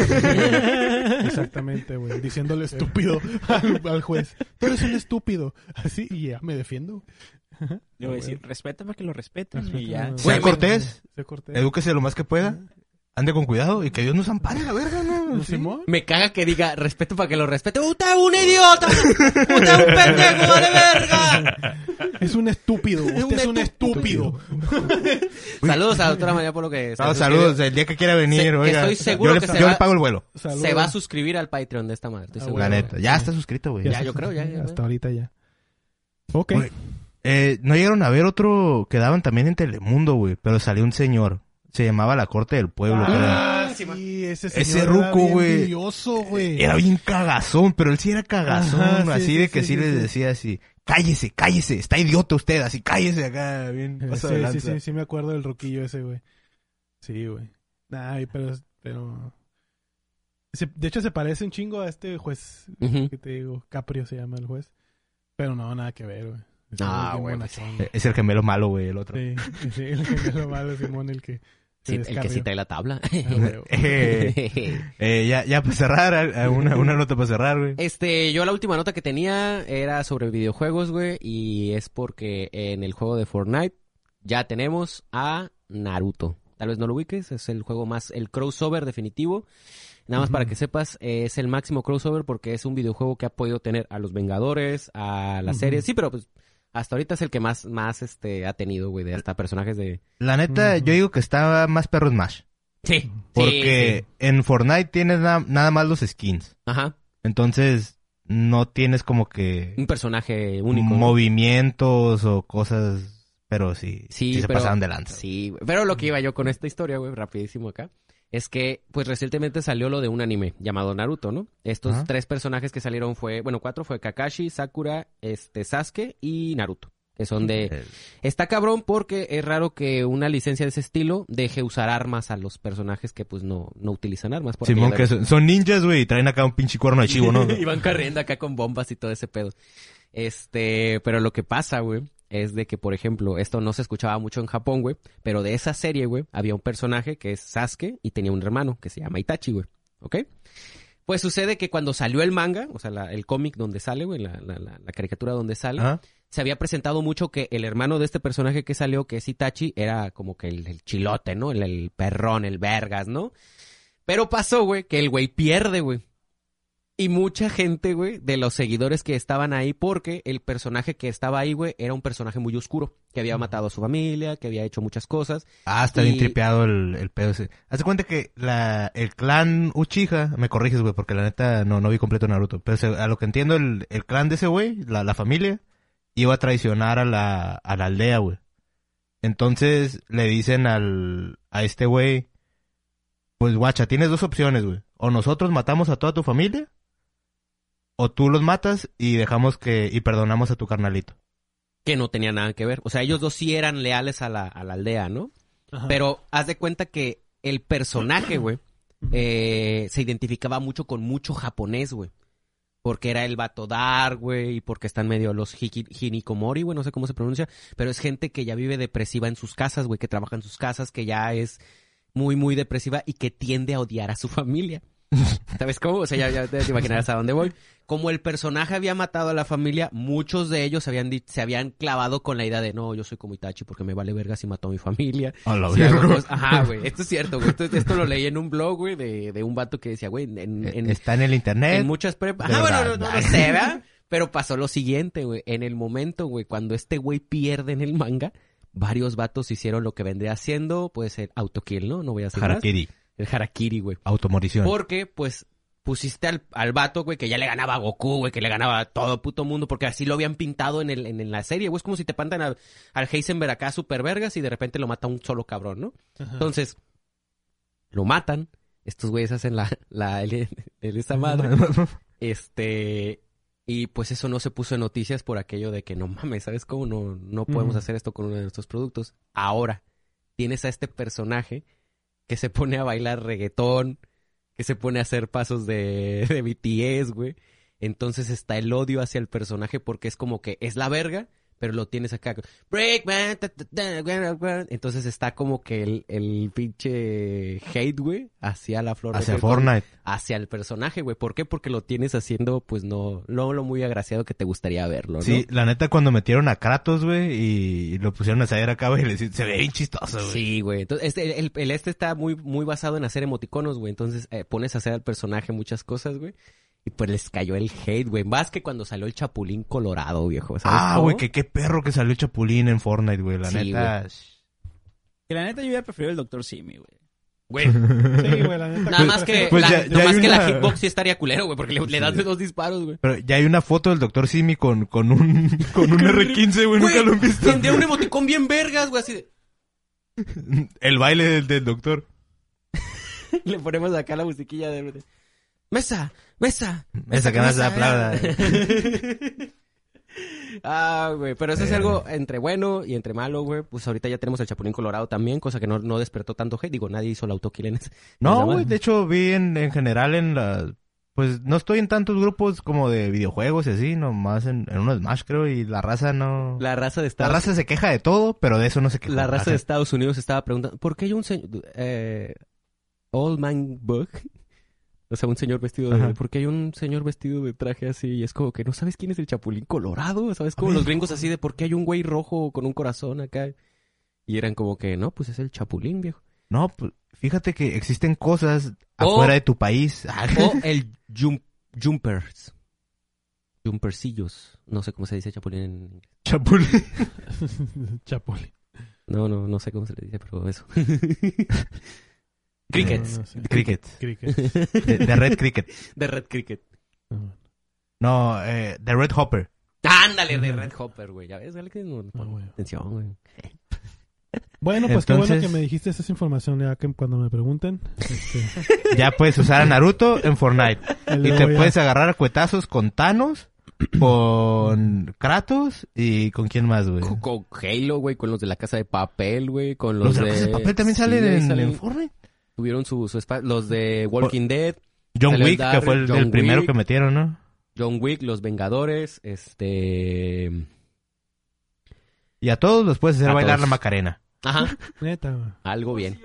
Exactamente, güey. Diciéndole estúpido al, al juez. Tú eres un estúpido. Así, y ya me defiendo. Yo voy a decir, respeta para que lo respeten y ya. Respeta, Sea güey. cortés, Sea cortés. edúquese lo más que pueda, ande con cuidado y que Dios nos ampare, la verga, ¿no? ¿No, Sí. Simón? Me caga que diga respeto para que lo respete. ¡Usted es un idiota! ¡Usted es un pendejo, vale verga! Es un estúpido. Es un Usted es un estúpido. estúpido. Saludos a la doctora María Polo que se No, suscribió. saludos, el día que quiera venir, Se- oiga. estoy seguro yo le, que se yo va- le pago el vuelo. Saludos. Se va a suscribir al Patreon de esta madre. Estoy Ah, seguro. La neta, ya está suscrito, güey. Ya, se- yo creo, ya, ya, Hasta ya. ahorita ya. Ok. Güey, Eh, no llegaron a ver otro que daban también en Telemundo, güey, pero salió un señor. Se llamaba La Corte del Pueblo. creo. Ah, sí, ese señor Ese era ruco, bien güey. vidioso, güey. Era bien cagazón, pero él sí era cagazón, Ajá, sí, así sí, de que sí, sí, sí, les sí. decía así, cállese, cállese, está idiota usted, así cállese acá, bien Eh, pasado de Sí, sí, lanza. sí, sí me acuerdo del roquillo ese, güey. Sí, güey. Ay, pero, pero... Se- de hecho, se parece un chingo a este juez Ujú. que te digo. Caprio se llama el juez. Pero no, nada que ver, güey. Ese Ah, es bien güey, bonachón, Eh, Es el gemelo malo, güey, el otro. Sí, sí, el que es lo malo, Simón, el que... Sí, es el que sí trae la tabla. Ah, güey. Eh, eh, ya, ya para cerrar, a- a una, una nota para cerrar, güey. Este, yo la última nota que tenía era sobre videojuegos, güey, y es porque en el juego de Fortnite ya tenemos a Naruto. Tal vez no lo ubiques, es el juego más, el crossover definitivo. Nada más para que sepas, eh, es el máximo crossover porque es un videojuego que ha podido tener a los Vengadores, a las Ujú. series. Sí, pero pues hasta ahorita es el que más, más, este, ha tenido, güey, de hasta personajes de... La neta, Ujú. yo digo que está más perro Smash. Sí. Porque en Fortnite tienes na- nada más los skins. Ajá. Entonces, no tienes como que Un personaje único. ¿no? movimientos o cosas, pero sí, Sí, sí se pero- pasaron de lanza. Sí, güey. Pero lo que iba yo con esta historia, güey, rapidísimo acá, es que, pues, recientemente salió lo de un anime llamado Naruto, ¿no? Estos Ajá. tres personajes que salieron fue, bueno, cuatro fue Kakashi, Sakura, este, Sasuke y Naruto. Que son de... Eh, Está cabrón porque es raro que una licencia de ese estilo deje usar armas a los personajes que, pues, no, no utilizan armas. por Simón, aquella que son, son ninjas, güey, y traen acá un pinche cuerno de chivo, ¿no? y van corriendo acá con bombas y todo ese pedo. Este, pero lo que pasa, güey, es de que, por ejemplo, esto no se escuchaba mucho en Japón, güey, pero de esa serie, güey, había un personaje que es Sasuke y tenía un hermano que se llama Itachi, güey, ¿ok? Pues sucede que cuando salió el manga, o sea, la- el cómic donde sale, güey, la, la, la, la caricatura donde sale, Ajá. se había presentado mucho que el hermano de este personaje que salió, que es Itachi, era como que el, el chilote, ¿no? El, el perrón, el vergas, ¿no? Pero pasó, güey, que el güey pierde, güey. Y mucha gente, güey, de los seguidores que estaban ahí, porque el personaje que estaba ahí, güey, era un personaje muy oscuro, que había matado a su familia, que había hecho muchas cosas. Ah, está bien Y- tripeado el, el pedo ese. Haz de cuenta que la, el clan Uchiha, me corriges, güey, porque la neta no, no vi completo Naruto, pero se- a lo que entiendo, el, el clan de ese güey, la, la familia, iba a traicionar a la, a la aldea, güey. Entonces le dicen al, a este güey, pues guacha, tienes dos opciones, güey. O nosotros matamos a toda tu familia, o tú los matas y dejamos que, y perdonamos a tu carnalito. Que no tenía nada que ver. O sea, ellos dos sí eran leales a la, a la aldea, ¿no? Ajá. Pero haz de cuenta que el personaje, güey, eh, se identificaba mucho con mucho japonés, güey. Porque era el vato dark, güey, y porque están medio los hiki- hinikomori, güey, no sé cómo se pronuncia. Pero es gente que ya vive depresiva en sus casas, güey, que trabaja en sus casas, que ya es muy, muy depresiva y que tiende a odiar a su familia. ¿Sabes cómo? O sea, ya, ya te imaginarás a dónde voy. Como el personaje había matado a la familia, muchos de ellos se habían, di- se habían clavado con la idea de, no, yo soy como Itachi porque me vale verga si mató a mi familia. A la Sí, verga. hago cosas- Ajá, güey, esto es cierto, güey. Esto, esto lo leí en un blog, güey, de, de un vato que decía, güey, en, en, Está en el internet. en muchas prepas. de Ajá, bueno, verdad. no, no lo sé, ¿verdad? Pero pasó lo siguiente, güey. En el momento, güey, cuando este güey pierde en el manga, varios vatos hicieron lo que vendría haciendo, pues, el autokill, ¿no? No voy a decir más. Harakiri. El harakiri, güey. Automorición. Porque, pues, pusiste al, al vato, güey, que ya le ganaba a Goku, güey, que le ganaba a todo puto mundo, porque así lo habían pintado en, el, en, en la serie, güey. Es como si te pantan al, al Heisenberg acá super vergas y de repente lo mata un solo cabrón, ¿no? Ajá. Entonces, lo matan. Estos güeyes hacen la, la, el, el- esa madre. Este, y pues eso no se puso en noticias por aquello de que no mames, ¿sabes cómo? No, no podemos Ujú. hacer esto con uno de nuestros productos. Ahora, tienes a este personaje que se pone a bailar reggaetón, que se pone a hacer pasos de, de B T S, güey. Entonces está el odio hacia el personaje porque es como que es la verga, pero lo tienes acá. Break, man. Ta, ta, ta, entonces está como que el, el pinche hate, güey, hacia la flor. Hacia Fortnite. Hacia el personaje, güey. ¿Por qué? Porque lo tienes haciendo, pues, no, no lo muy agraciado que te gustaría verlo, ¿no? Sí, la neta, cuando metieron a Kratos, güey, y lo pusieron a salir acá, güey, se ve bien chistoso, güey. Sí, güey. Entonces, este, el, el este está muy, muy basado en hacer emoticonos, güey. Entonces, eh, pones a hacer al personaje muchas cosas, güey. Y pues les cayó el hate, güey. Más que cuando salió el Chapulín Colorado, viejo. ¿Sabes ah, güey, que qué perro que salió Chapulín en Fortnite, güey. La sí, neta. Güey. Que la neta yo hubiera preferido el doctor Simi, güey. Güey. Sí, güey, la neta. Nada más que, pues la, ya, ya más una... que la hitbox sí estaría culero, güey. Porque le, le das dos disparos, güey. Pero ya hay una foto del doctor Simi con, con un, con un R quince, güey. Nunca lo han visto. Tendría un emoticón bien vergas, güey. Así de... El baile del, del doctor. Le ponemos acá la musiquilla de... Mesa, mesa. Esa que más se aplauda. Ah, güey, pero eso es algo entre bueno y entre malo, güey. Pues ahorita ya tenemos el Chapulín Colorado también, cosa que no, no despertó tanto hate. Digo, nadie hizo la autokill en ese. No, güey, de hecho vi en, en general en la... Pues no estoy en tantos grupos como de videojuegos y así, nomás en, en uno Smash creo, y la raza no... La raza de Estados La raza se queja de todo, pero de eso no se queja. La raza de Estados Unidos estaba preguntando, ¿por qué hay un señor... Eh, Old Man Bug? O sea, un señor vestido de... Ajá. ¿Por qué hay un señor vestido de traje así? Y es como que no sabes quién es el Chapulín Colorado, ¿sabes? Como los gringos así de ¿por qué hay un güey rojo con un corazón acá? Y eran como que, no, pues es el Chapulín, viejo. No, pues fíjate que existen cosas O- afuera de tu país. O el jump, Jumpers. Jumpercillos. No sé cómo se dice Chapulín en inglés. Chapulín. Chapulín. No, no, no sé cómo se le dice, pero eso. Crickets. No, no sé. Cricket. Cricket. De, de Red Cricket. De Red Cricket. No, eh, de Red Hopper. Ándale, de Red Hopper, güey. Ya ves, dale que no Ah, güey. atención, güey. Bueno, pues qué bueno Entonces- que me dijiste esa información ya que cuando me pregunten. Este, Ya puedes usar a Naruto en Fortnite. el Y de te voy a- puedes agarrar a cuetazos con Thanos, con Kratos y con quién más, güey. Con, con Halo, güey, con los de la Casa de Papel, güey, con los, Los de la Casa de Papel también Sí, salen ahí en, salen- en Fortnite. Tuvieron su, su espa- los de Walking Dead, John Salió Wick, Darryl, que fue el, John el primero Wick. que metieron, ¿no? John Wick, Los Vengadores, este... Y a todos los puedes hacer A bailar todos. la Macarena. Ajá, Neta, güey. algo bien.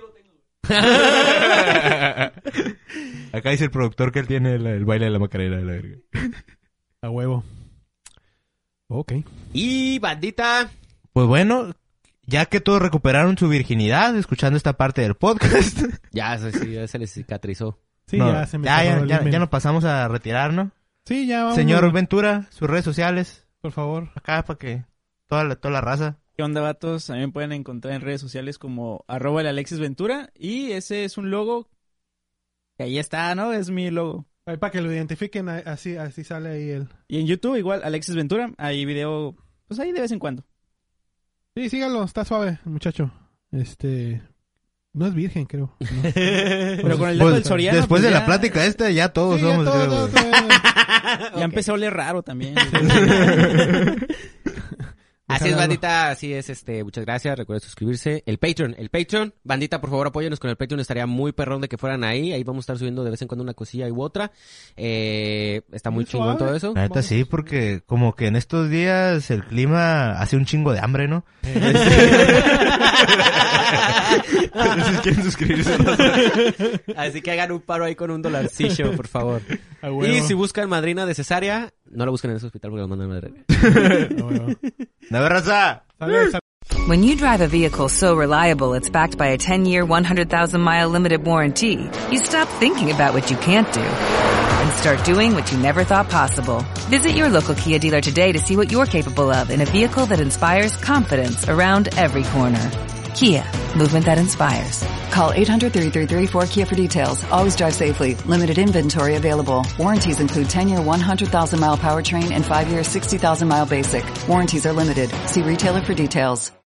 Acá dice el productor que él tiene el, el baile de la Macarena. La verga. A huevo. Ok. Y bandita, Pues bueno, ya que todos recuperaron su virginidad escuchando esta parte del podcast. ya, se- sí, ya se les cicatrizó. Sí, no, ya se me ya, acabó ya, el ya, himen. ya nos pasamos a retirar, ¿no? Sí, ya vamos. Señor güey. Ventura, sus redes sociales, Por favor. acá para que toda la, toda la raza. ¿Qué onda, vatos? También me pueden encontrar en redes sociales como arroba el Alexis Ventura. Y ese es un logo que ahí está, ¿no? Es mi logo. Ahí para que lo identifiquen, ahí- así, así sale ahí el... Y en YouTube igual, Alexis Ventura. Hay video, pues ahí de vez en cuando. Sí, síganlo, está suave, muchacho. Este... No es virgen, creo. No. Pero con el Pues, dedo del Soriano. después pues, de ya- la plática esta, ya todos Sí, ya somos. todo, creo, todo, güey. todo. Ya Ok. empecé a oler raro también. Así es, Déjalo. bandita, así es, este, muchas gracias, recuerden suscribirse. El Patreon, el Patreon, bandita, por favor apóyenos con el Patreon, estaría muy perrón de que fueran ahí, ahí vamos a estar subiendo de vez en cuando una cosilla u otra, eh, está muy Muy chingón suave. todo eso. La neta sí, porque como que en estos días el clima hace un chingo de hambre, ¿no? Si quieren suscribirse. Así que hagan un paro ahí con un dolarcillo, por favor. A huevo. Y si buscan madrina de cesárea, no la busquen en ese hospital porque la mandan a madre. A huevo. ¡La raza! Sale, sale. When you drive a vehicle so reliable it's backed by a ten-year, one hundred thousand mile limited warranty, you stop thinking about what you can't do and start doing what you never thought possible. Visit your local Kia dealer today to see what you're capable of in a vehicle that inspires confidence around every corner. Kia, movement that inspires. Call eight hundred, three three three, four Kia for details. Always drive safely. Limited inventory available. Warranties include ten-year, one hundred thousand mile powertrain and five-year, sixty thousand mile basic. Warranties are limited. See retailer for details.